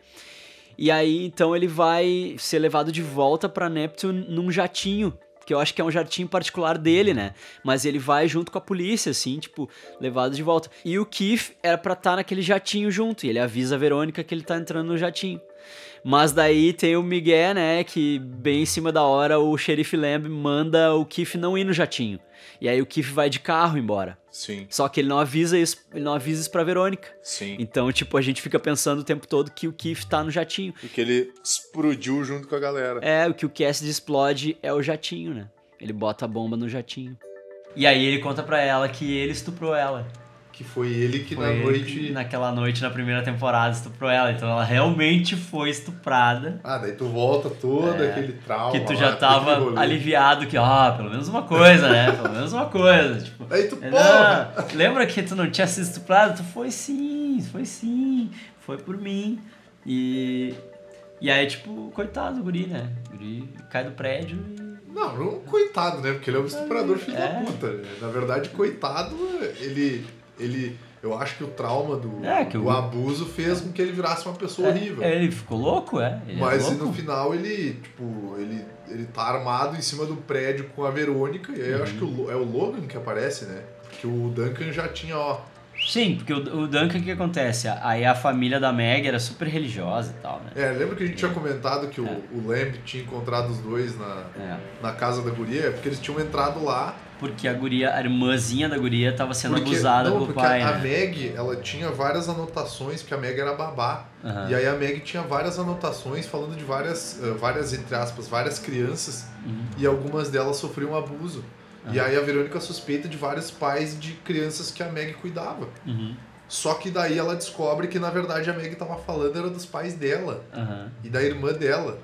E aí então ele vai ser levado de volta pra Neptune num jatinho, que eu acho que é um jatinho particular dele, né? Mas ele vai junto com a polícia, assim, tipo, levado de volta. E o Keith era pra estar naquele jatinho junto, e ele avisa a Verônica que ele tá entrando no jatinho. Mas daí tem o Miguel, né, que bem em cima da hora o xerife Lamb manda o Keith não ir no jatinho. E aí o Keith vai de carro embora. Sim, Só que ele não avisa isso, ele não avisa isso pra Verônica. sim. Então, tipo, a gente fica pensando o tempo todo que o Keith tá no jatinho. Porque ele explodiu junto com a galera. É, o que o Cassidy explode é o jatinho, né? Ele bota a bomba no jatinho. E aí ele conta pra ela que ele estuprou ela. Que foi ele que Foi na ele noite... que, naquela noite, na primeira temporada, estuprou ela. Então ela realmente foi estuprada. Ah, daí tu volta todo É, aquele trauma. Que tu lá, já aquele tava rolê. aliviado que, ó, pelo menos uma coisa, né? Pelo menos uma coisa. Tipo, Aí tu, é, porra! não, lembra que tu não tinha sido estuprado? Tu foi sim, foi sim. Foi por mim. E... E aí, tipo, coitado do guri, né? O guri cai do prédio e... Não, não coitado, né? Porque ele é um estuprador filho É. da puta. Né? Na verdade, coitado, ele... ele eu acho que o trauma do, É, que do o- abuso fez com que ele virasse uma pessoa horrível. É, ele ficou louco, é. Ele Mas é e no louco. final ele, tipo, ele, ele tá armado em cima do prédio com a Verônica, e aí eu acho que o, Lo- é o Logan que aparece, né? Que o Duncan já tinha, ó. Sim, porque o, o Duncan, o que acontece? Aí a família da Meg era super religiosa e tal, né? É, lembra que a gente tinha comentado que o, o Lamb tinha encontrado os dois na, É. na casa da guria? É porque eles tinham entrado lá. Porque a guria, a irmãzinha da guria tava sendo Porque, abusada não, pelo porque pai, a, a né? Meg, ela tinha várias anotações, porque a Meg era babá. Aham. E aí a Meg tinha várias anotações falando de várias, eh, várias entre aspas, várias crianças. Uhum. E algumas delas sofriam abuso. E aí a Verônica suspeita de vários pais de crianças que a Meg cuidava. Uhum. Só que daí ela descobre que na verdade a Meg tava falando era dos pais dela Aham. e da irmã dela.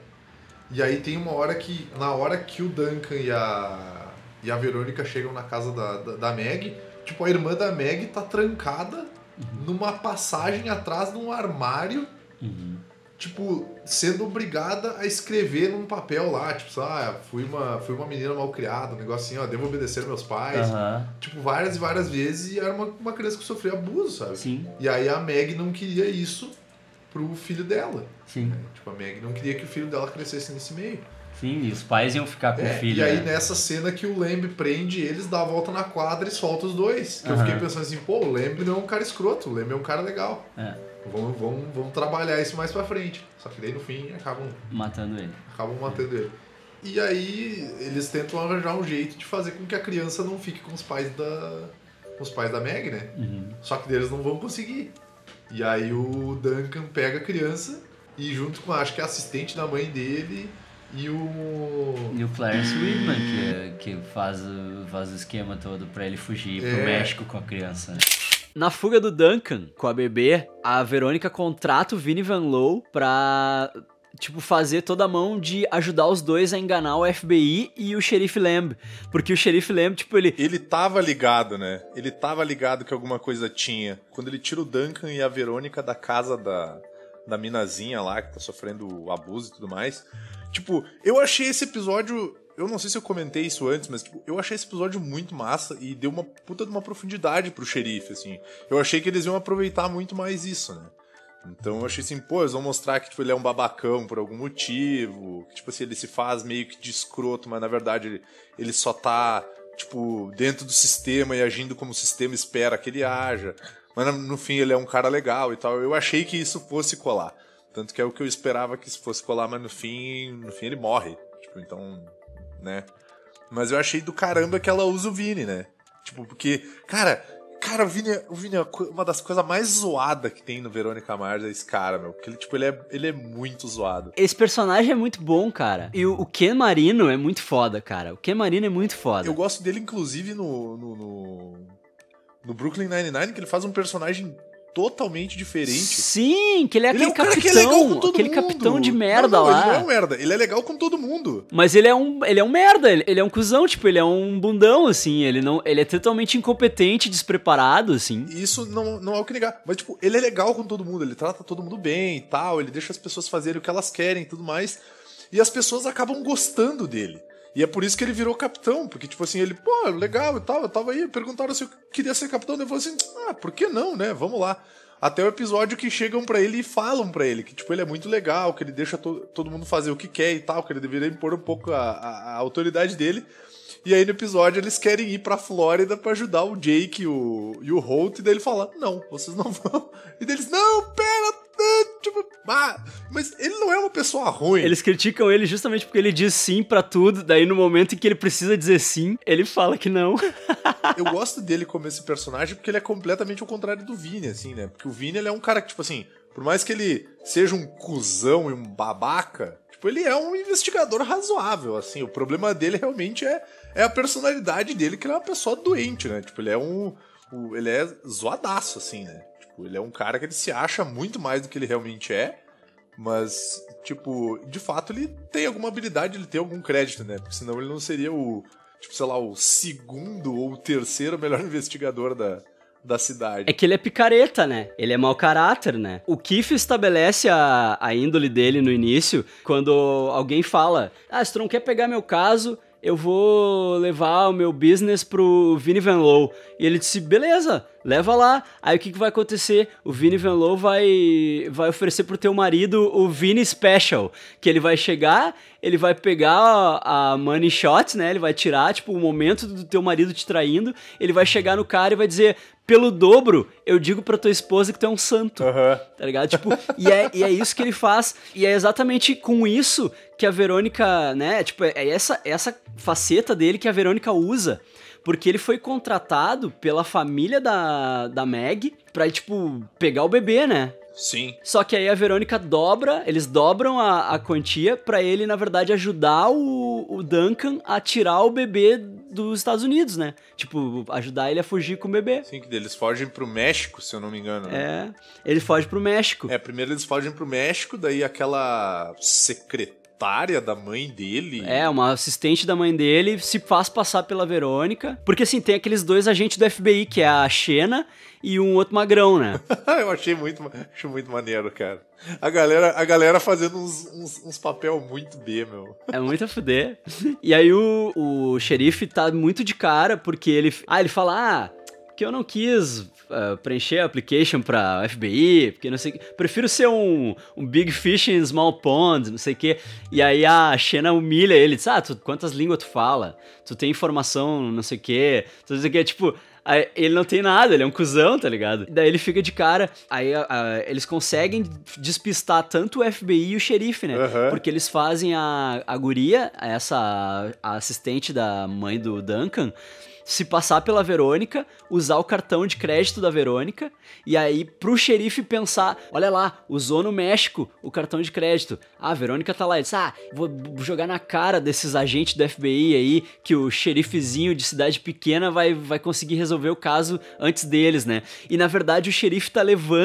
E aí tem uma hora que, na hora que o Duncan e a, e a Verônica chegam na casa da, da, da Meg, tipo, a irmã da Meg tá trancada numa passagem atrás de um armário, Uhum. tipo, sendo obrigada a escrever num papel lá, tipo, ah, fui uma, fui uma menina mal criada, um negocinho, ó, devo obedecer meus pais. Aham. Tipo, várias e várias vezes, e era uma, uma criança que sofria abuso, sabe? Sim, E aí a Meg não queria isso pro filho dela. sim. Né? Tipo, a Meg não queria que o filho dela crescesse nesse meio. Sim, e os pais iam ficar com É, o filho, e aí né? nessa cena que o Lamb prende eles, dá a volta na quadra e solta os dois. Que eu Aham. fiquei pensando assim, pô, o Lamb não é um cara escroto, o Lamb é um cara legal. É, Vamos, vamos, vamos trabalhar isso mais pra frente. Só que daí no fim acabam, matando ele. acabam matando ele. E aí eles tentam arranjar um jeito de fazer com que a criança não fique com os pais da. com os pais da Meg, né? Uhum. Só que eles não vão conseguir. E aí o Duncan pega a criança e junto com, acho que a assistente da mãe dele e o... E o Clarence Whitman, que, que faz, o- faz o esquema todo pra ele fugir pro É. México com a criança, né? Na fuga do Duncan com a bebê, a Verônica contrata o Vinnie Van Lowe pra, tipo, fazer toda a mão de ajudar os dois a enganar o F B I e o xerife Lamb. Porque o xerife Lamb, tipo, ele... Ele tava ligado, né? Ele tava ligado que alguma coisa tinha. Quando ele tira o Duncan e a Verônica da casa da, da minazinha lá, que tá sofrendo abuso e tudo mais. Tipo, eu achei esse episódio... Eu não sei se eu comentei isso antes, mas tipo, eu achei esse episódio muito massa e deu uma puta de uma profundidade pro xerife, assim. Eu achei que eles iam aproveitar muito mais isso, né? Então eu achei assim, pô, eles vão mostrar que tipo, ele é um babacão por algum motivo, que tipo assim, ele se faz meio que de escroto, mas na verdade ele, ele só tá, tipo, dentro do sistema e agindo como o sistema espera que ele haja. Mas no, no fim ele é um cara legal e tal. Eu achei que isso fosse colar. Tanto que é o que eu esperava que isso fosse colar, mas no fim, no fim ele morre. Tipo, então... né? Mas eu achei do caramba que ela usa o Vini, né? Tipo, porque, cara, cara, o Vini, o Vini é uma das coisas mais zoadas que tem no Verônica Mars, é esse cara, meu. Porque ele, tipo, ele é, ele é muito zoado. Esse personagem é muito bom, cara. E o, o Ken Marino é muito foda, cara. O Ken Marino é muito foda. Eu gosto dele, inclusive, no, no, no, no Brooklyn Nine-Nine, que ele faz um personagem totalmente diferente. Sim, que ele é ele aquele é um cara capitão, que é legal com todo aquele mundo. capitão de merda não, não, lá. Ele não é um merda, ele é legal com todo mundo. Mas ele é um, ele é um merda, ele, ele é um cuzão, tipo, ele é um bundão, assim, ele não, ele é totalmente incompetente, despreparado, assim. Isso não, não é o que negar, mas tipo, ele é legal com todo mundo, ele trata todo mundo bem e tal, ele deixa as pessoas fazerem o que elas querem e tudo mais, e as pessoas acabam gostando dele. E é por isso que ele virou capitão, porque tipo assim, ele, pô, legal e tal, eu tava aí, perguntaram se eu queria ser capitão, eu falei assim, ah, por que não, né, vamos lá. Até o episódio que chegam pra ele e falam pra ele que, tipo, ele é muito legal, que ele deixa to- todo mundo fazer o que quer e tal, que ele deveria impor um pouco a, a, a autoridade dele. E aí no episódio eles querem ir pra Flórida pra ajudar o Jake e o, e o Holt, e daí ele fala, não, vocês não vão. E daí eles, não, pera, tipo, ah, mas ele não é uma pessoa ruim. Eles criticam ele justamente porque ele diz sim pra tudo, daí no momento em que ele precisa dizer sim, ele fala que não. Eu gosto dele como esse personagem porque ele é completamente o contrário do Vini, assim, né? Porque o Vini, ele é um cara que, tipo assim, por mais que ele seja um cuzão e um babaca, tipo, ele é um investigador razoável, assim. O problema dele realmente é, é a personalidade dele, que ele é uma pessoa doente, né? Tipo, ele é um... um ele é zoadaço, assim, né? Tipo, ele é um cara que ele se acha muito mais do que ele realmente é, mas, tipo, de fato ele tem alguma habilidade, ele tem algum crédito, né? Porque senão ele não seria o, tipo, sei lá, o segundo ou o terceiro melhor investigador da, da cidade. É que ele é picareta, né? Ele é mau caráter, né? O Keith estabelece a, a índole dele no início, quando alguém fala, ah, se tu não quer pegar meu caso, eu vou levar o meu business pro Vinnie Van Lowe. E ele disse, beleza, leva lá. Aí o que, que vai acontecer? O Vinnie Van Lowe vai, vai oferecer pro teu marido o Vinnie Special, que ele vai chegar, ele vai pegar a, a money shot, né? Ele vai tirar, tipo, o momento do teu marido te traindo, ele vai chegar no cara e vai dizer, pelo dobro, eu digo pra tua esposa que tu é um santo. Uhum. Tá ligado? Tipo, e é, e é isso que ele faz. E é exatamente com isso que a Verônica, né? Tipo, é essa, essa faceta dele que a Verônica usa. Porque ele foi contratado pela família da, da Meg pra, tipo, pegar o bebê, né? Sim. Só que aí a Verônica dobra, eles dobram a, a quantia pra ele, na verdade, ajudar o, o Duncan a tirar o bebê dos Estados Unidos, né? Tipo, ajudar ele a fugir com o bebê. Sim, que eles fogem pro México, se eu não me engano. Né? É, ele foge pro México. É, primeiro eles fogem pro México, daí aquela secretária da mãe dele... É, uma assistente da mãe dele se faz passar pela Verônica, porque assim, tem aqueles dois agentes do F B I, que é a Xena e um outro magrão, né? Eu achei muito, acho muito maneiro, cara. A galera, a galera fazendo uns, uns, uns papel muito B, meu. É muito a fuder. E aí o, o xerife tá muito de cara, porque ele... Ah, ele fala, ah, porque eu não quis uh, preencher a application pra F B I, porque não sei... Prefiro ser um, um big fish in small pond, não sei o quê. E aí a Xena humilha ele, diz, ah, tu, quantas línguas tu fala? Tu tem informação, não sei o quê. Tu não sei o quê, tipo... Aí, ele não tem nada, ele é um cuzão, tá ligado? Daí ele fica de cara. Aí a, a, eles conseguem despistar tanto o F B I e o xerife, né? Uhum. Porque eles fazem a, a guria, essa a assistente da mãe do Duncan, se passar pela Verônica, usar o cartão de crédito da Verônica, e aí pro xerife pensar, olha lá, usou no México o cartão de crédito. Ah, a Verônica tá lá e diz, ah, vou jogar na cara desses agentes do F B I aí, que o xerifezinho de cidade pequena vai, vai conseguir resolver o caso antes deles, né? E na verdade o xerife tá levando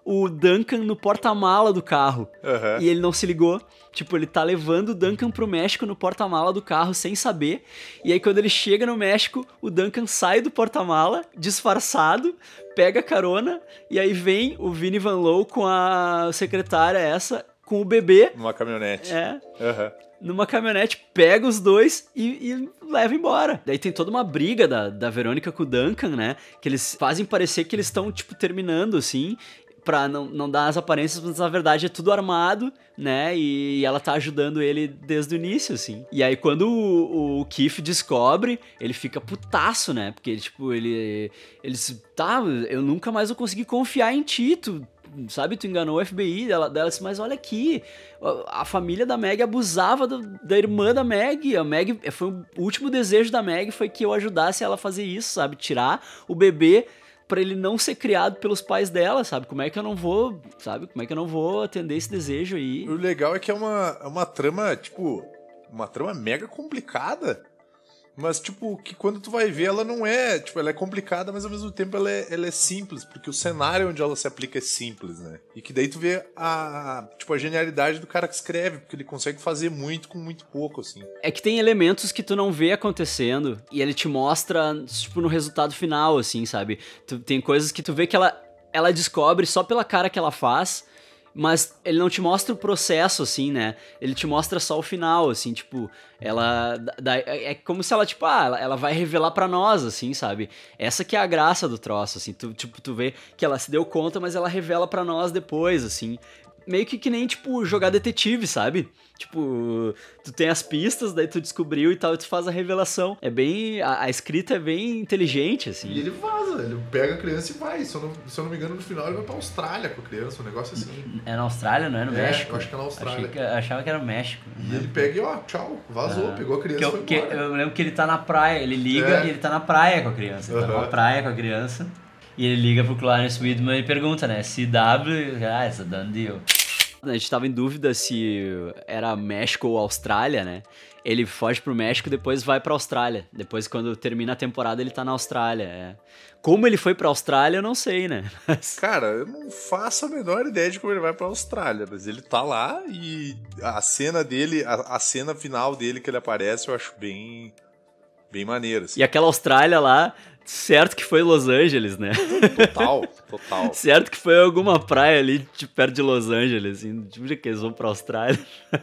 o Duncan no porta-mala do carro. Aham. E ele não se ligou. Tipo, ele tá levando o Duncan pro México no porta-mala do carro sem saber. E aí, quando ele chega no México, o Duncan sai do porta-mala, disfarçado, pega a carona, e aí vem o Vinnie Van Lowe com a secretária essa, com o bebê. Numa caminhonete. É. Aham. Numa caminhonete, pega os dois e, e leva embora. Daí tem toda uma briga da, da Verônica com o Duncan, né? Que eles fazem parecer que eles estão, tipo, terminando, assim, pra não, não dar as aparências, mas na verdade é tudo armado, né? E ela tá ajudando ele desde o início, assim. E aí quando o, o Keith descobre, ele fica putaço, né? Porque, tipo, ele... Eles... Tá, eu nunca mais vou conseguir confiar em ti, tu... Sabe, tu enganou o F B I dela, dela disse, mas olha aqui, a, a família da Meg abusava do, da irmã da Meg, a Meg, foi o último desejo da Meg foi que eu ajudasse ela a fazer isso, sabe, tirar o bebê pra ele não ser criado pelos pais dela, sabe, como é que eu não vou, sabe, como é que eu não vou atender esse desejo aí. O legal é que é uma, é uma trama, tipo, uma trama mega complicada. Mas, tipo, que quando tu vai ver, ela não é... Tipo, ela é complicada, mas ao mesmo tempo ela é, ela é simples. Porque o cenário onde ela se aplica é simples, né? E que daí tu vê a... Tipo, a genialidade do cara que escreve. Porque ele consegue fazer muito com muito pouco, assim. É que tem elementos que tu não vê acontecendo. E ele te mostra, tipo, no resultado final, assim, sabe? Tu, tem coisas que tu vê que ela, ela descobre só pela cara que ela faz... Mas ele não te mostra o processo, assim, né? Ele te mostra só o final, assim, tipo... Ela... Da, é como se ela, tipo... Ah, ela, ela vai revelar pra nós, assim, sabe? Essa que é a graça do troço, assim. Tu, tipo, tu vê que ela se deu conta, mas ela revela pra nós depois, assim. Meio que que nem, tipo, jogar detetive, sabe? Tipo, tu tem as pistas, daí tu descobriu e tal, e tu faz a revelação. É bem... A, a escrita é bem inteligente, assim. E ele vaza, ele pega a criança e vai. Se eu, não, se eu não me engano, no final ele vai pra Austrália com a criança, um negócio assim. É na Austrália, não é no É, México? eu acho que é na Austrália. Achei que, achava que era no México. E ele pega e ó, tchau, vazou, Ah. pegou a criança Que e eu, foi que embora. eu lembro que ele tá na praia, ele liga É. e ele tá na praia com a criança. Ele tá Aham. numa praia com a criança. E ele liga pro Clarence Widman e pergunta, né? C W, ah, it's a done deal. A gente tava em dúvida se era México ou Austrália, né? Ele foge pro México e depois vai pra Austrália. Depois, quando termina a temporada, ele tá na Austrália. É. Como ele foi pra Austrália, eu não sei, né? Mas... Cara, eu não faço a menor ideia de como ele vai pra Austrália, mas ele tá lá e a cena dele, a, a cena final dele que ele aparece, eu acho bem, bem maneiro, assim. E aquela Austrália lá, certo que foi Los Angeles, né? Total, total. Certo que foi alguma praia ali de perto de Los Angeles, assim, tipo que eles vão pra Austrália.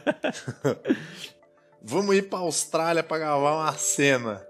Vamos ir pra Austrália pra gravar uma cena.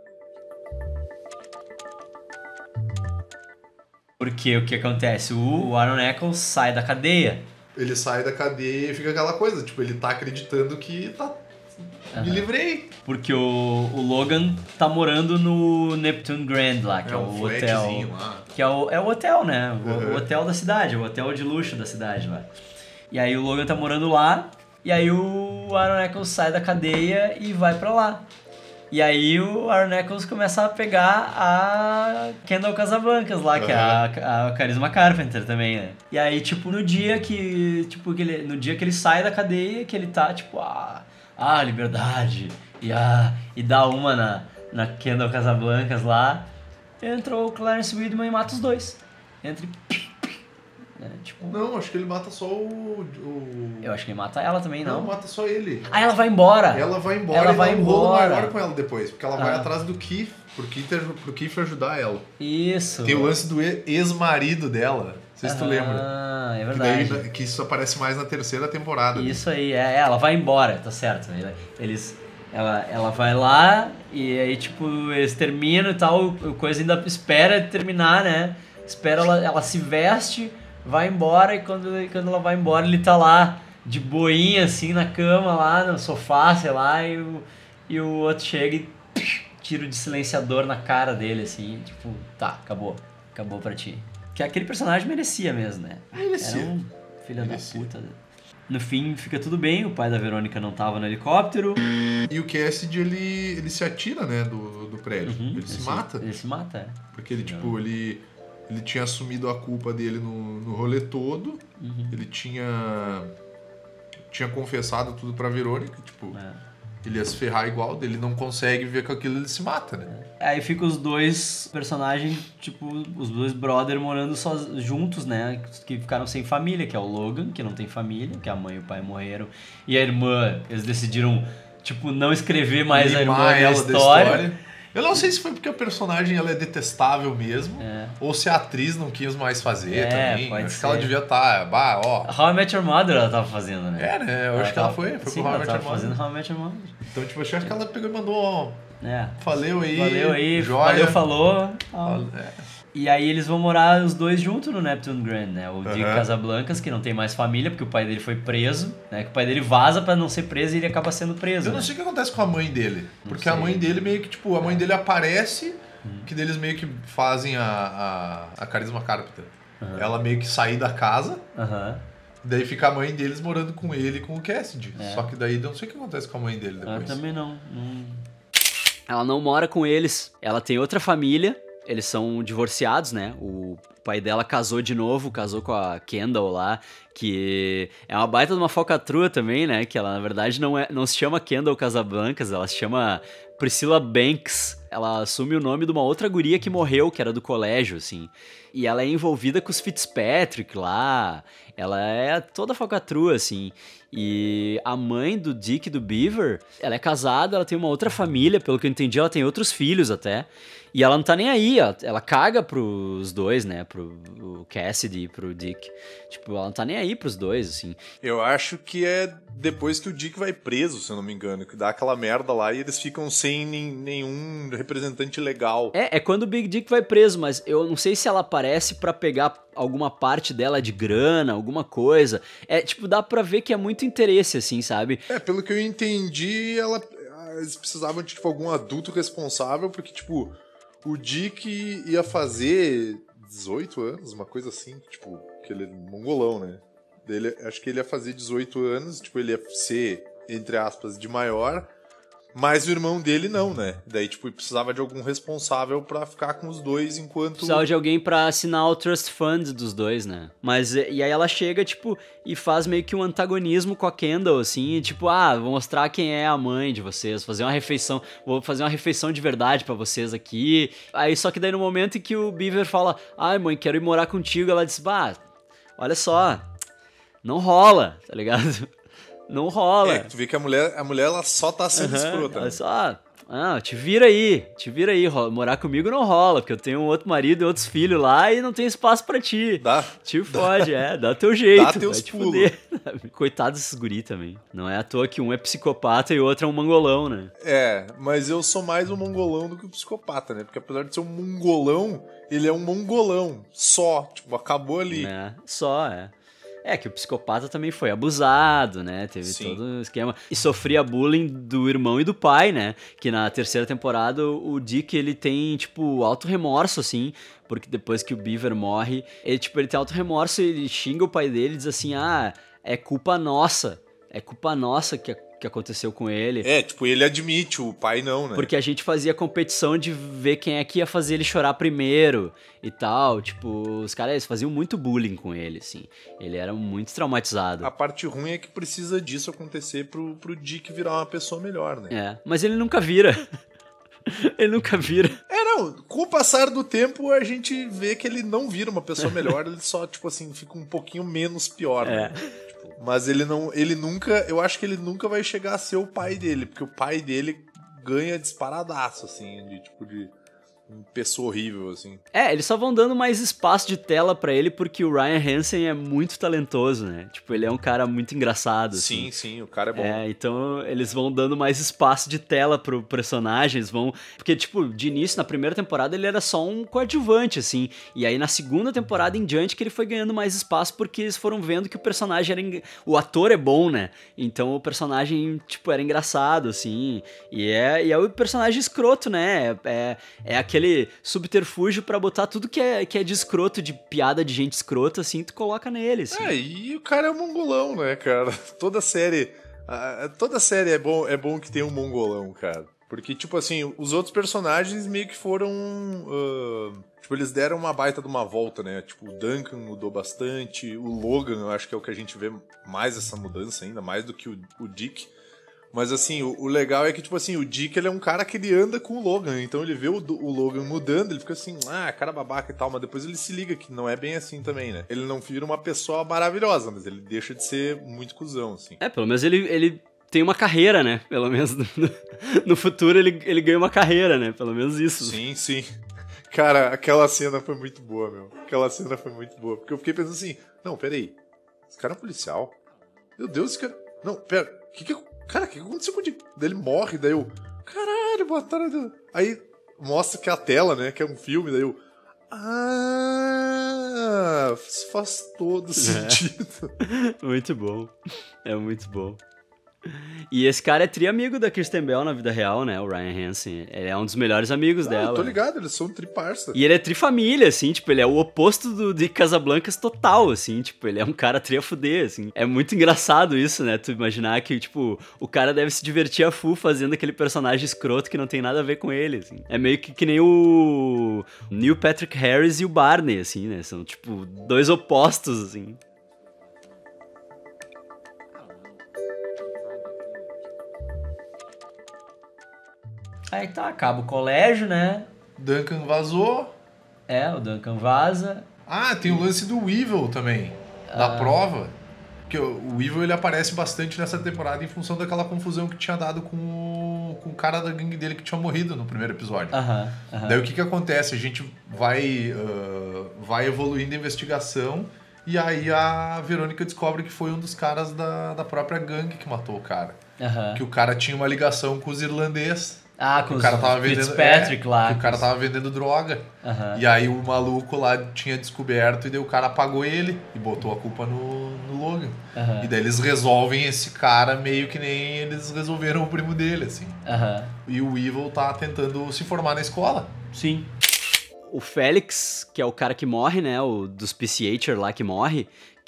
Porque o que acontece? O Aaron Eccles sai da cadeia. Ele sai da cadeia e fica aquela coisa, tipo, ele tá acreditando que tá... Me livrei. Porque o, o Logan tá morando no Neptune Grand lá, que é, É o um hotel. flatzinho lá. Que é o, é o hotel, né? O, Uhum. o hotel da cidade, o hotel de luxo da cidade lá. E aí o Logan tá morando lá, e aí o Aaron Eccles sai da cadeia e vai pra lá. E aí o Aaron Eccles começa a pegar a Kendall Casablancas lá, que é a, a Charisma Carpenter também, né? E aí, tipo, no dia que. Tipo, que ele, no dia que ele sai da cadeia, que ele tá, tipo, ah, ah liberdade. E, ah, e dá uma na, na Kendall Casablancas lá. Entrou o Clarence Widman e mata os dois. Entra e. Né? Tipo, Não, acho que ele mata só o... o... eu acho que ele mata ela também, não. Não, mata só ele. Ah, ela vai embora. Ela vai embora Ela e vai dá um rolo embora. maior com ela depois, porque ela vai Ah. atrás do Keith, pro Keith, pro Keith ajudar ela. Isso. Tem o lance do e- ex-marido dela, não sei se tu lembra. Ah, é Que, verdade. daí, que isso aparece mais na terceira temporada. Isso aí, é, ela vai embora, tá certo. Eles, ela, ela vai lá e aí, tipo, eles terminam e tal, o coisa ainda espera terminar, né? Espera ela, ela se veste, vai embora e quando, quando ela vai embora ele tá lá de boinha, assim, na cama, lá no sofá, sei lá, e o, e o outro chega e tira o de silenciador na cara dele, assim, tipo, tá, acabou, acabou pra ti. Que aquele personagem merecia mesmo, né? Merecia. Era um filho Merecia. da puta. No fim, fica tudo bem, o pai da Verônica não tava no helicóptero. E o Cassidy, ele, ele se atira, né, do, do prédio. Uhum, ele se mata. Ele se mata, é. Porque ele, tipo, ele, ele tinha assumido a culpa dele no, no rolê todo. Uhum. Ele tinha tinha confessado tudo pra Verônica, tipo... É. ele ia se ferrar igual, ele não consegue ver com aquilo, ele se mata, né? Aí fica os dois personagens, tipo, os dois brothers morando só juntos, né? Que ficaram sem família, que é o Logan, que não tem família, que a mãe e o pai morreram. E a irmã, eles decidiram, tipo, não escrever mais a irmã da história. Eu não sei se foi porque a personagem ela é detestável mesmo, É. ou se a atriz não quis mais fazer É, também. pode Acho ser. que ela devia estar, bah, ó. How I Met Your Mother ela tava fazendo, né? É, né? Eu acho que ela foi, foi sim, pro How I ela Met Your tava Mother. fazendo How I Met Your Mother. Então, tipo, eu acho que ela pegou e mandou, ó, É. valeu aí, Valeu aí, joia. valeu, falou. Ó. É. E aí eles vão morar os dois juntos no Neptune Grand, né? O Dick Aham. Casablancas, que não tem mais família, porque o pai dele foi preso, né? Que o pai dele vaza pra não ser preso e ele acaba sendo preso. Eu não né? sei o que acontece com a mãe dele. Não Porque sei. a mãe dele meio que, tipo, a mãe dele aparece, que deles meio que fazem a, a, a Charisma Carpenter. Ela meio que sair da casa, Aham. daí fica a mãe deles morando com ele e com o Cassidy. É. Só que daí eu não sei o que acontece com a mãe dele Eu depois. também não. não... Ela não mora com eles, ela tem outra família, eles são divorciados, né? O pai dela casou de novo, casou com a Kendall lá, que é uma baita de uma falcatrua também, né? Que ela, na verdade, não, é, não se chama Kendall Casablancas, ela se chama Priscilla Banks. Ela assume o nome de uma outra guria que morreu, que era do colégio, assim. E ela é envolvida com os Fitzpatrick lá. Ela é toda falcatrua, assim. E a mãe do Dick e do Beaver, ela é casada, ela tem uma outra família, pelo que eu entendi, ela tem outros filhos até. E ela não tá nem aí, ó. Ela caga pros dois, né? Pro o Cassidy e pro Dick. Tipo, ela não tá nem aí pros dois, assim. Eu acho que é depois que o Dick vai preso, se eu não me engano, que dá aquela merda lá e eles ficam sem nem- nenhum representante legal. É, é quando o Big Dick vai preso, mas eu não sei se ela aparece pra pegar alguma parte dela de grana, alguma coisa. É, tipo, dá pra ver que é muito interesse, assim, sabe? É, pelo que eu entendi, ela, eles precisavam de tipo, algum adulto responsável, porque, tipo, o Dick ia fazer dezoito anos, uma coisa assim, tipo, que ele é mongolão, né? Ele, acho que ele ia fazer dezoito anos, tipo, ele ia ser, entre aspas, de maior, mas o irmão dele não, né? Daí, tipo, precisava de algum responsável pra ficar com os dois enquanto... Precisava de alguém pra assinar o Trust Fund dos dois, né? Mas, e e aí ela chega, tipo, e faz meio que um antagonismo com a Kendall, assim, e tipo, ah, vou mostrar quem é a mãe de vocês, fazer uma refeição, vou fazer uma refeição de verdade pra vocês aqui. Aí, só que daí no momento em que o Beaver fala, ai mãe, quero ir morar contigo, ela diz, bah, olha só, não rola, tá ligado? Não rola. É, tu vê que a mulher, a mulher ela só tá sendo Aham, escrota. ela né? só, ah, te vira aí, te vira aí, ro- morar comigo não rola, porque eu tenho um outro marido e outros filhos lá e não tem espaço pra ti. Dá. Te fode, é, dá teu jeito, Dá teus vai te pulos. fuder. Coitado desses guri também. Não é à toa que um é psicopata e o outro é um mangolão, né? É, mas eu sou mais um mongolão do que um psicopata, né? Porque apesar de ser um mongolão, ele é um mongolão. Só. Tipo, acabou ali. É, só, é. É que o psicopata também foi abusado, né? Teve Sim. todo o esquema. E sofria bullying do irmão e do pai, né? Que na terceira temporada o Dick, ele tem, tipo, alto remorso, assim. Porque depois que o Beaver morre, ele, tipo, ele tem alto remorso e ele xinga o pai dele e diz assim, ah, é culpa nossa. É culpa nossa que, que aconteceu com ele. É, tipo, ele admite, o pai não, né? Porque a gente fazia competição de ver quem é que ia fazer ele chorar primeiro e tal. Tipo, os caras faziam muito bullying com ele, assim. Ele era muito traumatizado. A parte ruim é que precisa disso acontecer pro, pro Dick virar uma pessoa melhor, né? É, mas ele nunca vira. Ele nunca vira. É, não. Com o passar do tempo, a gente vê que ele não vira uma pessoa melhor, ele só, tipo assim, fica um pouquinho menos pior, né? Tipo, mas ele não. Ele nunca. Eu acho que ele nunca vai chegar a ser o pai dele, porque o pai dele ganha disparadaço, assim, de tipo de. Uma pessoa horrível, assim. É, eles só vão dando mais espaço de tela pra ele porque o Ryan Hansen é muito talentoso, né? Tipo, ele é um cara muito engraçado, assim. Sim, sim, o cara é bom. É, então eles vão dando mais espaço de tela pro personagem, eles vão... Porque, tipo, de início, na primeira temporada, ele era só um coadjuvante, assim. E aí, na segunda temporada em diante, que ele foi ganhando mais espaço porque eles foram vendo que o personagem era... Eng... O ator é bom, né? Então o personagem, tipo, era engraçado, assim. E é, e é o personagem escroto, né? É, é aquele subterfúgio pra botar tudo que é, que é de escroto, de piada de gente escrota, assim, tu coloca nele, assim. É, e o cara é um mongolão, né, cara? Toda série. ah, Toda série é bom, é bom que tem um mongolão, cara. Porque, tipo assim, os outros personagens meio que foram. ah, tipo, eles deram uma baita de uma volta, né? Tipo, o Duncan mudou bastante. O Logan, eu acho que é o que a gente vê mais essa mudança ainda, mais do que o, o Dick. Mas assim, o, o legal é que, tipo assim, o Dick, ele é um cara que ele anda com o Logan. Então ele vê o, o Logan mudando, ele fica assim, ah, cara babaca e tal. Mas depois ele se liga que não é bem assim também, né? Ele não vira uma pessoa maravilhosa, mas ele deixa de ser muito cuzão, assim. É, pelo menos ele... ele... tem uma carreira, né? Pelo menos no, no futuro ele, ele ganha uma carreira, né? Pelo menos isso. Sim, sim. Cara, aquela cena foi muito boa, meu. Aquela cena foi muito boa. Porque eu fiquei pensando assim, não, peraí. Esse cara é um policial? Meu Deus, esse cara... Não, pera. Que que... Cara, o que aconteceu com o Dick? Daí ele morre, daí eu... Caralho, mataram... Aí mostra que é a tela, né? Que é um filme, daí eu... Ah... Isso faz todo sentido. É. Muito bom. É muito bom. E esse cara é tri-amigo da Kristen Bell na vida real, né? O Ryan Hansen. Ele é um dos melhores amigos ah, dela. Eu tô ligado, eles são tri-parça. E ele é tri-família, assim, tipo, ele é o oposto do de Casablancas total, assim, tipo, ele é um cara tri-a-fuder, assim. É muito engraçado isso, né? Tu imaginar que, tipo, o cara deve se divertir a full fazendo aquele personagem escroto que não tem nada a ver com ele, assim. É meio que, que nem o Neil Patrick Harris e o Barney, assim, né? São, tipo, dois opostos, assim. Aí tá, acaba o colégio, né? Duncan vazou. É, o Duncan vaza. Ah, tem o lance do Weevil também, da Ah. prova. Porque o Weevil ele aparece bastante nessa temporada em função daquela confusão que tinha dado com o, com o cara da gangue dele que tinha morrido no primeiro episódio. Aham, aham. Daí o que que acontece? A gente vai, uh, vai evoluindo a investigação e aí a Verônica descobre que foi um dos caras da, da própria gangue que matou o cara. Aham. Que o cara tinha uma ligação com os irlandeses. Ah, Que com o cara os tava vendendo, Fitzpatrick é, lá. que o cara tava vendendo droga. Aham. E aí o maluco lá tinha descoberto e daí o cara apagou ele e botou a culpa no, no Logan. Aham. E daí eles resolvem esse cara meio que nem eles resolveram o primo dele, assim. Aham. E o Weevil tá tentando se formar na escola. Sim. O Félix, que é o cara que morre, né? O dos P C H lá que morre,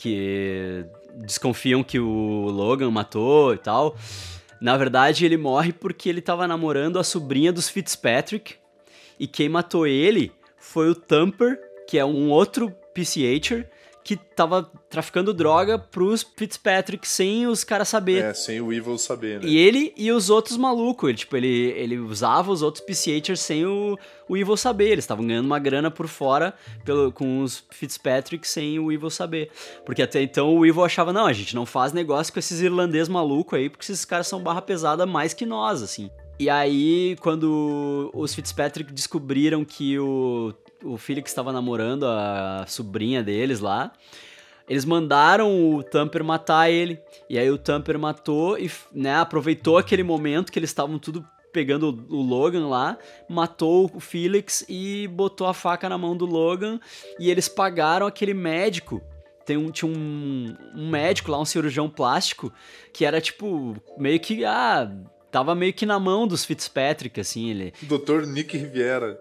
que desconfiam que o Logan matou e tal. Na verdade, ele morre porque ele tava namorando a sobrinha dos Fitzpatrick. E quem matou ele foi o Thumper, que é um outro P C H que tava traficando droga pros Fitzpatrick sem os caras saber. É, sem o Evil saber, né? E ele e os outros malucos, ele, tipo, ele, ele usava os outros P C Hers sem o, o Evil saber. Eles estavam ganhando uma grana por fora pelo, com os Fitzpatrick sem o Evil saber. Porque até então o Evil achava, não, a gente não faz negócio com esses irlandeses malucos aí, porque esses caras são barra pesada mais que nós, assim. E aí, quando os Fitzpatrick descobriram que o, o Felix estava namorando a sobrinha deles lá, eles mandaram o Thumper matar ele. E aí o Thumper matou e, né, aproveitou aquele momento que eles estavam tudo pegando o Logan lá, matou o Felix e botou a faca na mão do Logan. E eles pagaram aquele médico. Tem um, tinha um, um médico lá, um cirurgião plástico, que era tipo, meio que, ah... Tava meio que na mão dos Fitzpatrick, assim, ele... doutor Nick Riviera.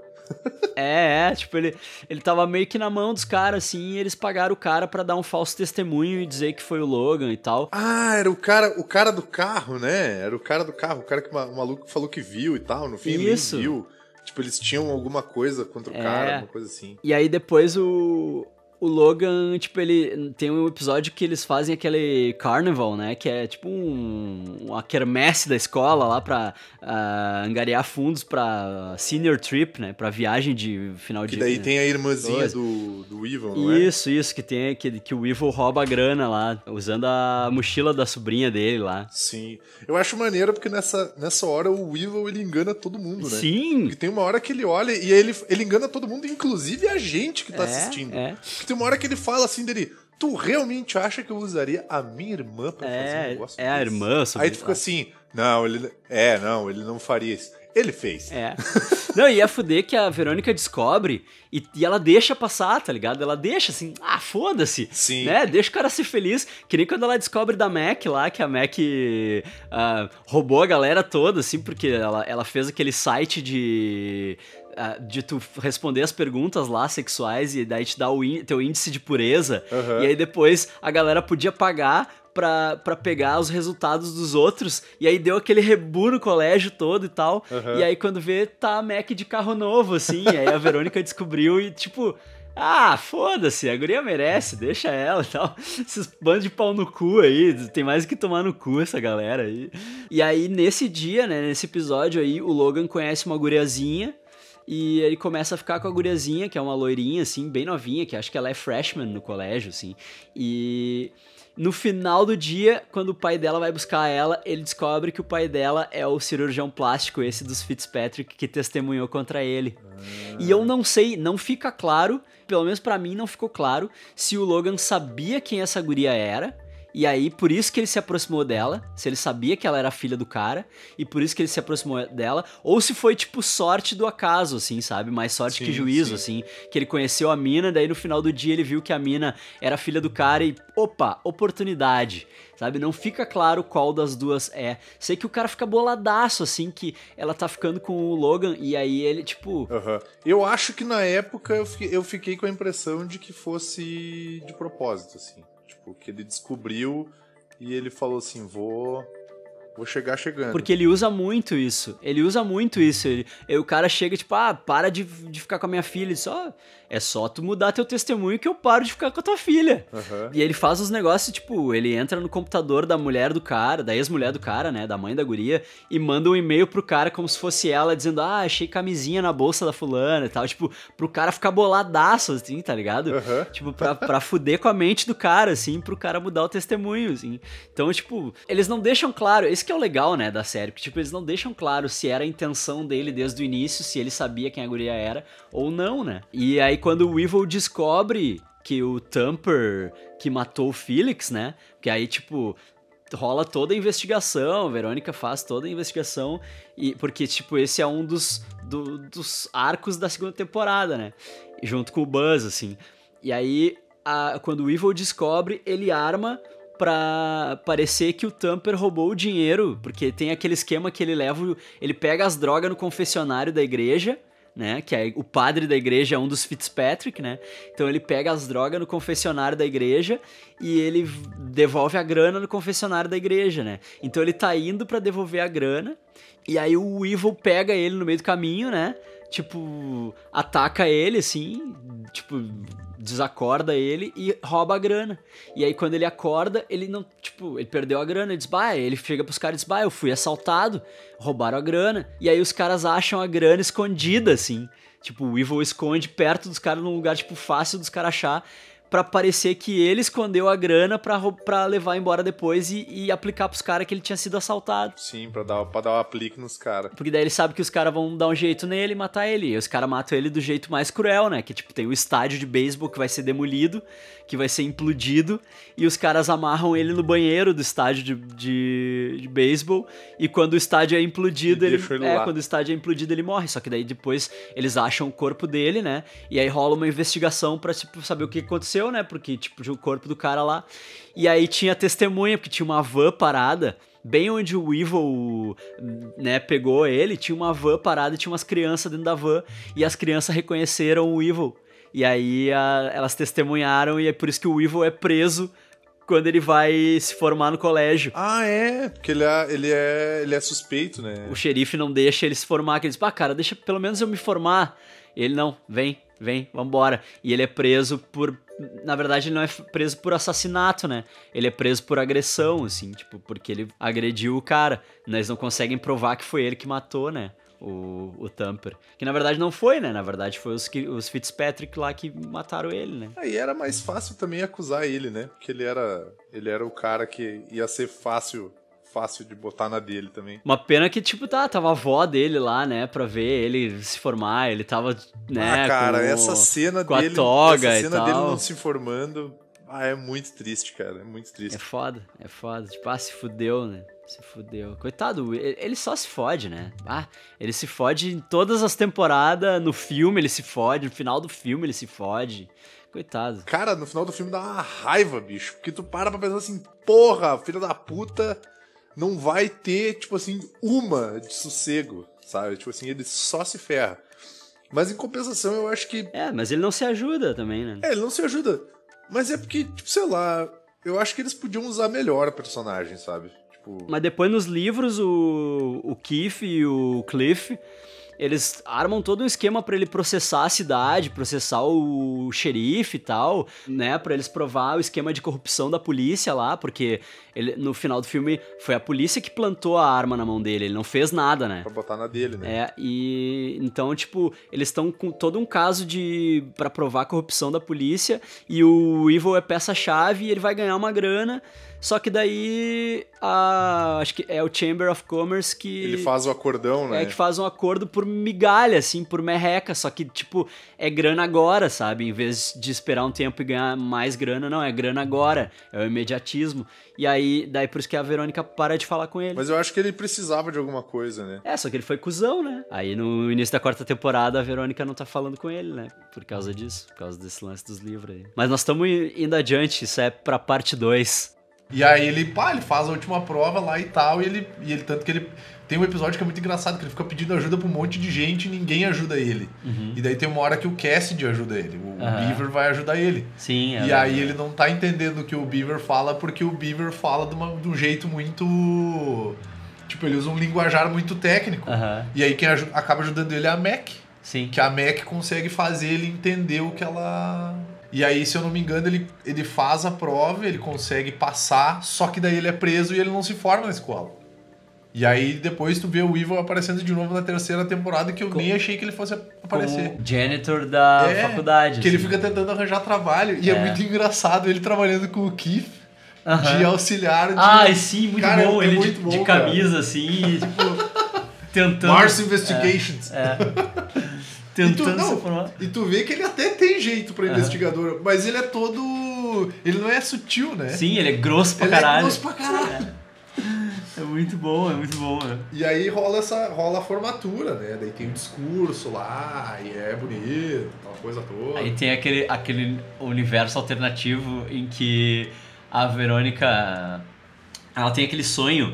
É, é, tipo, ele, ele tava meio que na mão dos caras, assim, e eles pagaram o cara pra dar um falso testemunho e dizer que foi o Logan e tal. Ah, era o cara, o cara do carro, né? Era o cara do carro, o cara que o maluco falou que viu e tal, no fim Isso. ele nem viu. Tipo, eles tinham alguma coisa contra o É. cara, alguma coisa assim. E aí depois o... O Logan, tipo, ele tem um episódio que eles fazem aquele carnival, né? Que é tipo um, uma quermesse da escola lá pra uh, angariar fundos pra senior trip, né? Pra viagem de final Que de... daí tem a irmãzinha Dois. do, do Evil, não é? Isso, isso, que tem que, que o Evil rouba a grana lá, usando a mochila da sobrinha dele lá. Sim. Eu acho maneiro porque nessa, nessa hora o Evil, ele engana todo mundo, né? Sim! Porque tem uma hora que ele olha e ele, ele engana todo mundo, inclusive a gente que tá É, assistindo. é. Porque tem uma hora que ele fala assim dele, tu realmente acha que eu usaria a minha irmã pra fazer um É, negócio é a desse? irmã, sobrinha, Aí tu fica assim, não, ele... É, não, ele não faria isso. Ele fez. É. Não, e é fuder que a Verônica descobre e, e ela deixa passar, tá ligado? Ela deixa assim, ah, foda-se. Sim. Né? Deixa o cara ser feliz. Que nem quando ela descobre da Mac lá, que a Mac ah, roubou a galera toda, assim, porque ela, ela fez aquele site de... ah, de tu responder as perguntas lá sexuais e daí te dá o ín- teu índice de pureza. Aham. E aí depois a galera podia pagar pra, pra pegar os resultados dos outros. E aí deu aquele rebu no colégio todo e tal. Aham. E aí quando vê, tá a Mac de carro novo, assim. E aí a Verônica descobriu e tipo... Ah, foda-se, a guria merece, deixa ela e tal. Esses bandos de pau no cu aí, tem mais que tomar no cu essa galera aí. E aí, nesse dia, né, nesse episódio aí, o Logan conhece uma guriazinha e ele começa a ficar com a guriazinha, que é uma loirinha, assim, bem novinha, que acho que ela é freshman no colégio, assim. E no final do dia, quando o pai dela vai buscar ela, ele descobre que o pai dela é o cirurgião plástico, esse dos Fitzpatrick, que testemunhou contra ele. Ah. E eu não sei, não fica claro, pelo menos pra mim não ficou claro, se o Logan sabia quem essa guria era, e aí por isso que ele se aproximou dela, se ele sabia que ela era filha do cara, e por isso que ele se aproximou dela, ou se foi tipo sorte do acaso, assim, sabe? Mais sorte sim, que juízo, sim. assim, que ele conheceu a mina, daí no final do dia ele viu que a mina era filha do cara e, opa, oportunidade, sabe? Não fica claro qual das duas é. Sei que o cara fica boladaço, assim, que ela tá ficando com o Logan, e aí ele, tipo... Uhum. Eu acho que na época eu fiquei, eu fiquei com a impressão de que fosse de propósito, assim. Tipo, que ele descobriu e ele falou assim, vou... Vou chegar chegando. Porque ele usa muito isso. Ele usa muito isso. Ele, aí o cara chega, tipo, ah, para de, de ficar com a minha filha. Ele só, é só tu mudar teu testemunho que eu paro de ficar com a tua filha. Uhum. E ele faz os negócios, tipo, ele entra no computador da mulher do cara, da ex-mulher do cara, né, da mãe da guria, e manda um e-mail pro cara como se fosse ela, dizendo, ah, achei camisinha na bolsa da fulana e tal. Tipo, pro cara ficar boladaço, assim, tá ligado? Uhum. Tipo, pra, pra fuder com a mente do cara, assim, pro cara mudar o testemunho, assim. Então, tipo, eles não deixam claro... Esse que é o legal, né, da série, porque, tipo, eles não deixam claro se era a intenção dele desde o início, se ele sabia quem a guria era ou não, né? E aí, quando o Weevil descobre que o Thumper que matou o Felix, né, que aí, tipo, rola toda a investigação, a Verônica faz toda a investigação, e porque, tipo, esse é um dos, do, dos arcos da segunda temporada, né, junto com o Buzz, assim. E aí, a, quando o Weevil descobre, ele arma pra parecer que o Thumper roubou o dinheiro, porque tem aquele esquema que ele leva, ele pega as drogas no confessionário da igreja, né, que é, o padre da igreja é um dos Fitzpatrick, né, então ele pega as drogas no confessionário da igreja e ele devolve a grana no confessionário da igreja, né, então ele tá indo pra devolver a grana, e aí o Weevil pega ele no meio do caminho, né, tipo, ataca ele, assim, tipo, desacorda ele e rouba a grana. E aí quando ele acorda, ele não, tipo, ele perdeu a grana, ele diz, bah, ele chega pros caras e diz, bah, eu fui assaltado, roubaram a grana. E aí os caras acham a grana escondida, assim, tipo, o Weevil esconde perto dos caras num lugar, tipo, fácil dos caras achar, pra parecer que ele escondeu a grana pra, pra levar embora depois e, e aplicar pros caras que ele tinha sido assaltado. Sim, pra dar, pra dar um aplique nos caras. Porque daí ele sabe que os caras vão dar um jeito nele e matar ele. E os caras matam ele do jeito mais cruel, né? Que tipo, tem o estádio de beisebol que vai ser demolido, que vai ser implodido, e os caras amarram ele no banheiro do estádio de, de, de beisebol, e quando o estádio é implodido, ele, ele é, lá. quando o estádio é implodido, ele morre. Só que daí depois eles acham o corpo dele, né? E aí rola uma investigação pra tipo, saber o que aconteceu, né? Porque, tipo, tinha o corpo do cara lá. E aí tinha testemunha, porque tinha uma van parada, bem onde o Weevil, né, pegou ele, tinha uma van parada e tinha umas crianças dentro da van, e as crianças reconheceram o Weevil. E aí a, elas testemunharam, e é por isso que o Weevil é preso quando ele vai se formar no colégio. Ah, é? Porque ele é, ele é, ele é suspeito, né? O xerife não deixa ele se formar, que ele diz, pá, cara, deixa pelo menos eu me formar. Ele, não, vem, vem, vambora. E ele é preso por... Na verdade, ele não é preso por assassinato, né? Ele é preso por agressão, assim, tipo, porque ele agrediu o cara. Eles não conseguem provar que foi ele que matou, né? O, o Thumper. Que na verdade não foi, né? Na verdade foi os, os Fitzpatrick lá que mataram ele, né? Aí era mais fácil também acusar ele, né? Porque ele era, ele era o cara que ia ser fácil... fácil de botar na dele também. Uma pena que, tipo, tá, tava a avó dele lá, né, pra ver ele se formar, ele tava, né, ah, cara, com, essa cena com dele, a toga essa cena e tal. dele não se formando, ah, é muito triste, cara, é muito triste. É foda, é foda, tipo, ah, se fudeu, né, se fudeu. Coitado, ele só se fode, né, ah, ele se fode em todas as temporadas, no filme ele se fode, no final do filme ele se fode. Coitado. Cara, no final do filme dá uma raiva, bicho, porque tu para pra pensar assim, porra, filho da puta... não vai ter, tipo assim, uma de sossego, sabe? Tipo assim, ele só se ferra. Mas em compensação, eu acho que... É, mas ele não se ajuda também, né? É, ele não se ajuda. Mas é porque, tipo, sei lá, eu acho que eles podiam usar melhor o personagem, sabe? Tipo... Mas depois nos livros, o, o Keith e o Cliff, eles armam todo um esquema pra ele processar a cidade, processar o xerife e tal, né? Pra eles provar o esquema de corrupção da polícia lá, porque ele, no final do filme foi a polícia que plantou a arma na mão dele, ele não fez nada, né? Pra botar na dele, né? É, e então, tipo, eles estão com todo um caso de pra provar a corrupção da polícia e o Evil é peça-chave e ele vai ganhar uma grana. Só que daí, a, acho que é o Chamber of Commerce que... Ele faz o acordão, né? É, que faz um acordo por migalha, assim, por merreca. Só que, tipo, é grana agora, sabe? Em vez de esperar um tempo e ganhar mais grana, não, é grana agora. É o imediatismo. E aí, daí por isso que a Verônica para de falar com ele. Mas eu acho que ele precisava de alguma coisa, né? É, só que ele foi cuzão, né? Aí no início da quarta temporada, a Verônica não tá falando com ele, né? Por causa disso, por causa desse lance dos livros aí. Mas nós estamos indo adiante, isso é pra parte dois. E aí ele, pá, ele faz a última prova lá e tal, e ele, e ele tanto que ele... Tem um episódio que é muito engraçado, que ele fica pedindo ajuda pra um monte de gente e ninguém ajuda ele. Uhum. E daí tem uma hora que o Cassidy ajuda ele, o, uhum. o Beaver vai ajudar ele. Sim, é. E aí ele não tá entendendo o que o Beaver fala, porque o Beaver fala de, uma, de um jeito muito... Tipo, ele usa um linguajar muito técnico. Uhum. E aí quem ajuda, acaba ajudando ele é a Mac. Sim. Que a Mac consegue fazer ele entender o que ela... E aí, se eu não me engano, ele, ele faz a prova, ele consegue passar, só que daí ele é preso e ele não se forma na escola. E aí, depois tu vê o Evil aparecendo de novo na terceira temporada, que eu Com... nem achei que ele fosse aparecer. Como janitor da é, faculdade. Que assim. ele fica tentando arranjar trabalho, e é, é muito engraçado ele trabalhando com o Keith, uh-huh. de auxiliar de... Ah, sim, muito cara, bom. é ele muito de, bom, de camisa, assim, tipo, tentando... Mars Investigations. É, é. E tu, não, e tu vê que ele até tem jeito pra investigador, uhum. mas ele é todo... Ele não é sutil, né? Sim, ele é grosso pra ele caralho. Ele é grosso pra caralho. É. é muito bom, é muito bom. Né? E aí rola, essa, rola a formatura, né? Daí tem o discurso lá, e é bonito, aquela coisa toda. Aí tem aquele, aquele universo alternativo em que a Verônica... Ela tem aquele sonho,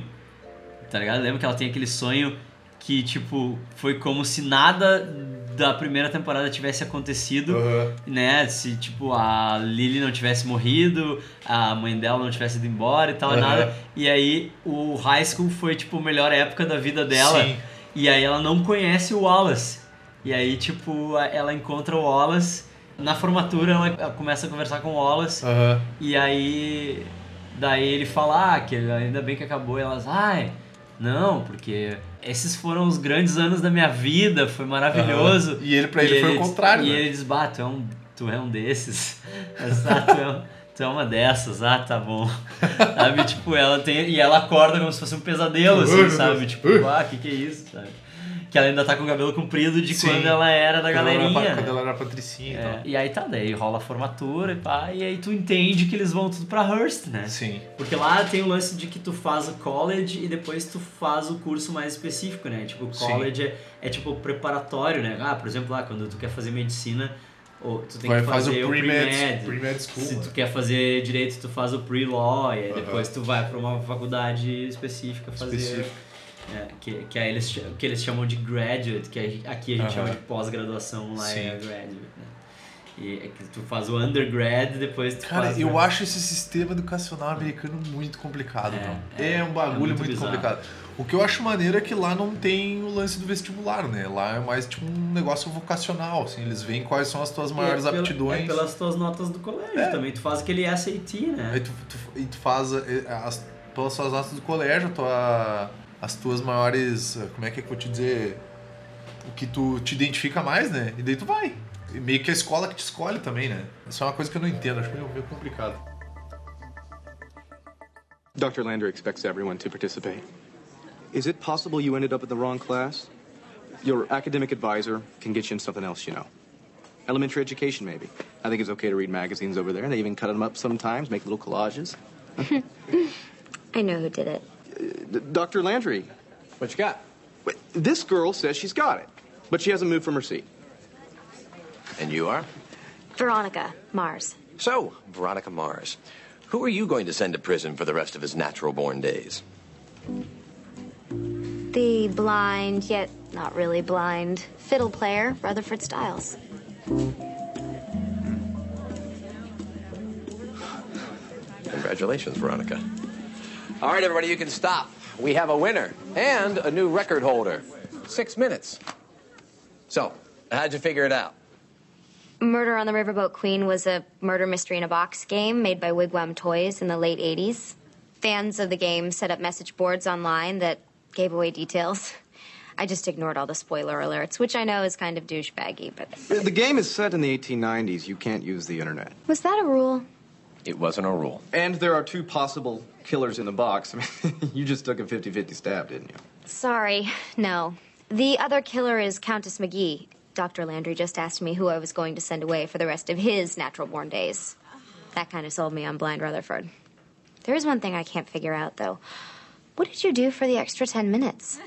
tá ligado? Lembra que ela tem aquele sonho que, tipo, foi como se nada... da primeira temporada tivesse acontecido, uhum. né? Se, tipo, a Lily não tivesse morrido, a mãe dela não tivesse ido embora e tal, uhum. nada. E aí, o high school foi, tipo, a melhor época da vida dela. Sim. E aí, ela não conhece o Wallace. E aí, tipo, ela encontra o Wallace. Na formatura, ela começa a conversar com o Wallace. Uhum. E aí, daí ele fala, ah, que ainda bem que acabou. E elas, ai... Não, porque esses foram os grandes anos da minha vida, foi maravilhoso. Uhum. E ele, pra ele, ele foi o contrário, E né? eles, bah, tu é um, tu é um desses. Ah, tu, é, tu é uma dessas, ah, tá bom. Sabe, tipo, ela tem... E ela acorda como se fosse um pesadelo, assim, sabe? Tipo, ah, que que é isso, sabe? Que ela ainda tá com o cabelo comprido de Sim. quando ela era da quando galerinha. Ela era, né? Quando ela era patricinha e é, tal. E aí tá, daí rola a formatura e pá, e aí tu entende que eles vão tudo pra Hearst, né? Sim. Porque lá tem o lance de que tu faz o college e depois tu faz o curso mais específico, né? Tipo, o college é, é tipo preparatório, né? Ah, por exemplo, lá quando tu quer fazer medicina, ou tu tem Vai que fazer o pre-med. Pre-med school. Se tu quer fazer direito, tu faz o pre-law, e aí uh-huh. depois tu vai pra uma faculdade específica fazer... Específica. É, que, que, aí eles, que eles chamam de graduate, que aqui a gente uh-huh. chama de pós-graduação, lá Sim. é graduate, né? E é que tu faz o undergrad e depois tu Cara, faz... eu acho esse sistema educacional americano muito complicado, é, não. É, é um bagulho é muito, muito complicado. O que eu acho maneiro é que lá não tem o lance do vestibular, né? Lá é mais tipo um negócio vocacional, assim. Eles veem quais são as tuas maiores é pela, aptidões. É pelas tuas notas do colégio é. também. Tu faz aquele S A T, né? Aí tu, tu, e tu faz as, pelas suas notas do colégio, tua... as tuas maiores, como é que eu vou te dizer, o que tu te identifica mais, né? E daí tu vai. E meio que a escola que te escolhe também, né? Isso é uma coisa que eu não entendo, acho meio, meio complicado. Doctor Landry expects everyone to participate. Is it possible you ended up in the wrong class? Your academic advisor can get you in something else, you know. Elementary education, maybe. I think it's okay to read magazines over there. They even cut them up sometimes, make little collages. I know who did it. Uh, Doctor Landry. What you got? This girl says she's got it, but she hasn't moved from her seat. And you are? Veronica Mars. So, Veronica Mars, who are you going to send to prison for the rest of his natural-born days? The blind, yet not really blind, fiddle player, Rutherford Styles. Congratulations, Veronica. All right, everybody, you can stop. We have a winner and a new record holder. Six minutes. So, how'd you figure it out? Murder on the Riverboat Queen was a murder mystery in a box game made by Wigwam Toys in the late eighties. Fans of the game set up message boards online that gave away details. I just ignored all the spoiler alerts, which I know is kind of douchebaggy, but... The game is set in the eighteen nineties. You can't use the internet. Was that a rule? It wasn't a rule. And there are two possible killers in the box. I mean, you just took a fifty-fifty stab, didn't you? Sorry, no. The other killer is Countess McGee. Doctor Landry just asked me who I was going to send away for the rest of his natural-born days. That kind of sold me on Blind Rutherford. There is one thing I can't figure out, though. What did you do for the extra ten minutes?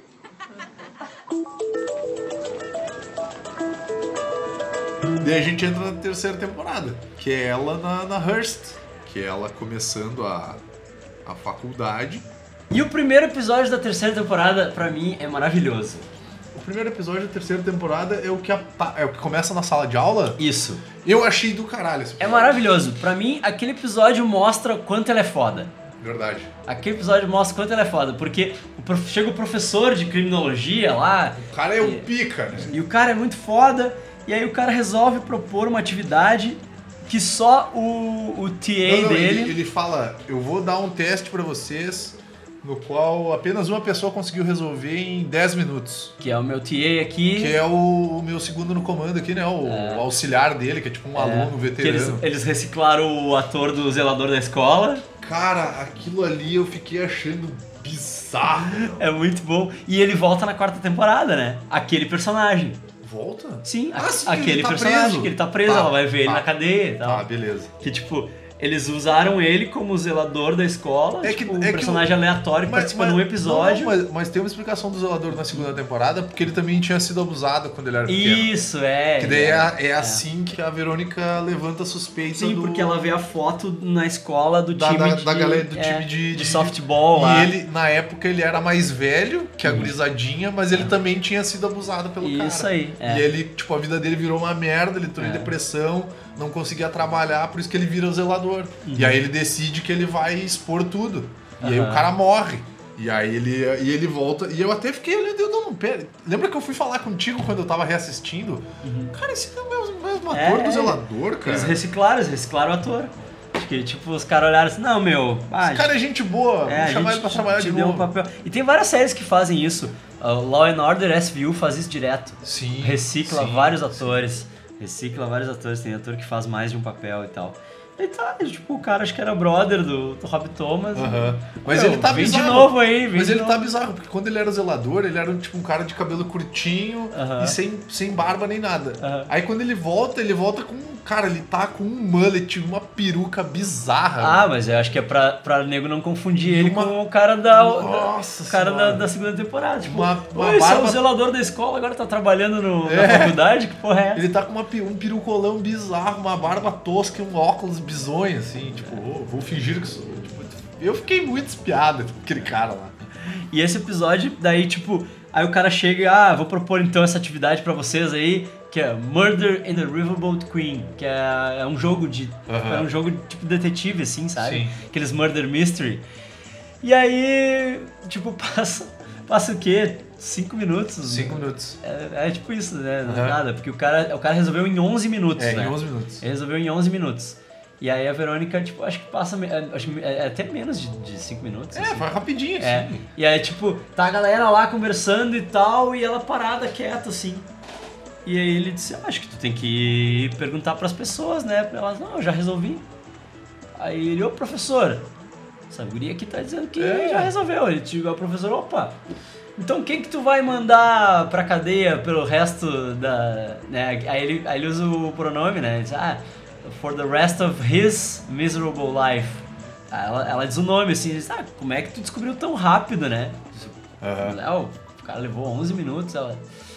Daí a gente entra na terceira temporada, que é ela na, na Hearst, que é ela começando a, a faculdade. E o primeiro episódio da terceira temporada, pra mim, é maravilhoso. O primeiro episódio da terceira temporada é o que, a, é o que começa na sala de aula? Isso. Eu achei do caralho esse É episódio. maravilhoso. Pra mim, aquele episódio mostra quanto ela é foda. Verdade. Aquele episódio mostra quanto ela é foda, porque o prof... chega o professor de criminologia lá... O cara é e... um pica, né? E o cara é muito foda, e aí o cara resolve propor uma atividade que só o, o T A não, não, dele... Ele, ele fala, eu vou dar um teste pra vocês, no qual apenas uma pessoa conseguiu resolver em dez minutos. Que é o meu T A aqui. Que é o, o meu segundo no comando aqui, né? O, É. o auxiliar dele, que é tipo um É, aluno que veterano. eles, eles reciclaram o ator do zelador da escola. Cara, aquilo ali eu fiquei achando bizarro. É muito bom. E ele volta na quarta temporada, né? Aquele personagem. Volta? Sim, Ah, a- sim, aquele ele tá personagem preso. que ele tá preso, Tá, ela vai ver ele tá. na cadeia e tal. Tá, beleza. Que tipo, eles usaram ele como zelador da escola, É que- tipo, um é que personagem o- aleatório que Mas- participa mas- num episódio. Não, mas, mas tem uma explicação do zelador na segunda temporada, porque ele também tinha sido abusado quando ele era pequeno. Isso, é. Que daí é, é, é assim que a Verônica levanta a suspeita Sim, do... porque ela vê a foto na escola do da, time da, de... da galera do é, time de, de softball E lá. ele, na época, ele era mais velho que a gurizadinha, mas ele também tinha sido abusado pelo cara. Isso aí, é. E ele, tipo, a vida dele virou uma merda, ele entrou em É. depressão, não conseguia trabalhar, por isso que ele vira o zelador. E aí ele decide que ele vai expor tudo. E aí Aham. o cara morre. E aí ele, e ele volta. E eu até fiquei olhando, eu não, pera. Lembra que eu fui falar contigo quando eu tava reassistindo? Cara, esse é o mesmo, mesmo ator É, do zelador, cara. Eles reciclaram, eles reciclaram o ator. Acho que, tipo, os caras olharam assim, não, meu... Ah, Esse cara é gente boa, É, vamos a chamar ele gente pra trabalhar te de deu novo. um papel. E tem várias séries que fazem isso. Uh, Law and Order S V U faz isso direto. Sim. Recicla sim, vários sim. atores. Recicla vários atores. Tem ator que faz mais de um papel e tal. E tá, tipo, o cara acho que era brother do, do Rob Thomas. Aham. Mas Meu, ele tá vem bizarro. de novo aí, vem Mas de ele novo. tá bizarro, porque quando ele era zelador, ele era tipo um cara de cabelo curtinho Aham. e sem, sem barba nem nada. Aham. Aí quando ele volta, ele volta com. Cara, ele tá com um mullet, uma peruca bizarra. Ah, mas eu acho que é pra, pra nego não confundir ele Uma- com o cara da, Nossa o cara da, Senhora. da segunda temporada. Tipo, Uma- uma "Oi, você é barba- o zelador da escola, agora tá trabalhando no, É. na faculdade? Que porra é essa?" Ele tá com uma, pe- um perucolão bizarro, uma barba tosca e um óculos bizonho, assim, tipo, "Oh, vou fingir que sou. Tipo, eu fiquei muito espiado com aquele cara lá. E esse episódio, daí, tipo, aí o cara chega e, ah, vou propor então essa atividade pra vocês aí, que é Murder in the Riverboat Queen, que é, é um jogo de. Aham. É um jogo tipo detetive, assim, sabe? Sim. Aqueles Murder Mystery. E aí, tipo, passa. Passa o quê? Cinco minutos? Cinco minutos. É, é tipo isso, né? Não é Aham. nada, porque o cara, o cara resolveu em onze minutos, É, né? em onze minutos. Ele resolveu em onze minutos. E aí a Verônica, tipo, acho que passa. me- é, Acho que é até menos de, de cinco minutos. É, assim. vai rapidinho, assim. É, e aí, tipo, tá a galera lá conversando e tal, e ela parada, quieta, assim. E aí ele disse, ah, acho que tu tem que perguntar pras pessoas, né? Pra elas, não, eu já resolvi. Aí ele, ô professor, essa guria aqui tá dizendo que É. já resolveu. Ele chegou ao professor, opa, então quem que tu vai mandar pra cadeia pelo resto da... Né? Aí, ele, aí ele usa o pronome, né? Ele diz, ah, for the rest of his miserable life. Aí ela, ela diz o nome, assim, diz, ah, como é que tu descobriu tão rápido, né? Aham. Léo, o cara levou onze minutos, ela...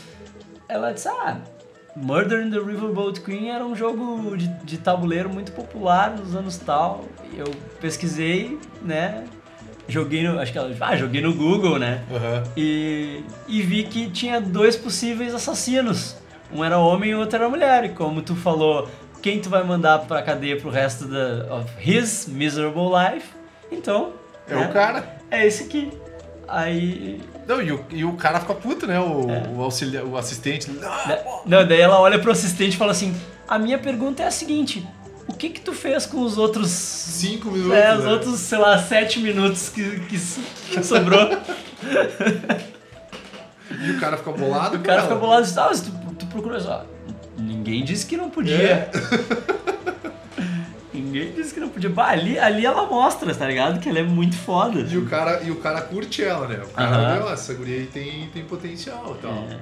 Ela disse, ah, Murder in the Riverboat Queen era um jogo de, de tabuleiro muito popular nos anos tal. Eu pesquisei, né? Joguei no, acho que ela, ah, joguei no Google, né? Aham. E, e vi que tinha dois possíveis assassinos. Um era homem e o outro era mulher. E como tu falou, quem tu vai mandar pra cadeia pro resto da of his miserable life? Então, É né, o cara. é esse aqui. Aí... Não, e o, e o cara fica puto, né? O, É. o, auxilia, o assistente. Não, daí ela olha pro assistente e fala assim, a minha pergunta é a seguinte, o que que tu fez com os outros... Cinco minutos, É, os né? outros, sei lá, sete minutos que, que, que sobrou. E o cara fica bolado. O cara com fica ela. bolado e diz, ah, mas tu, tu procurou só. Ninguém disse que não podia. É. Ninguém disse que não podia. Bah, ali, ali ela mostra, tá ligado? Que ela é muito foda. E o cara, e o cara curte ela, né? O cara Aham. vê, ó, essa guria aí tem, tem potencial e tal. É.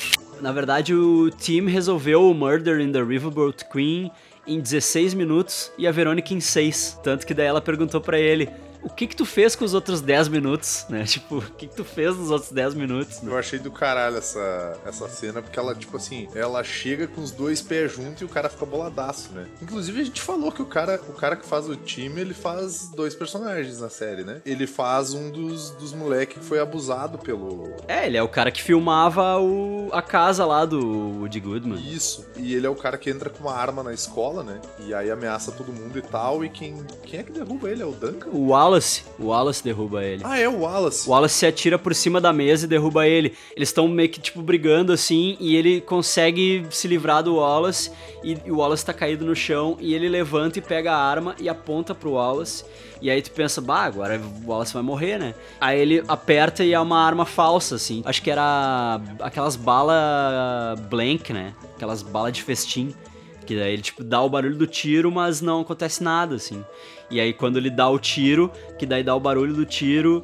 Na verdade, o Tim resolveu o Murder in the Riverboat Queen em dezesseis minutos e a Verônica em seis. Tanto que daí ela perguntou pra ele, o que que tu fez com os outros dez minutos, né? Tipo, o que que tu fez nos outros dez minutos? Eu achei do caralho essa, essa cena, porque ela, tipo assim, ela chega com os dois pés juntos e o cara fica boladaço, né? Inclusive, a gente falou que o cara, o cara que faz o time, ele faz dois personagens na série, né? Ele faz um dos, dos moleques que foi abusado pelo... É, ele é o cara que filmava o, a casa lá do Woody Goodman. Isso. E ele é o cara que entra com uma arma na escola, né? E aí ameaça todo mundo e tal, e quem, quem é que derruba ele? É o Duncan? O Wallace, o Wallace derruba ele. Ah, é o Wallace. O Wallace se atira por cima da mesa e derruba ele. Eles estão meio que, tipo, brigando assim, e ele consegue se livrar do Wallace, e, e o Wallace tá caído no chão, e ele levanta e pega a arma e aponta pro Wallace. E aí tu pensa, bah, agora o Wallace vai morrer, né? Aí ele aperta e é uma arma falsa, assim. Acho que era aquelas balas blank, né? Aquelas balas de festim. Que daí ele, tipo, dá o barulho do tiro, mas não acontece nada, assim. E aí quando ele dá o tiro, que daí dá o barulho do tiro,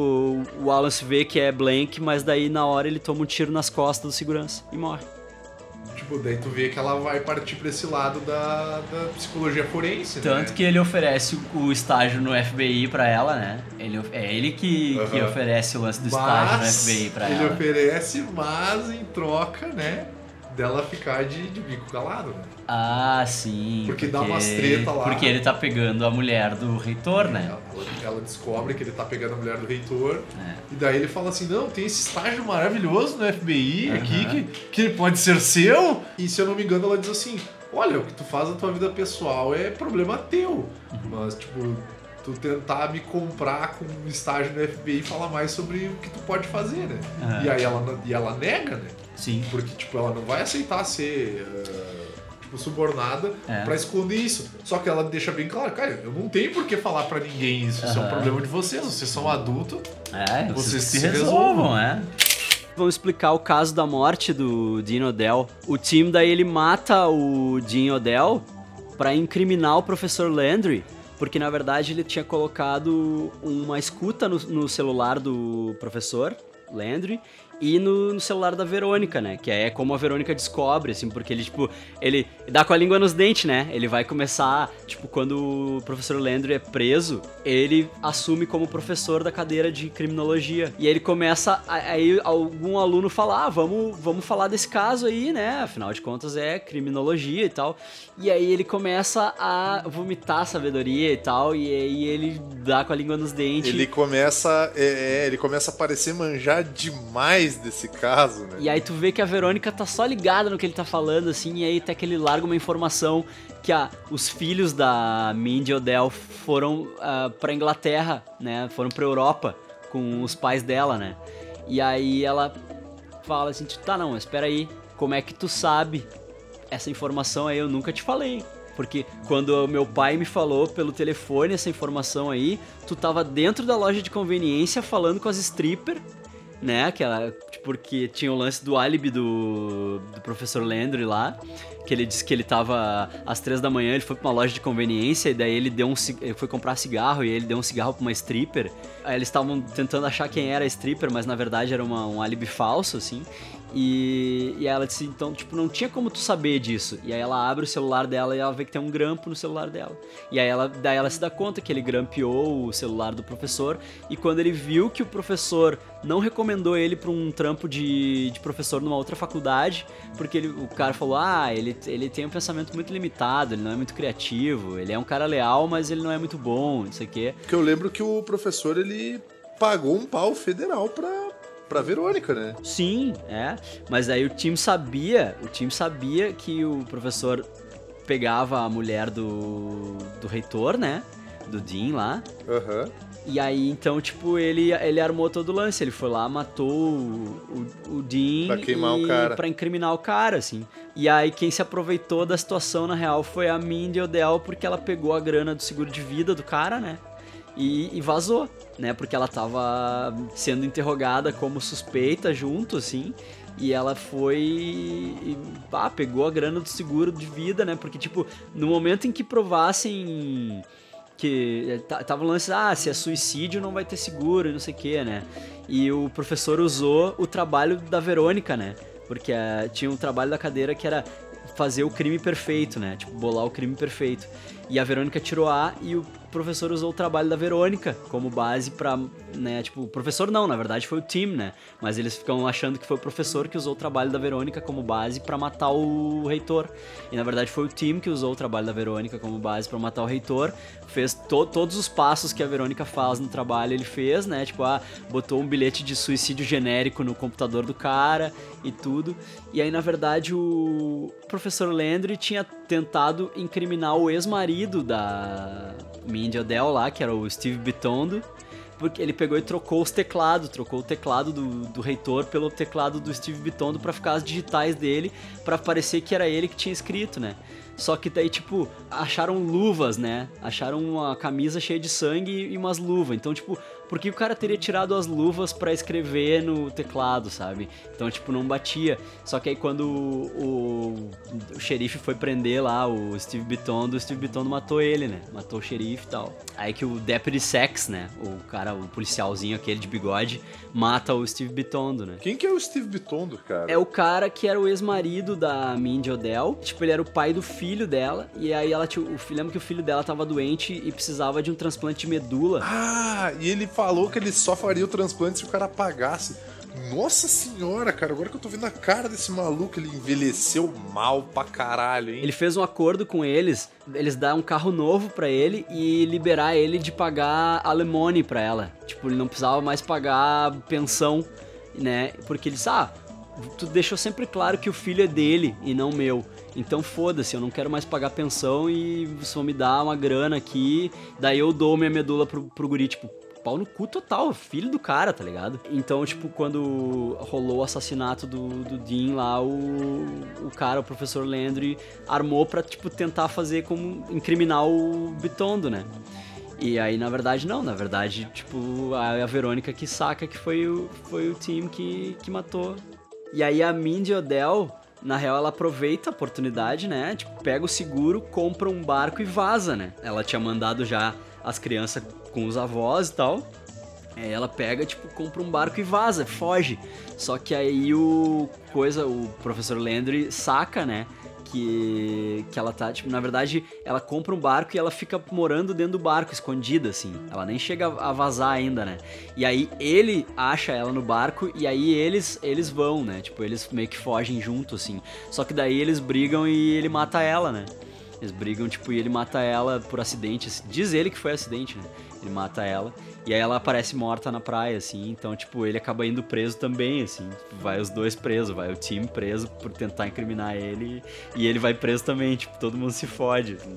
o Wallace vê que é blank, mas daí na hora ele toma um tiro nas costas do segurança e morre. Tipo, daí tu vê que ela vai partir pra esse lado da, da psicologia forense, né? Tanto que ele oferece o estágio no F B I pra ela, né? Ele, é ele que, Uhum. que oferece o lance do estágio no Mas F B I pra ele ela. oferece, mas em troca, né? Dela ficar de, de bico calado, né? Ah, sim. Porque dá umas treta lá. Porque ele tá pegando a mulher do reitor, né? Ela, ela descobre que ele tá pegando a mulher do reitor. É. E daí ele fala assim, não, tem esse estágio maravilhoso no F B I Aham. aqui, que, que pode ser seu. E se eu não me engano, ela diz assim, olha, o que tu faz na tua vida pessoal é problema teu. Mas, tipo, tu tentar me comprar com um estágio no F B I e falar mais sobre o que tu pode fazer, né? Aham. E aí ela, e ela nega, né? Sim. Porque, tipo, ela não vai aceitar ser... uh, tipo, subornada É. pra esconder isso. Só que ela deixa bem claro, cara, eu não tenho por que falar pra ninguém isso. Isso é um Aham. problema de vocês. Vocês são adultos. É, vocês, Vocês se se resolvam, resolvam. é. Vamos explicar o caso da morte do Dean Odell. O Tim daí ele mata o Dean Odell pra incriminar o professor Landry, porque na verdade ele tinha colocado uma escuta no, no celular do professor Landry e no, no celular da Verônica, né? Que é como a Verônica descobre, assim, porque ele, tipo, ele dá com a língua nos dentes, né? Ele vai começar, tipo, quando o professor Landry é preso, ele assume como professor da cadeira de criminologia. E aí ele começa, a- aí algum aluno fala, ah, vamos, vamos falar desse caso aí, né? Afinal de contas é criminologia e tal. E aí ele começa a vomitar sabedoria e tal, e aí ele dá com a língua nos dentes. Ele começa, é, é, ele começa a parecer manjar demais desse caso, né? E aí tu vê que a Verônica tá só ligada no que ele tá falando, assim, e aí até que ele larga uma informação que ah, os filhos da Mindy Odell foram ah, pra Inglaterra, né? Foram pra Europa com os pais dela, né? E aí ela fala assim, tá, não, espera aí, como é que tu sabe essa informação aí? Eu nunca te falei. Porque quando o meu pai me falou pelo telefone essa informação aí, tu tava dentro da loja de conveniência falando com as stripper, né, que ela, porque tinha o lance do álibi do, do professor Landry lá, que ele disse que ele tava às três da manhã, ele foi pra uma loja de conveniência e daí ele deu um ci- ele foi comprar cigarro e ele deu um cigarro pra uma stripper. Aí eles estavam tentando achar quem era a stripper, mas na verdade era uma, um álibi falso, assim. E, e ela disse, então, tipo, não tinha como tu saber disso. E aí ela abre o celular dela e ela vê que tem um grampo no celular dela. E aí ela, daí ela se dá conta que ele grampeou o celular do professor. E quando ele viu que o professor não recomendou ele pra um trampo de, de professor numa outra faculdade, porque ele, o cara falou, ah, ele, ele tem um pensamento muito limitado, ele não é muito criativo, ele é um cara leal, mas ele não é muito bom, não sei o quê. Porque eu lembro que o professor, ele pagou um pau federal pra, pra Verônica, né? Sim, é. Mas aí o time sabia, o time sabia que o professor pegava a mulher do, do reitor, né? Do Dean lá. Aham. E aí, então, tipo, ele, ele armou todo o lance. Ele foi lá, matou o, o, o Dean Pra queimar e, o cara. pra incriminar o cara, assim. E aí, quem se aproveitou da situação, na real, foi a Mindy O'Dell, porque ela pegou a grana do seguro de vida do cara, né? E, e vazou, né? Porque ela tava sendo interrogada como suspeita junto, assim. E ela foi e, ah, pegou a grana do seguro de vida, né? Porque, tipo, no momento em que provassem que tava o lance, ah, se é suicídio não vai ter seguro e não sei o que, né? E o professor usou o trabalho da Verônica, né? Porque uh, tinha um trabalho da cadeira que era fazer o crime perfeito, né? Tipo, bolar o crime perfeito. E a Verônica tirou A e o professor usou o trabalho da Verônica como base pra, né, tipo, o professor não, na verdade foi o Tim, né? Mas eles ficam achando que foi o professor que usou o trabalho da Verônica como base pra matar o reitor. E na verdade foi o Tim que usou o trabalho da Verônica como base pra matar o reitor. Fez to- todos os passos que a Verônica faz no trabalho, ele fez, né? Tipo, ah, botou um bilhete de suicídio genérico no computador do cara e tudo. E aí, na verdade, o professor Landry tinha tentado incriminar o ex-marido da Mindy O'Dell lá, que era o Steve Bitondo, porque ele pegou e trocou os teclados, trocou o teclado do, do reitor pelo teclado do Steve Bitondo pra ficar as digitais dele, pra parecer que era ele que tinha escrito, né? Só que daí, tipo, acharam luvas, né? Acharam uma camisa cheia de sangue e umas luvas. Então, tipo, por que o cara teria tirado as luvas pra escrever no teclado, sabe? Então, tipo, não batia. Só que aí quando o, o, o xerife foi prender lá o Steve Bitondo, o Steve Bitondo matou ele, né? Matou o xerife e tal. Aí que o Deputy Sex, né? O cara, o policialzinho aquele de bigode, mata o Steve Bitondo, né? Quem que é o Steve Bitondo, cara? É o cara que era o ex-marido da Mindy O'Dell. Tipo, ele era o pai do filho dela. E aí ela tinha, o filho, lembra que o filho dela tava doente e precisava de um transplante de medula. Ah, e ele falou que ele só faria o transplante se o cara pagasse. Nossa senhora, cara, agora que eu tô vendo a cara desse maluco, ele envelheceu mal pra caralho, hein? Ele fez um acordo com eles, eles dão um carro novo pra ele e liberar ele de pagar alimony pra ela. Tipo, ele não precisava mais pagar pensão, né? Porque eles, ah, tu deixou sempre claro que o filho é dele e não meu. Então foda-se, eu não quero mais pagar pensão e vocês vão me dar uma grana aqui, daí eu dou minha medula pro, pro guri, tipo, pau no cu total, filho do cara, tá ligado? Então, tipo, quando rolou o assassinato do, do Dean lá, o, o cara, o professor Landry, armou pra, tipo, tentar fazer como incriminar o Bitondo, né? E aí, na verdade, não, na verdade, tipo, a, a Verônica que saca que foi o, foi o Tim que, que matou. E aí a Mindy O'Dell, na real, ela aproveita a oportunidade, né? Tipo, pega o seguro, compra um barco e vaza, né? Ela tinha mandado já as crianças com os avós e tal. Aí ela pega, tipo, compra um barco e vaza, foge. Só que aí o coisa, o professor Landry saca, né? Que, que ela tá, tipo, na verdade, ela compra um barco e ela fica morando dentro do barco, escondida, assim. Ela nem chega a vazar ainda, né? E aí ele acha ela no barco e aí eles, eles vão, né? Tipo, eles meio que fogem junto, assim. Só que daí eles brigam e ele mata ela, né? Eles brigam, tipo, e ele mata ela por acidente. Diz ele que foi acidente, né? Ele mata ela. E aí ela aparece morta na praia, assim. Então, tipo, ele acaba indo preso também, assim. Vai os dois presos. Vai o time preso por tentar incriminar ele. E ele vai preso também. Tipo, todo mundo se fode, assim.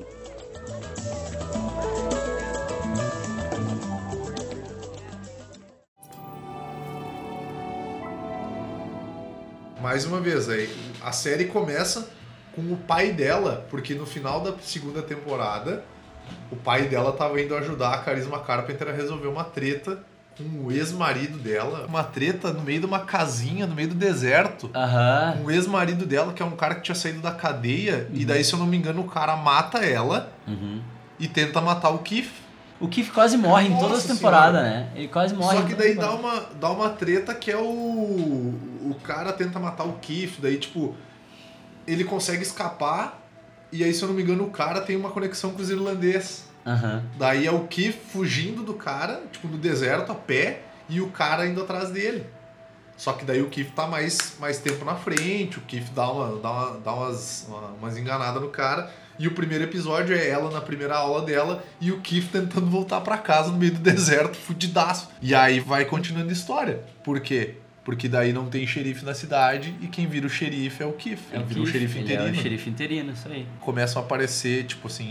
Mais uma vez, aí, a série começa com o pai dela, porque no final da segunda temporada, o pai dela tava indo ajudar a Charisma Carpenter a resolver uma treta com o ex-marido dela. Uma treta no meio de uma casinha, no meio do deserto. Aham. Com o ex-marido dela, que é um cara que tinha saído da cadeia, uhum. E daí, se eu não me engano, o cara mata ela uhum. e tenta matar o Keith. O Keith quase morre Nossa em todas as temporadas, né? Ele quase morre. Só que daí dá uma, dá uma treta que é o... O cara tenta matar o Keith, daí, tipo... Ele consegue escapar, e aí, se eu não me engano, o cara tem uma conexão com os irlandeses. Uhum. Daí é o Keith fugindo do cara, tipo, no deserto, a pé, e o cara indo atrás dele. Só que daí o Keith tá mais, mais tempo na frente, o Keith dá, uma, dá, uma, dá umas, uma, umas enganadas no cara, e o primeiro episódio é ela na primeira aula dela, e o Keith tentando voltar pra casa no meio do deserto, fudidaço. E aí vai continuando a história. Por quê? Porque daí não tem xerife na cidade e quem vira o xerife é o Keith. É o Ele vira o xerife ele interino. É o xerife interino, isso aí. Começam a aparecer, tipo assim,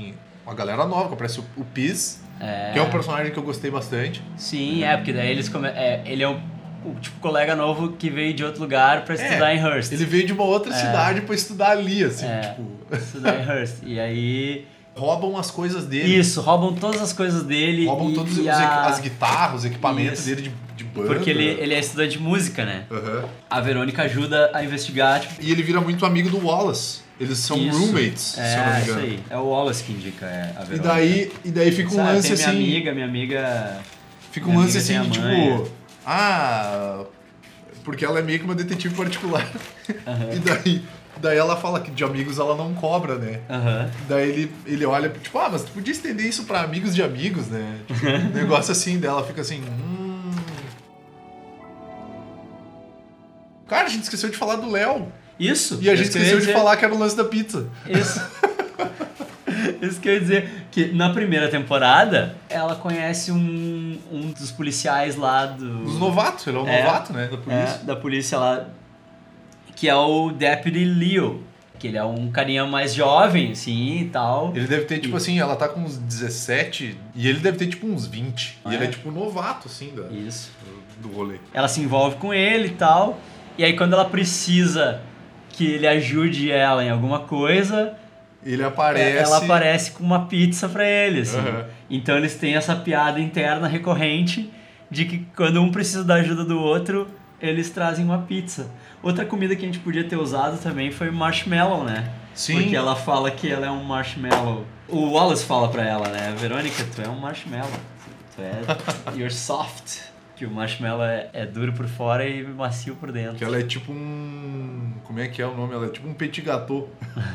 uma galera nova, que aparece o, o Piz, É. que é um personagem que eu gostei bastante. Sim, é, porque daí eles come... é, ele é o, o tipo colega novo que veio de outro lugar pra estudar É, em Hearst. Ele veio de uma outra É. cidade pra estudar ali, assim, É, tipo... estudar em Hearst. E aí... Roubam as coisas dele. Isso, roubam todas as coisas dele. Roubam e, todos e os a... equi- as guitarras, os equipamentos Isso. dele de, de banda. Porque ele, ele é estudante de música, né? Aham. A Verônica ajuda a investigar, tipo... E ele vira muito amigo do Wallace. Eles são Isso. roommates, é, se eu não me isso engano. aí. É o Wallace que indica é, a E Verônica. daí, e daí fica um Sabe, lance tem assim... minha amiga, minha amiga... Fica um minha lance amiga assim, tem a mãe. tipo... Ah... Porque ela é meio que uma detetive particular. Aham. E daí... Daí ela fala que de amigos ela não cobra, né? Aham. Daí ele, ele olha, tipo, ah, mas tu podia estender isso pra amigos de amigos, né? Tipo, um negócio assim, dela fica assim, hum... Cara, a gente esqueceu de falar do Léo. Isso. E a gente isso que eu ia esqueceu de dizer. falar que era o lance da pizza. Isso. Isso que eu ia dizer. Que na primeira temporada, ela conhece um, um dos policiais lá do... Dos novatos, ele é um É, novato, né? Da polícia. É, da polícia lá. Que é o Deputy Leo. Que ele é um carinha mais jovem, assim, e tal. Ele deve ter, tipo assim, ela tá com uns dezessete e ele deve ter, tipo, uns vinte. Ah, e ele é? é, tipo, novato, assim, da, Isso. do, do rolê. Ela se envolve com ele e tal. E aí quando ela precisa que ele ajude ela em alguma coisa... Ele aparece... Ela aparece com uma pizza pra ele, assim. Uhum. Então eles têm essa piada interna recorrente de que quando um precisa da ajuda do outro, eles trazem uma pizza. Outra comida que a gente podia ter usado também foi marshmallow, né? Sim. Porque ela fala que ela é um marshmallow. O Wallace fala pra ela, né? Verônica, tu é um marshmallow. Tu é... You're soft. Que o marshmallow é, é duro por fora e macio por dentro. Que ela é tipo um... Como é que é o nome? Ela é tipo um petit gâteau.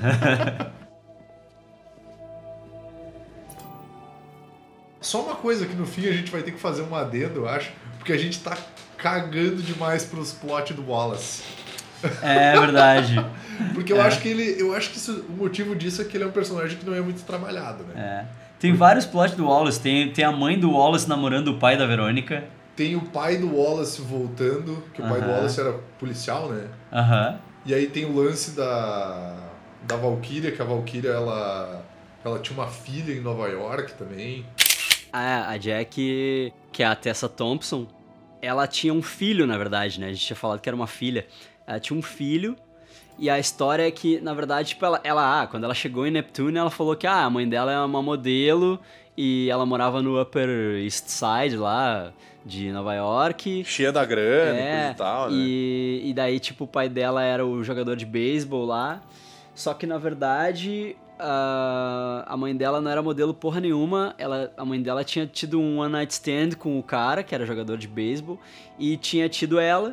Só uma coisa que no fim a gente vai ter que fazer um adendo, eu acho, porque a gente tá cagando demais pros plot do Wallace. É verdade. Porque eu É. acho que ele. Eu acho que isso- o motivo disso é que ele é um personagem que não é muito trabalhado, né? É. Tem vários plots do Wallace. Tem, tem a mãe do Wallace namorando o pai da Verônica. Tem o pai do Wallace voltando, que o pai do Aham. Wallace era policial, né? Aham. E aí tem o lance da. Da Valkyria, que a Valkyria ela. Ela tinha uma filha em Nova York também. A, a Jack, que é a Tessa Thompson, ela tinha um filho, na verdade, né? A gente tinha falado que era uma filha. Ela tinha um filho, e a história é que, na verdade, tipo, ela, ela ah, quando ela chegou em Neptune, ela falou que ah, a mãe dela é uma modelo e ela morava no Upper East Side lá de Nova York. Cheia da grana e É, coisa e tal, né? e, e daí, tipo, o pai dela era o jogador de beisebol lá. Só que, na verdade, a, a mãe dela não era modelo porra nenhuma. Ela, a mãe dela tinha tido um one night stand com o cara, que era jogador de beisebol, e tinha tido ela.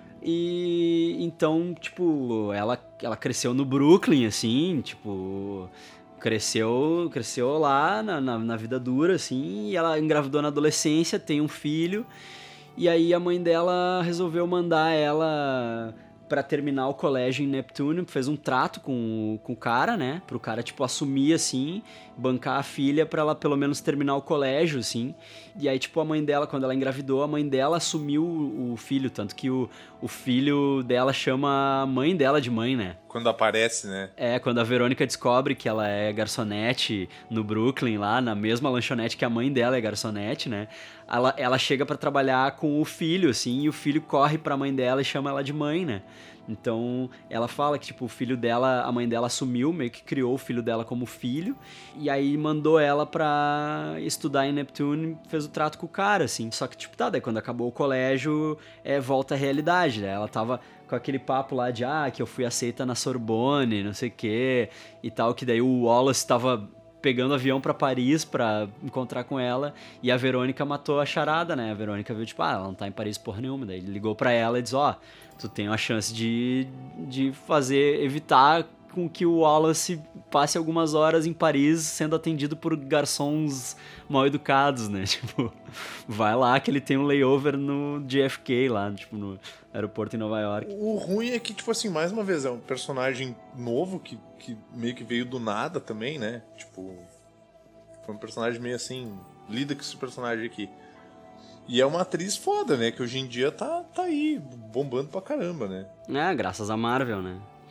E então, tipo, ela, ela cresceu no Brooklyn, assim, tipo... Cresceu, cresceu lá na, na, na vida dura, assim, e ela engravidou na adolescência, tem um filho, e aí a mãe dela resolveu mandar ela pra terminar o colégio em Neptune, fez um trato com, o- com o cara, né, pro cara, tipo, assumir, assim, bancar a filha pra ela pelo menos terminar o colégio, assim, e aí, tipo, a mãe dela, quando ela engravidou, a mãe dela assumiu o, o filho, tanto que o, o filho dela chama a mãe dela de mãe, né. Quando aparece, né? É, quando a Verônica descobre que ela é garçonete no Brooklyn, lá na mesma lanchonete que a mãe dela é garçonete, né? Ela, ela chega pra trabalhar com o filho, assim, e o filho corre pra mãe dela e chama ela de mãe, né? Então, ela fala que, tipo, o filho dela, a mãe dela assumiu, meio que criou o filho dela como filho, e aí mandou ela pra estudar em Neptune, fez o trato com o cara, assim. Só que, tipo, tá, daí quando acabou o colégio, é, volta à realidade, né? Ela tava com aquele papo lá de, ah, que eu fui aceita na Sorbonne, não sei o quê, e tal, que daí o Wallace tava pegando avião pra Paris pra encontrar com ela, e a Verônica matou a charada, né? A Verônica viu, tipo, ah, ela não tá em Paris porra nenhuma. Daí ele ligou pra ela e disse, ó, tu tem uma chance de, de fazer, evitar com que o Wallace passe algumas horas em Paris sendo atendido por garçons mal educados, né? Tipo, vai lá que ele tem um layover no J F K lá, tipo, no aeroporto em Nova York. O ruim é que, tipo assim, mais uma vez, é um personagem novo que, que meio que veio do nada também, né? Tipo, foi um personagem meio assim, lida com esse personagem aqui. E é uma atriz foda, né? Que hoje em dia tá, tá aí, bombando pra caramba, né? É, graças a Marvel, né?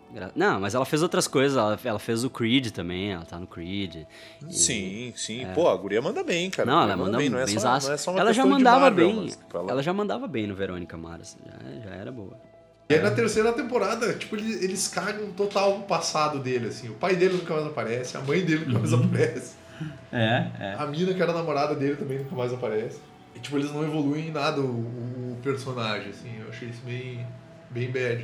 Gra- Não, mas ela fez outras coisas, ela, ela fez o Creed também, ela tá no Creed. E- Sim, sim. Pô, a guria manda bem, cara. Não, A ela guria manda bem, bem, não é só, zaço. não é só uma Ela já questão de mandava Marvel, bem, mas, tipo, ela... ela- já mandava bem no Verônica Mars, já, já era boa. E aí na terceira temporada, tipo, eles, eles cagam total o passado dele, assim. O pai dele nunca mais aparece, a mãe dele nunca mais aparece. É, é. A mina que era namorada dele também nunca mais aparece. E tipo, eles não evoluem em nada o, o personagem, assim. Eu achei isso bem, bem bad.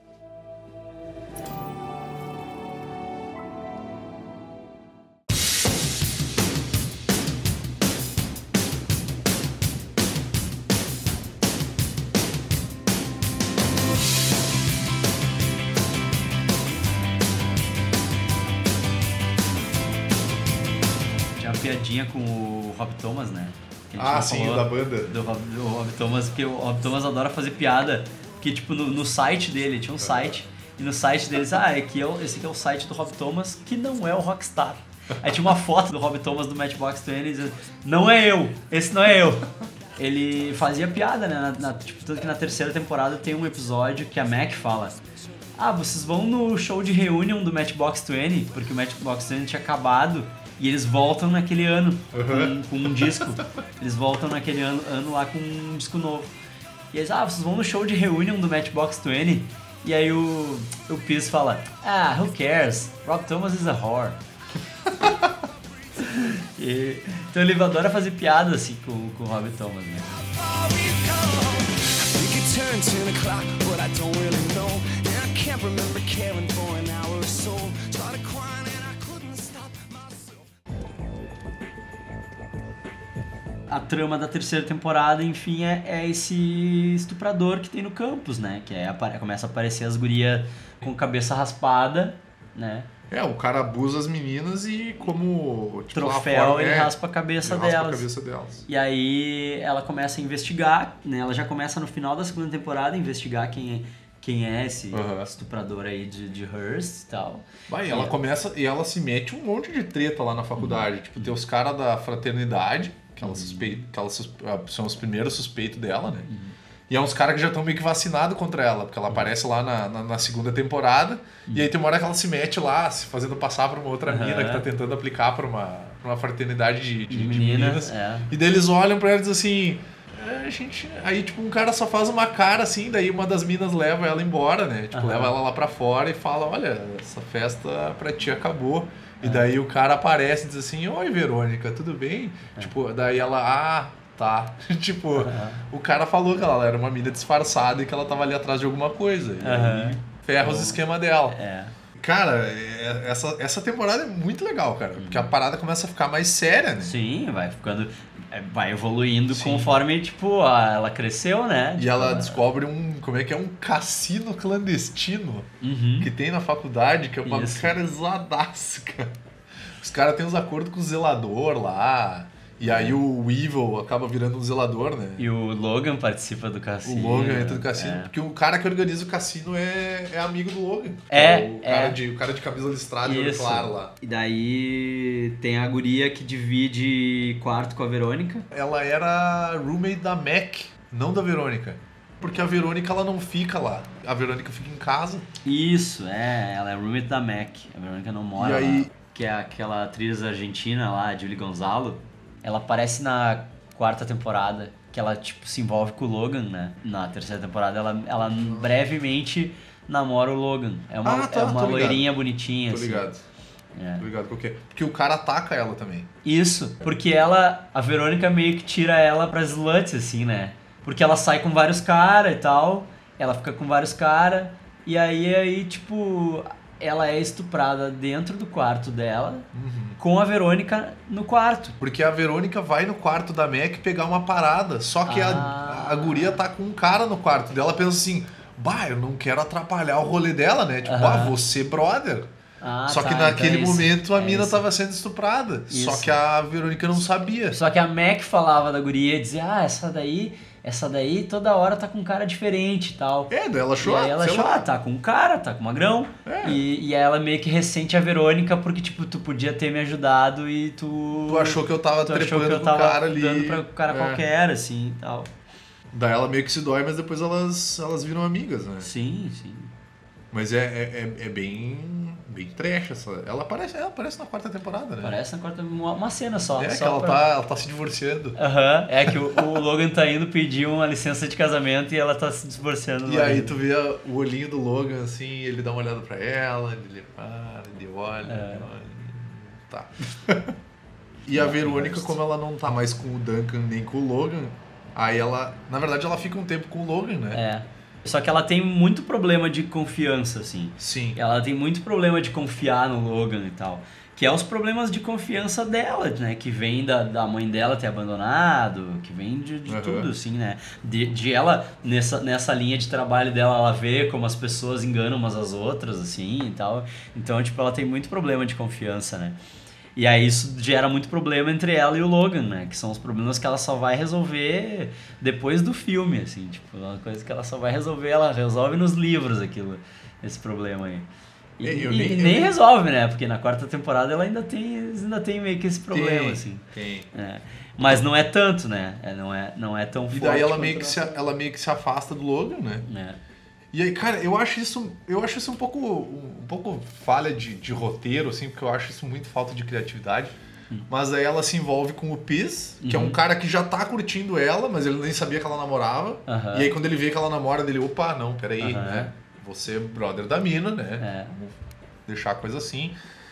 Tinha uma piadinha com o Rob Thomas, né? Que a gente Ah, não sim, falou da banda. Do Rob, do Rob Thomas, porque o Rob Thomas adora fazer piada. Que tipo, no, no site dele, tinha um site, e no site deles, ah, aqui é o, esse aqui é o site do Rob Thomas, que não é o Rockstar. Aí tinha uma foto do Rob Thomas do Matchbox vinte e dizendo, não é eu, esse não é eu. Ele fazia piada, né? Na, na, tipo, tanto que na terceira temporada tem um episódio que a Mac fala, ah, vocês vão no show de reunion do Matchbox vinte, porque o Matchbox vinte tinha acabado, e eles voltam naquele ano com, com um disco. Eles voltam naquele ano, ano lá com um disco novo. E eles, ah, vocês vão no show de reunion do Matchbox vinte? E aí o, o Piz fala, ah, who cares? Rob Thomas is a whore. E, então ele adora fazer piada assim com, com o Rob Thomas, né? We could turn ten o'clock, but I don't really know. And I can't remember caring for an hour or so. Started crying and I couldn't stop myself. A trama da terceira temporada, enfim, é, é esse estuprador que tem no campus, né? Que é, apare- começa a aparecer as gurias com cabeça raspada, né? É, o cara abusa as meninas e como... Tipo, lá Troféu, fora, ele é, raspa a cabeça ele raspa delas. a cabeça delas. E aí ela começa a investigar, né? Ela já começa no final da segunda temporada a investigar quem é, quem é esse Uhum. estuprador aí de, de Hearst e tal. Vai, ela E- começa e ela se mete um monte de treta lá na faculdade. Tipo, tem os caras da fraternidade, que ela, suspeita, que ela sus- são os primeiros suspeitos dela, né? E é uns caras que já estão meio que vacinados contra ela, porque ela aparece lá na, na, na segunda temporada, e aí tem uma hora que ela se mete lá, se fazendo passar por uma outra Uhum. mina que tá tentando aplicar pra uma, pra uma fraternidade de, de, de Meninas, meninas. é. E daí eles olham pra ela e dizem assim... "É, gente... Aí, tipo, um cara só faz uma cara assim, daí uma das minas leva ela embora, né? Tipo, Aham. leva ela lá pra fora e fala, olha, essa festa pra ti acabou. E daí o cara aparece e diz assim, oi, Verônica, tudo bem? Tipo, daí ela, ah, tá. Tipo, o cara falou que ela era uma mina disfarçada e que ela tava ali atrás de alguma coisa. E Aham. aí ferra os esquemas dela. É. Cara, é- essa, essa temporada é muito legal, cara. Porque a parada começa a ficar mais séria, né? Sim, vai ficando. é, Vai evoluindo Sim. conforme, tipo, a- ela cresceu, né? E Tipo, ela descobre um, como é que é, um cassino clandestino Uhum. que tem na faculdade, que é uma Isso. carizadaça, cara. Os caras têm uns acordos com o zelador lá, e aí o Weevil acaba virando um zelador, né? E o Logan participa do O cassino. Logan entra no cassino, É. porque o cara que organiza o cassino é, é amigo do Logan. É, o, cara é. De, o cara de camisa listrada e olho Isso. claro lá. E daí tem a guria que divide quarto com a Verônica. Ela era roommate da Mac, não da Verônica. Porque a Verônica, ela não fica lá. A Verônica fica em casa. Isso, é, ela é roommate da Mac. A Verônica não mora E aí- lá. Que é aquela atriz argentina lá, a Julie Gonzalo. Ela aparece na quarta temporada, que ela, tipo, se envolve com o Logan, né? Na terceira temporada, ela, ela brevemente namora o Logan. É uma, Ah, tá, é uma tô ligado. loirinha bonitinha, Tô assim. ligado. É. Tô ligado qual que é. Porque o cara ataca ela também. Isso, porque ela, a Verônica meio que tira ela pras sluts, assim, né? Porque ela sai com vários caras e tal, ela fica com vários caras, e aí, aí, tipo, ela é estuprada dentro do quarto dela, com a Verônica no quarto. Porque a Verônica vai no quarto da Mac pegar uma parada, só que Ah. a, a guria tá com um cara no quarto dela, pensa assim, bah, eu não quero atrapalhar o rolê dela, né? Tipo, Aham. ah, você brother. Ah, Só tá, que então naquele é isso, momento a é mina isso. tava sendo estuprada. Só Isso. que a Verônica não sabia. Só que a Mac falava da guria e dizia, ah, essa daí, essa daí toda hora tá com um cara diferente e tal. É, daí ela achou, E aí ela sei achou, lá. ah, tá com um cara, tá com uma grão. É. E, e ela meio que ressente a Verônica porque, tipo, tu podia ter me ajudado e tu... Tu achou que eu tava tu achou trepando que eu com tava o cara ali. dando pra um cara É. qualquer, assim, e tal. Daí ela meio que se dói, mas depois elas, elas viram amigas, né? Sim, sim. Mas é, é, é, é bem, bem trash essa. Ela aparece, ela aparece na quarta temporada, né? Aparece na quarta, uma, uma cena só. É só que ela, pra... tá, ela tá se divorciando. Aham, uhum. É que o, o Logan tá indo pedir uma licença de casamento e ela tá se divorciando. E aí tu vê o olhinho do Logan, assim, ele dá uma olhada pra ela, ele para, ele olha, é. ele olha. Tá. E a Verônica, como ela não tá mais com o Duncan nem com o Logan, aí ela, na verdade, ela fica um tempo com o Logan, né? É. Só que ela tem muito problema de confiança, assim. Sim. Ela tem muito problema de confiar no Logan e tal. Que é os problemas de confiança dela, né? Que vem da, da mãe dela ter abandonado, que vem de, de uhum. tudo, assim, né? De, de ela, nessa, nessa linha de trabalho dela, ela vê como as pessoas enganam umas às outras, assim, e tal. Então, tipo, ela tem muito problema de confiança, né? E aí isso gera muito problema entre ela e o Logan, né? Que são os problemas que ela só vai resolver depois do filme, assim. Tipo, uma coisa que ela só vai resolver, ela resolve nos livros aquilo, esse problema aí. E, é, e nem, nem nem... resolve, né? Porque na quarta temporada ela ainda tem, ainda tem meio que esse problema, tem, assim. Tem. É. Mas não é tanto, né? É, não, é, não é tão e forte. E daí ela meio, que se, ela meio que se afasta do Logan, né? É. E aí, cara, eu acho isso, eu acho isso um pouco, um pouco falha de, de roteiro, assim, porque eu acho isso muito falta de criatividade. Hum. Mas aí ela se envolve com o Piz, que uhum. é um cara que já tá curtindo ela, mas ele nem sabia que ela namorava. Uhum. E aí quando ele vê que ela namora, dele, opa, não, peraí, uhum. né? Você é brother da mina, né? É. Vamos deixar a coisa assim.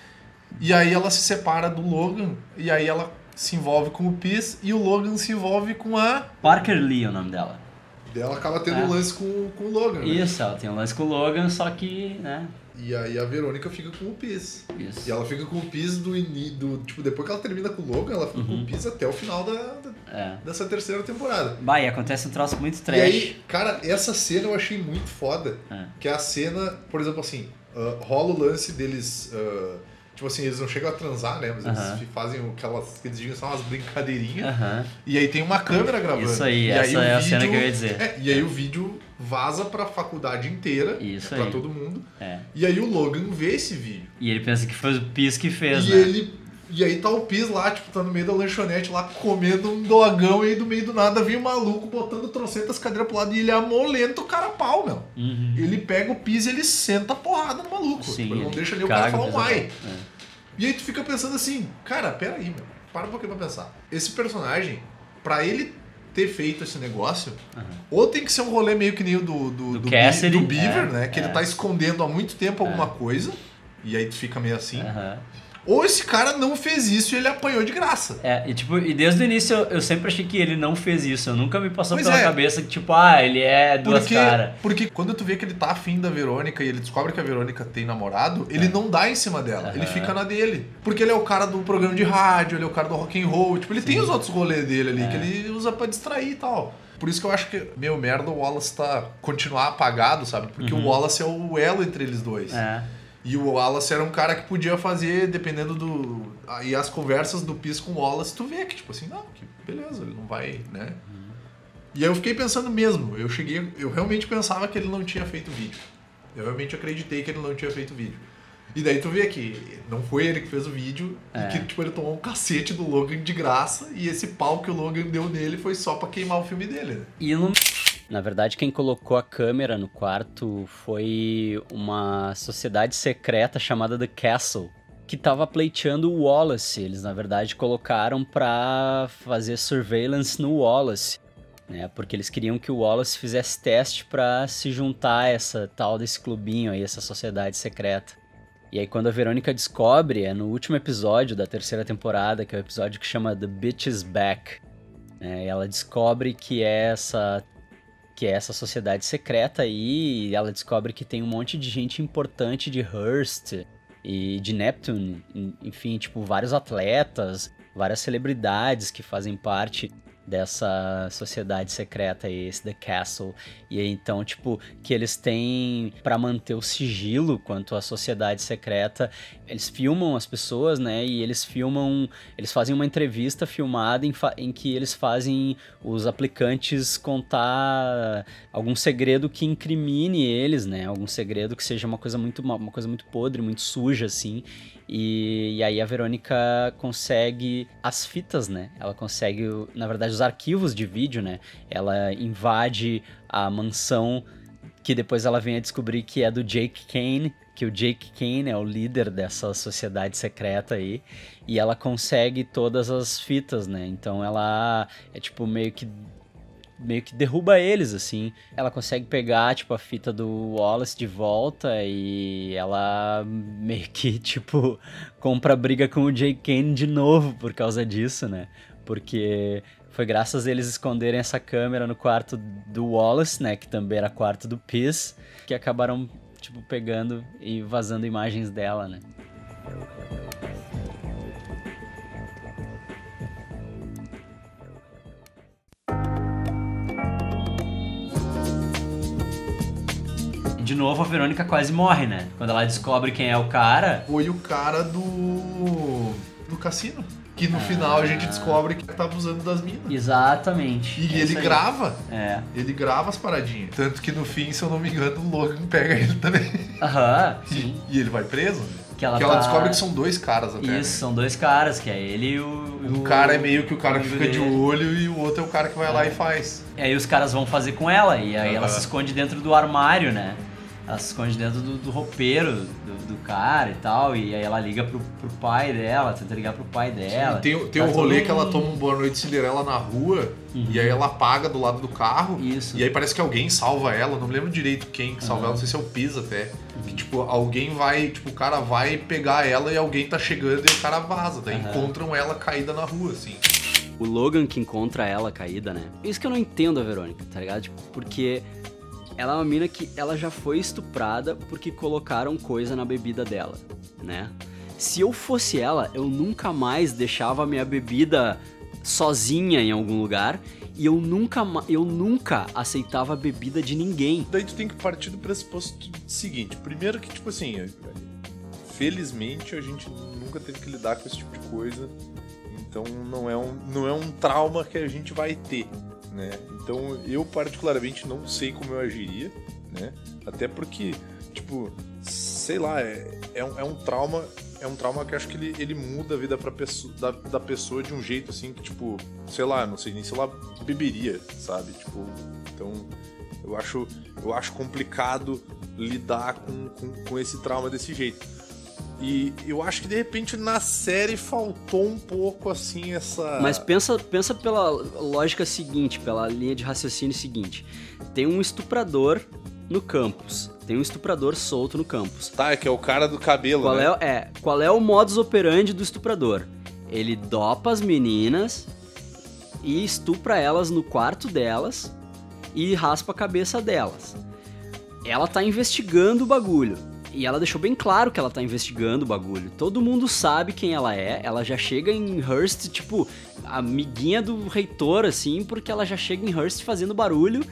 E aí ela se separa do Logan, e aí ela se envolve com o Piz, e o Logan se envolve com a... Parker Lee é o nome dela. Ela acaba tendo é. um lance com, com o Logan, né? Isso, ela tem um lance com o Logan, só que, né... E aí a Verônica fica com o Piz. Isso. E ela fica com o Piz do, do... Tipo, depois que ela termina com o Logan, ela fica uhum. com o Piz até o final da, da é. dessa terceira temporada. Bah, e acontece um troço muito trash. E aí, cara, essa cena eu achei muito foda. É. Que é a cena, por exemplo, assim... Uh, rola o lance deles... Uh, tipo assim, eles não chegam a transar, né? Mas uh-huh. eles fazem aquelas... Eles dizem só umas brincadeirinhas. Uh-huh. E aí tem uma câmera gravando. Isso aí, e essa aí é a vídeo, cena que eu ia dizer. É, e aí o vídeo vaza pra faculdade inteira. Isso pra aí. todo mundo. É. E aí o Logan vê esse vídeo. E ele pensa que foi o Piz que fez, e né? Ele, e aí tá o Piz lá, tipo, tá no meio da lanchonete lá, comendo um dogão, e aí do meio do nada vem um maluco botando trocentas cadeiras pro lado e ele amolenta o cara a pau, meu. Uhum. Ele pega o Piz e ele senta a porrada no maluco. Sim, tipo, ele não deixa nem o cara falar um ai. É. E aí tu fica pensando assim, cara, pera aí, meu. Para um pouquinho pra pensar. Esse personagem, pra ele ter feito esse negócio, uhum. ou tem que ser um rolê meio que nem o do, do, do, do, Cassidy, do Beaver, é, né? Que é. ele tá escondendo há muito tempo alguma é. coisa, e aí tu fica meio assim. Uhum. Ou esse cara não fez isso e ele apanhou de graça. É, e tipo, e desde o início eu, eu sempre achei que ele não fez isso. Eu nunca me passou pois pela é. cabeça que, tipo, ah, ele é duas porque, caras. Porque quando tu vê que ele tá afim da Verônica e ele descobre que a Verônica tem namorado, ele é. não dá em cima dela, uhum. ele fica na dele. Porque ele é o cara do programa de rádio, ele é o cara do rock and roll, tipo, ele Sim. tem os outros rolês dele ali, é. que ele usa pra distrair e tal. Por isso que eu acho que, meu, merda, o Wallace tá continuar apagado, sabe? Porque uhum. o Wallace é o elo entre eles dois. É. E o Wallace era um cara que podia fazer, dependendo do... Aí as conversas do Piz com o Wallace, tu vê que, tipo assim, não, que beleza, ele não vai, né? Uhum. E aí eu fiquei pensando mesmo, eu cheguei... Eu realmente pensava que ele não tinha feito vídeo. Eu realmente acreditei que ele não tinha feito vídeo. E daí tu vê que não foi ele que fez o vídeo, é. e que, tipo, ele tomou um cacete do Logan de graça, e esse pau que o Logan deu nele foi só pra queimar o filme dele, né? E não... Na verdade, quem colocou a câmera no quarto foi uma sociedade secreta chamada The Castle, que estava pleiteando o Wallace. Eles, na verdade, colocaram para fazer surveillance no Wallace, né? Porque eles queriam que o Wallace fizesse teste para se juntar a essa tal desse clubinho aí, essa sociedade secreta. E aí, quando a Verônica descobre, é no último episódio da terceira temporada, que é o episódio que chama The Bitch is Back, né? Ela descobre que é essa... que é essa sociedade secreta aí, e ela descobre que tem um monte de gente importante de Hearst e de Neptune, enfim, tipo, vários atletas, várias celebridades que fazem parte dessa sociedade secreta aí, esse The Castle. E aí, então, tipo, que eles têm, pra manter o sigilo quanto à sociedade secreta, eles filmam as pessoas, né, e eles filmam, eles fazem uma entrevista filmada em, fa- em que eles fazem os aplicantes contar algum segredo que incrimine eles, né, algum segredo que seja uma coisa muito, uma, uma coisa muito podre, muito suja, assim. E, e aí a Verônica consegue as fitas, né? Ela consegue, na verdade, os arquivos de vídeo, né? Ela invade a mansão que depois ela vem a descobrir que é do Jake Kane, que o Jake Kane é o líder dessa sociedade secreta aí, e ela consegue todas as fitas, né? Então ela é tipo meio que meio que derruba eles, assim. Ela consegue pegar, tipo, a fita do Wallace de volta e ela meio que, tipo, compra briga com o Jake Kane de novo por causa disso, né? Porque foi graças a eles esconderem essa câmera no quarto do Wallace, né? Que também era quarto do Peace, que acabaram, tipo, pegando e vazando imagens dela, né? De novo, a Verônica quase morre, né? Quando ela descobre quem é o cara... Foi o cara do... do cassino. Que no ah. final a gente descobre que tá abusando das minas. Exatamente. E é ele grava. É. Ele grava as paradinhas. Tanto que no fim, se eu não me engano, o Logan pega ele também. Aham, sim. E, e ele vai preso. Que ela, que tá... ela descobre que são dois caras até. Isso, né? São dois caras, que é ele e o... Um o... cara é meio que o cara que fica de olho e o outro é o cara que vai é. lá e faz. E aí os caras vão fazer com ela, e aí uhum. ela se esconde dentro do armário, né? Ela se esconde dentro do, do roupeiro do, do cara e tal, e aí ela liga pro, pro pai dela, tenta ligar pro pai dela. Sim, tem tem tá um rolê todo... que ela toma um Boa Noite Cinderela na rua, uhum. e aí ela apaga do lado do carro, Isso. e aí parece que alguém salva ela, não me lembro direito quem que salva uhum. ela, não sei se é o Pisa até, uhum. que tipo, alguém vai, tipo, o cara vai pegar ela e alguém tá chegando e o cara vaza, daí uhum. encontram ela caída na rua, assim. O Logan que encontra ela caída, né? Isso que eu não entendo a Verônica, tá ligado? Tipo, porque... ela é uma mina que ela já foi estuprada porque colocaram coisa na bebida dela, né? Se eu fosse ela, eu nunca mais deixava a minha bebida sozinha em algum lugar e eu nunca, eu nunca aceitava a bebida de ninguém. Daí tu tem que partir do pressuposto seguinte. Primeiro que, tipo assim, felizmente a gente nunca teve que lidar com esse tipo de coisa, então não é um, não é um trauma que a gente vai ter. Né? Então eu particularmente não sei como eu agiria, né? Até porque, tipo, sei lá, é, é, um, é um trauma, é um trauma que eu acho que ele, ele muda a vida pra pessoa, da, da pessoa de um jeito assim que, tipo, sei lá, não sei nem se ela beberia, sabe? Tipo, então eu acho, eu acho complicado lidar com, com, com esse trauma desse jeito. E eu acho que de repente na série faltou um pouco assim essa... Mas pensa, pensa pela lógica seguinte, pela linha de raciocínio seguinte. Tem um estuprador no campus. Tem um estuprador solto no campus. Tá, é que é o cara do cabelo, qual né? É, é, qual é o modus operandi do estuprador? Ele dopa as meninas e estupra elas no quarto delas e raspa a cabeça delas. Ela tá investigando o bagulho. E ela deixou bem claro que ela tá investigando o bagulho. Todo mundo sabe quem ela é. Ela já chega em Hearst, tipo, amiguinha do reitor, assim, porque ela já chega em Hearst fazendo barulho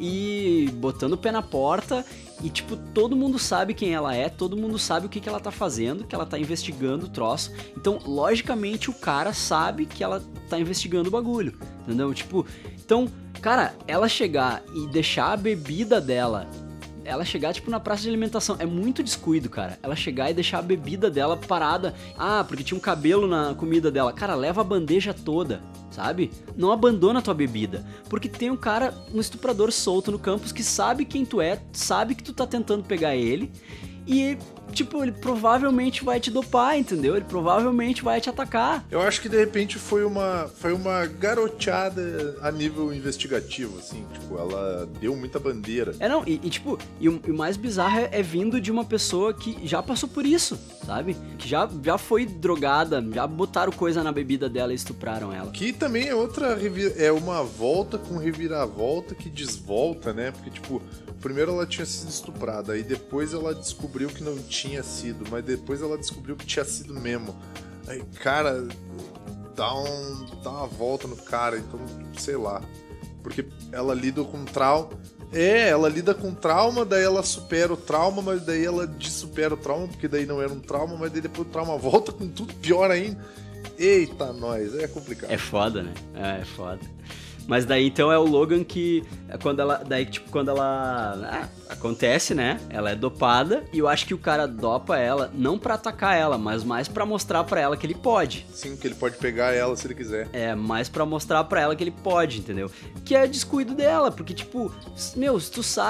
e botando o pé na porta. E, tipo, todo mundo sabe quem ela é, todo mundo sabe o que, que ela tá fazendo, que ela tá investigando o troço. Então, logicamente, o cara sabe que ela tá investigando o bagulho, entendeu? Tipo, então, cara, ela chegar e deixar a bebida dela... Ela chegar, tipo, na praça de alimentação. É muito descuido, cara. Ela chegar e deixar a bebida dela parada. Ah, porque tinha um cabelo na comida dela. Cara, leva a bandeja toda, sabe? Não abandona a tua bebida. Porque tem um cara, um estuprador solto no campus que sabe quem tu é, sabe que tu tá tentando pegar ele. E, tipo, ele provavelmente vai te dopar, entendeu? Ele provavelmente vai te atacar. Eu acho que, de repente, foi uma, foi uma garoteada a nível investigativo, assim. Tipo, ela deu muita bandeira. É, não, e, e tipo, e o, e o mais bizarro é, é vindo de uma pessoa que já passou por isso, sabe? Que já, já foi drogada, já botaram coisa na bebida dela e estupraram ela. Que também é outra, é uma volta com reviravolta que desvolta, né? Porque, tipo... Primeiro ela tinha sido estuprada, aí depois ela descobriu que não tinha sido, mas depois ela descobriu que tinha sido mesmo. Aí, cara, dá, um, dá uma volta no cara, então, sei lá. Porque ela lida com trauma. É, ela lida com trauma, daí ela supera o trauma, mas daí ela dessupera o trauma, porque daí não era um trauma, mas daí depois o trauma volta com tudo pior ainda. Eita, nós, é complicado. É foda, né? É, é foda. Mas daí então é o Logan que quando ela, daí tipo quando ela ah, acontece, né? Ela é dopada e eu acho que o cara dopa ela não pra atacar ela, mas mais pra mostrar pra ela que ele pode. Sim, que ele pode pegar ela se ele quiser. É, mais pra mostrar pra ela que ele pode, entendeu? Que é descuido dela, porque tipo, meu, se tu sabe que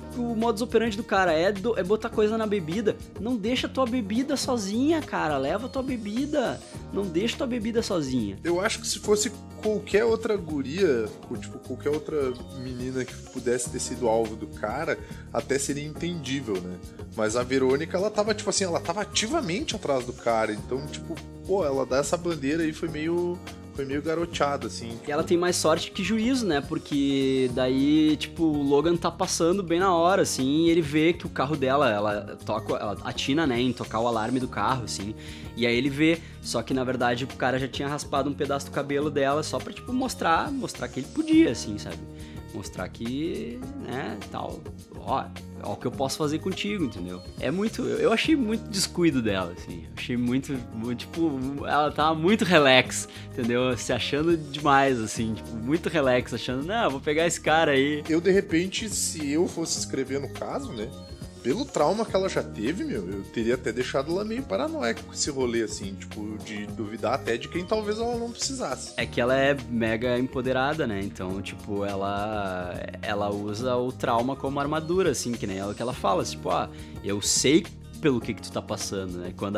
o modus operandi do cara é, do, é botar coisa na bebida. Não deixa tua bebida sozinha, cara. Leva tua bebida. Não deixa tua bebida sozinha. Eu acho que se fosse qualquer outra guria, ou tipo, qualquer outra menina que pudesse ter sido alvo do cara, até seria entendível, né? Mas a Verônica, ela tava, tipo assim, ela tava ativamente atrás do cara. Então, tipo, pô, ela dá essa bandeira aí foi meio... Foi meio garoteada, assim. E ela tem mais sorte que juízo, né? Porque daí, tipo, o Logan tá passando bem na hora, assim, e ele vê que o carro dela, ela toca, ela atina, né, em tocar o alarme do carro, assim. E aí ele vê, só que na verdade o cara já tinha raspado um pedaço do cabelo dela só pra, tipo, mostrar, mostrar que ele podia, assim, sabe? Mostrar que, né, tal, ó, ó o que eu posso fazer contigo, entendeu? É muito, eu achei muito descuido dela, assim, eu achei muito, muito, tipo, ela tava muito relax, entendeu? Se achando demais, assim, tipo, muito relax, achando, não, eu vou pegar esse cara aí. Eu, de repente, se eu fosse escrever no caso, né, pelo trauma que ela já teve, meu, eu teria até deixado ela meio paranoica com esse rolê, assim, tipo, de duvidar até de quem talvez ela não precisasse. É que ela é mega empoderada, né? Então, tipo, ela ela usa o trauma como armadura, assim, que nem ela que ela fala, tipo, ah, eu sei pelo que que tu tá passando, né? Quando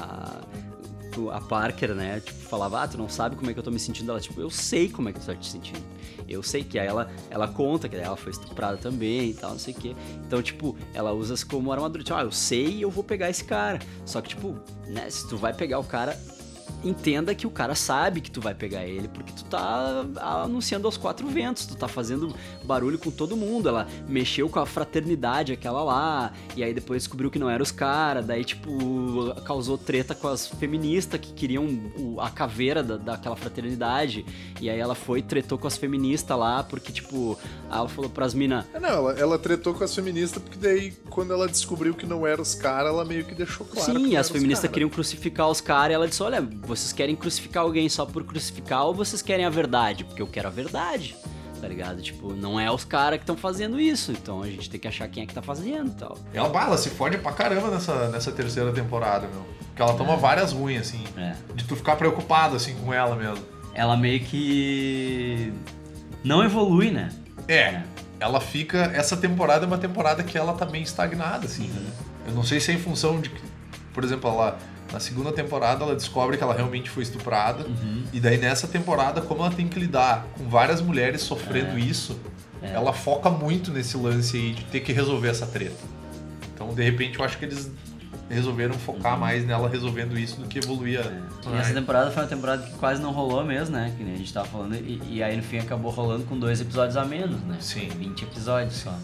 a a Parker, né, tipo, falava, ah, tu não sabe como é que eu tô me sentindo, ela, tipo, eu sei como é que tu tá te sentindo. Eu sei que aí ela, ela conta que ela foi estuprada também e tal, não sei o quê. Então, tipo, ela usa isso como armadura. Tipo, ah, eu sei e eu vou pegar esse cara. Só que, tipo, né, se tu vai pegar o cara, entenda que o cara sabe que tu vai pegar ele, porque tu tá anunciando aos quatro ventos, tu tá fazendo barulho com todo mundo. Ela mexeu com a fraternidade, aquela lá, e aí depois descobriu que não eram os caras, daí, tipo, causou treta com as feministas que queriam o, a caveira da, daquela fraternidade, e aí ela foi e tretou com as feministas lá, porque, tipo, ela falou pras minas... É, não, ela, ela tretou com as feministas, porque daí, quando ela descobriu que não eram os caras, ela meio que deixou claro. Sim, que as feministas cara. queriam crucificar os caras, e ela disse, olha, vocês querem crucificar alguém só por crucificar ou vocês querem a verdade? Porque eu quero a verdade, tá ligado? Tipo, não é os caras que estão fazendo isso, então a gente tem que achar quem é que tá fazendo e tal. Ela, ela se fode pra caramba nessa, nessa terceira temporada, meu. Porque ela toma é. várias ruins, assim. É. De tu ficar preocupado, assim, com ela mesmo. Ela meio que não evolui, né? É. é. Ela fica... Essa temporada é uma temporada que ela tá meio estagnada, assim. Uhum. Eu não sei se é em função de... Por exemplo, ela... Na segunda temporada ela descobre que ela realmente foi estuprada. Uhum. E daí nessa temporada, como ela tem que lidar com várias mulheres sofrendo é. isso, é. ela foca muito nesse lance aí de ter que resolver essa treta. Então, de repente, eu acho que eles resolveram focar uhum. mais nela resolvendo isso do que evoluir. É. E essa temporada foi uma temporada que quase não rolou mesmo, né? Que nem a gente tava falando. E, e aí no fim acabou rolando com dois episódios a menos, né? Sim. vinte episódios só.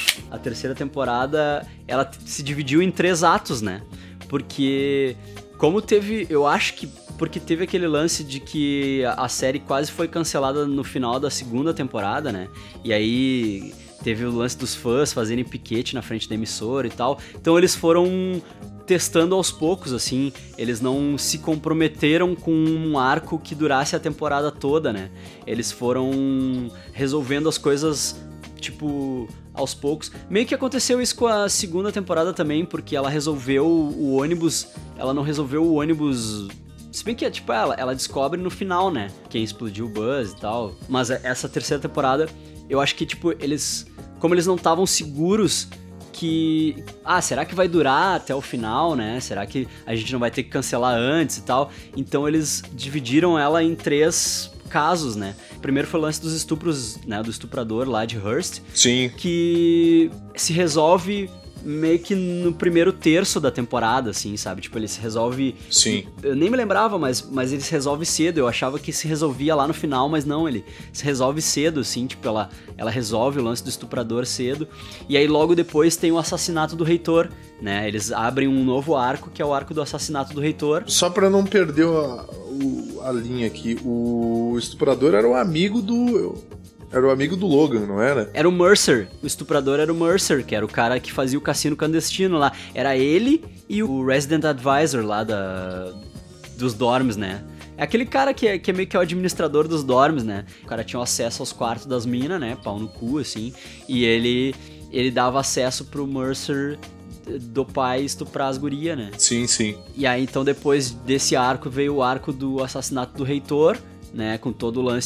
A terceira temporada, ela se dividiu em três atos, né? Porque, como teve, eu acho que porque teve aquele lance de que a série quase foi cancelada no final da segunda temporada, né? E aí teve o lance dos fãs fazerem piquete na frente da emissora e tal. Então eles foram testando aos poucos, assim. Eles não se comprometeram com um arco que durasse a temporada toda, né? Eles foram resolvendo as coisas, tipo... aos poucos. Meio que aconteceu isso com a segunda temporada também, porque ela resolveu o ônibus, ela não resolveu o ônibus... Se bem que, tipo, ela, ela descobre no final, né, quem explodiu o Buzz e tal. Mas essa terceira temporada, eu acho que, tipo, eles... Como eles não estavam seguros que... Ah, será que vai durar até o final, né? Será que a gente não vai ter que cancelar antes e tal? Então eles dividiram ela em três... casos, né? Primeiro foi o lance dos estupros, né, do estuprador lá de Hearst. Sim. Que se resolve meio que no primeiro terço da temporada, assim, sabe? Tipo, ele se resolve... Sim. Eu nem me lembrava, mas, mas ele se resolve cedo. Eu achava que se resolvia lá no final, mas não, ele se resolve cedo, assim, tipo, ela, ela resolve o lance do estuprador cedo. E aí logo depois tem o assassinato do reitor, né? Eles abrem um novo arco, que é o arco do assassinato do reitor. Só pra não perder a, o, a linha aqui, o estuprador era o amigo do... Era o amigo do Logan, não era? Era o Mercer. O estuprador era o Mercer, que era o cara que fazia o cassino clandestino lá. Era ele e o Resident Advisor lá da, dos dorms, né? É aquele cara que é, que é meio que o administrador dos dorms, né? O cara tinha acesso aos quartos das minas, né? Pau no cu, assim. E ele, ele dava acesso pro Mercer do pai estuprar as gurias, né? Sim, sim. E aí, então, depois desse arco, veio o arco do assassinato do reitor, né, com todo o lance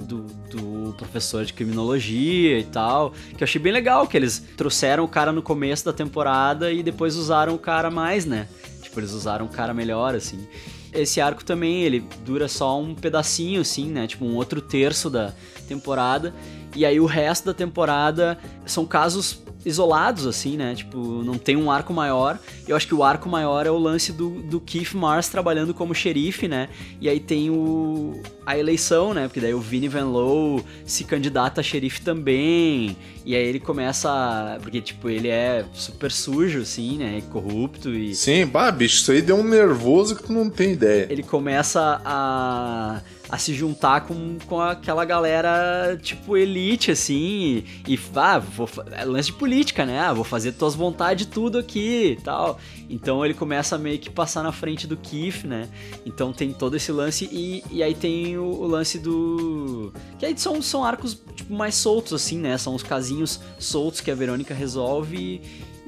do, do professor de criminologia e tal, que eu achei bem legal, que eles trouxeram o cara no começo da temporada e depois usaram o cara mais, né? Tipo, eles usaram o cara melhor, assim. Esse arco também, ele dura só um pedacinho, assim, né? Tipo, um outro terço da temporada. E aí o resto da temporada são casos isolados, assim, né? Tipo, não tem um arco maior. Eu acho que o arco maior é o lance do, do Keith Mars trabalhando como xerife, né? E aí tem o, a eleição, né? Porque daí o Vinnie Van Lowe se candidata a xerife também. E aí ele começa... Porque, tipo, ele é super sujo, assim, né? E corrupto e... Sim, bah, bicho, isso aí deu um nervoso que tu não tem ideia. Ele começa a... a se juntar com, com aquela galera, tipo, elite, assim, e, e ah, vou, é lance de política, né? Ah, vou fazer tuas vontades tudo aqui e tal. Então ele começa a meio que passar na frente do Keith, né? Então tem todo esse lance e, e aí tem o, o lance do... Que aí são, são arcos, tipo, mais soltos, assim, né? São os casinhos soltos que a Verônica resolve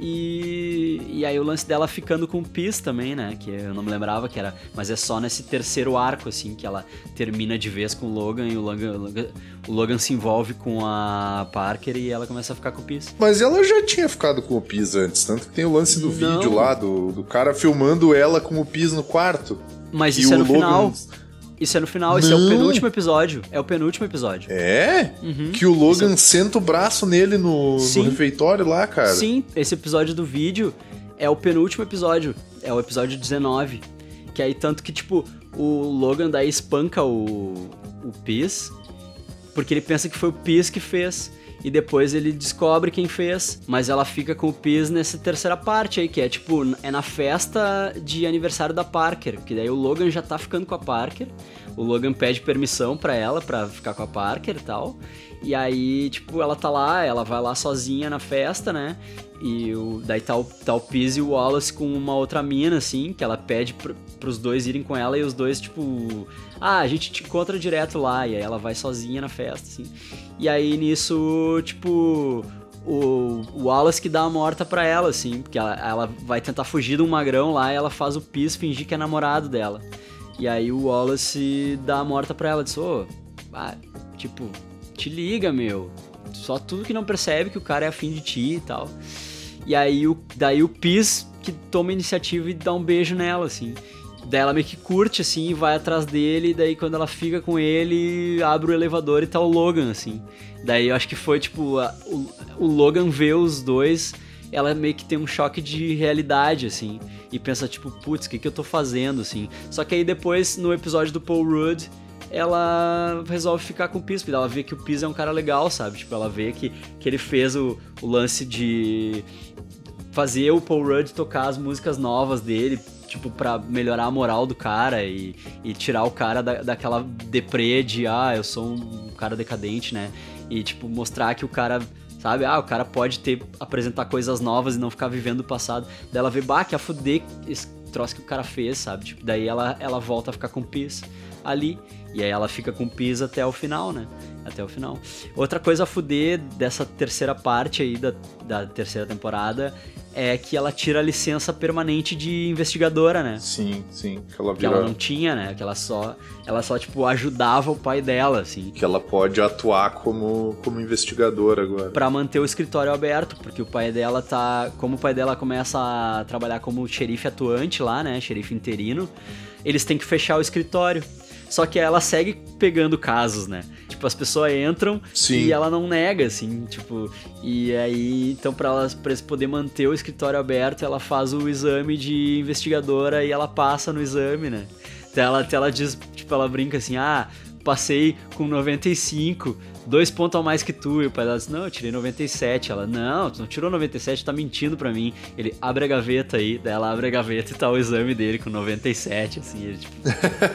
e, e aí o lance dela ficando com o Piz também, né? Que eu não me lembrava que era... Mas é só nesse terceiro arco, assim, que ela termina de vez com o Logan e o Logan, o Logan, o Logan se envolve com a Parker e ela começa a ficar com o Piz. Mas ela já tinha ficado com o Piz antes, tanto que tem o lance do não. vídeo lá, do, do cara filmando ela com o Piz no quarto. Mas isso é no Logan... final... Isso é no final, esse não. é o penúltimo episódio. É o penúltimo episódio. É? Uhum. Que o Logan é... senta o braço nele no, no refeitório lá, cara. Sim, esse episódio do vídeo é o penúltimo episódio. É o episódio dezenove. Que aí tanto que, tipo, o Logan daí espanca o, o Piz, porque ele pensa que foi o Piz que fez. E depois ele descobre quem fez, mas ela fica com o Piz nessa terceira parte aí, que é tipo, é na festa de aniversário da Parker, que daí o Logan já tá ficando com a Parker, o Logan pede permissão pra ela pra ficar com a Parker e tal, e aí, tipo, ela tá lá, ela vai lá sozinha na festa, né, e o, daí tá o, tá o Piz e o Wallace com uma outra mina, assim, que ela pede pr- pros dois irem com ela, e os dois, tipo, ah, a gente te encontra direto lá, e aí ela vai sozinha na festa, assim. E aí, nisso, tipo, o, o Wallace que dá a morta pra ela, assim, porque ela, ela vai tentar fugir de um magrão lá, e ela faz o Piz fingir que é namorado dela. E aí o Wallace dá a morta pra ela, diz, ô, ah, tipo, te liga, meu, só tu que não percebe que o cara é afim de ti e tal. E aí, o, daí o Piz que toma a iniciativa e dá um beijo nela, assim. Daí ela meio que curte, assim, e vai atrás dele, e daí quando ela fica com ele, abre o elevador e tá o Logan, assim. Daí eu acho que foi, tipo, a, o, o Logan vê os dois, ela meio que tem um choque de realidade, assim, e pensa, tipo, putz, o que que eu tô fazendo, assim. Só que aí depois, no episódio do Paul Rudd, ela resolve ficar com o Piz, porque ela vê que o Piz é um cara legal, sabe? Tipo, ela vê que, que ele fez o, o lance de fazer o Paul Rudd tocar as músicas novas dele, tipo, pra melhorar a moral do cara e, e tirar o cara da, daquela deprê de, ah, eu sou um cara decadente, né? E, tipo, mostrar que o cara, sabe, ah, o cara pode ter, apresentar coisas novas e não ficar vivendo o passado. Daí ela vê, bah, que a fuder esse troço que o cara fez, sabe? Tipo, daí ela, ela volta a ficar com o Piz ali. E aí ela fica com o Piz até o final, né? Até o final. Outra coisa a fuder dessa terceira parte aí da, da terceira temporada é que ela tira a licença permanente de investigadora, né? Sim, sim. Que ela, vira... que ela não tinha, né? Que ela só, ela só, tipo, ajudava o pai dela, assim. Que ela pode atuar como, como investigadora agora. Pra manter o escritório aberto, porque o pai dela tá... Como o pai dela começa a trabalhar como xerife atuante lá, né? Xerife interino, eles têm que fechar o escritório. Só que ela segue pegando casos, né? Tipo, as pessoas entram Sim. e ela não nega, assim, tipo... E aí, então, pra ela pra eles poder manter o escritório aberto, ela faz o exame de investigadora e ela passa no exame, né? Até ela, até ela diz, tipo, ela brinca assim, ah, passei com noventa e cinco, dois pontos a mais que tu. E o pai dela diz, não, eu tirei noventa e sete. Ela, não, tu não tirou noventa e sete, tá mentindo pra mim. Ele, abre a gaveta aí, daí ela abre a gaveta e tá o exame dele com noventa e sete, assim, ele, tipo...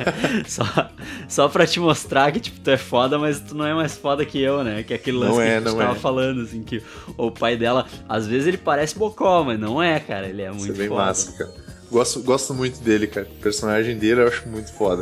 só, só pra te mostrar que, tipo, tu é foda, mas tu não é mais foda que eu, né? Que é aquele lance não que é, a gente tava é. falando, assim, que o pai dela, às vezes ele parece bocó, mas não é, cara, ele é muito foda. Isso é bem foda. Massa, cara. Gosto, gosto muito dele, cara. O personagem dele eu acho muito foda.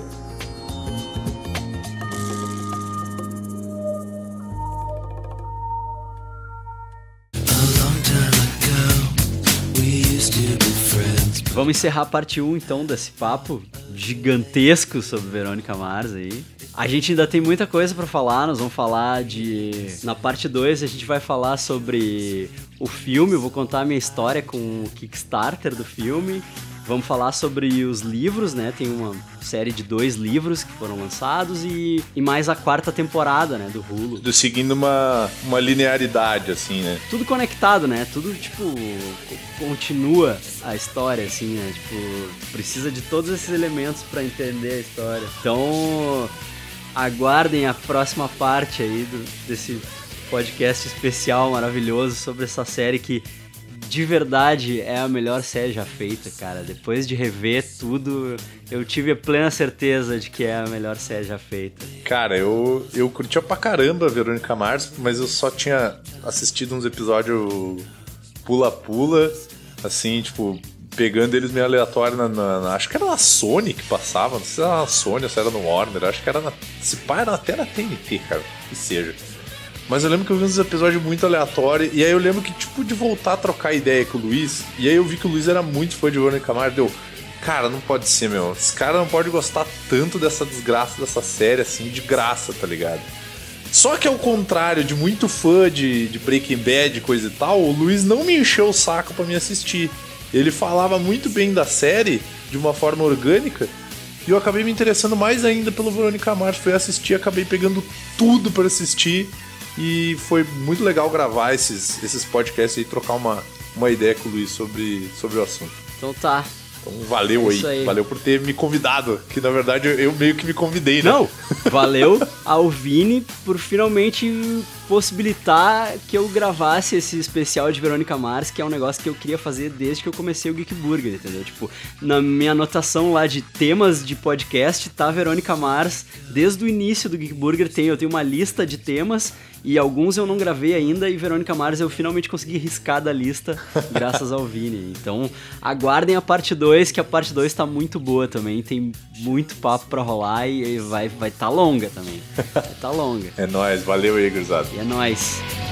Vamos encerrar a parte um, então, desse papo gigantesco sobre Verônica Mars aí. A gente ainda tem muita coisa pra falar, nós vamos falar de... Na parte dois a gente vai falar sobre o filme, eu vou contar a minha história com o Kickstarter do filme. Vamos falar sobre os livros, né? Tem uma série de dois livros que foram lançados e, e mais a quarta temporada, né? Do Hulu. Do seguindo uma, uma linearidade, assim, né? Tudo conectado, né? Tudo, tipo, continua a história, assim, né? Tipo, precisa de todos esses elementos pra entender a história. Então, aguardem a próxima parte aí do, desse podcast especial maravilhoso sobre essa série que... De verdade, é a melhor série já feita, cara. Depois de rever tudo, eu tive a plena certeza de que é a melhor série já feita. Cara, eu, eu curtia pra caramba a Verônica Mars, mas eu só tinha assistido uns episódios pula-pula, assim, tipo, pegando eles meio aleatório na, na, na... Acho que era na Sony que passava, não sei se era na Sony ou se era no Warner, acho que era na... Se pá, era até na T N T, cara, que seja. Mas eu lembro que eu vi uns episódios muito aleatórios. E aí eu lembro que, tipo, de voltar a trocar ideia com o Luiz. E aí eu vi que o Luiz era muito fã de Verônica Mars. Deu, cara, não pode ser, meu. Esse cara não pode gostar tanto dessa desgraça, dessa série, assim, de graça, tá ligado? Só que ao contrário de muito fã de, de Breaking Bad e coisa e tal, o Luiz não me encheu o saco pra me assistir. Ele falava muito bem da série, de uma forma orgânica. E eu acabei me interessando mais ainda pelo Verônica Mars. Fui assistir, acabei pegando tudo pra assistir. E foi muito legal gravar esses, esses podcasts e trocar uma, uma ideia com o Luiz sobre, sobre o assunto. Então tá. Então valeu é aí. aí. Valeu por ter me convidado. Que na verdade eu meio que me convidei, né? Não, valeu ao Vini por finalmente possibilitar que eu gravasse esse especial de Verônica Mars, que é um negócio que eu queria fazer desde que eu comecei o Geek Burger, entendeu? Tipo, na minha anotação lá de temas de podcast tá Verônica Mars. Desde o início do Geek Burger tem, eu tenho uma lista de temas e alguns eu não gravei ainda e Verônica Mars eu finalmente consegui riscar da lista graças ao Vini. Então aguardem a parte dois, que a parte dois tá muito boa também, tem muito papo pra rolar e vai vai tá longa também. Vai tá longa. É nóis, valeu aí, gurizada. E é nóis.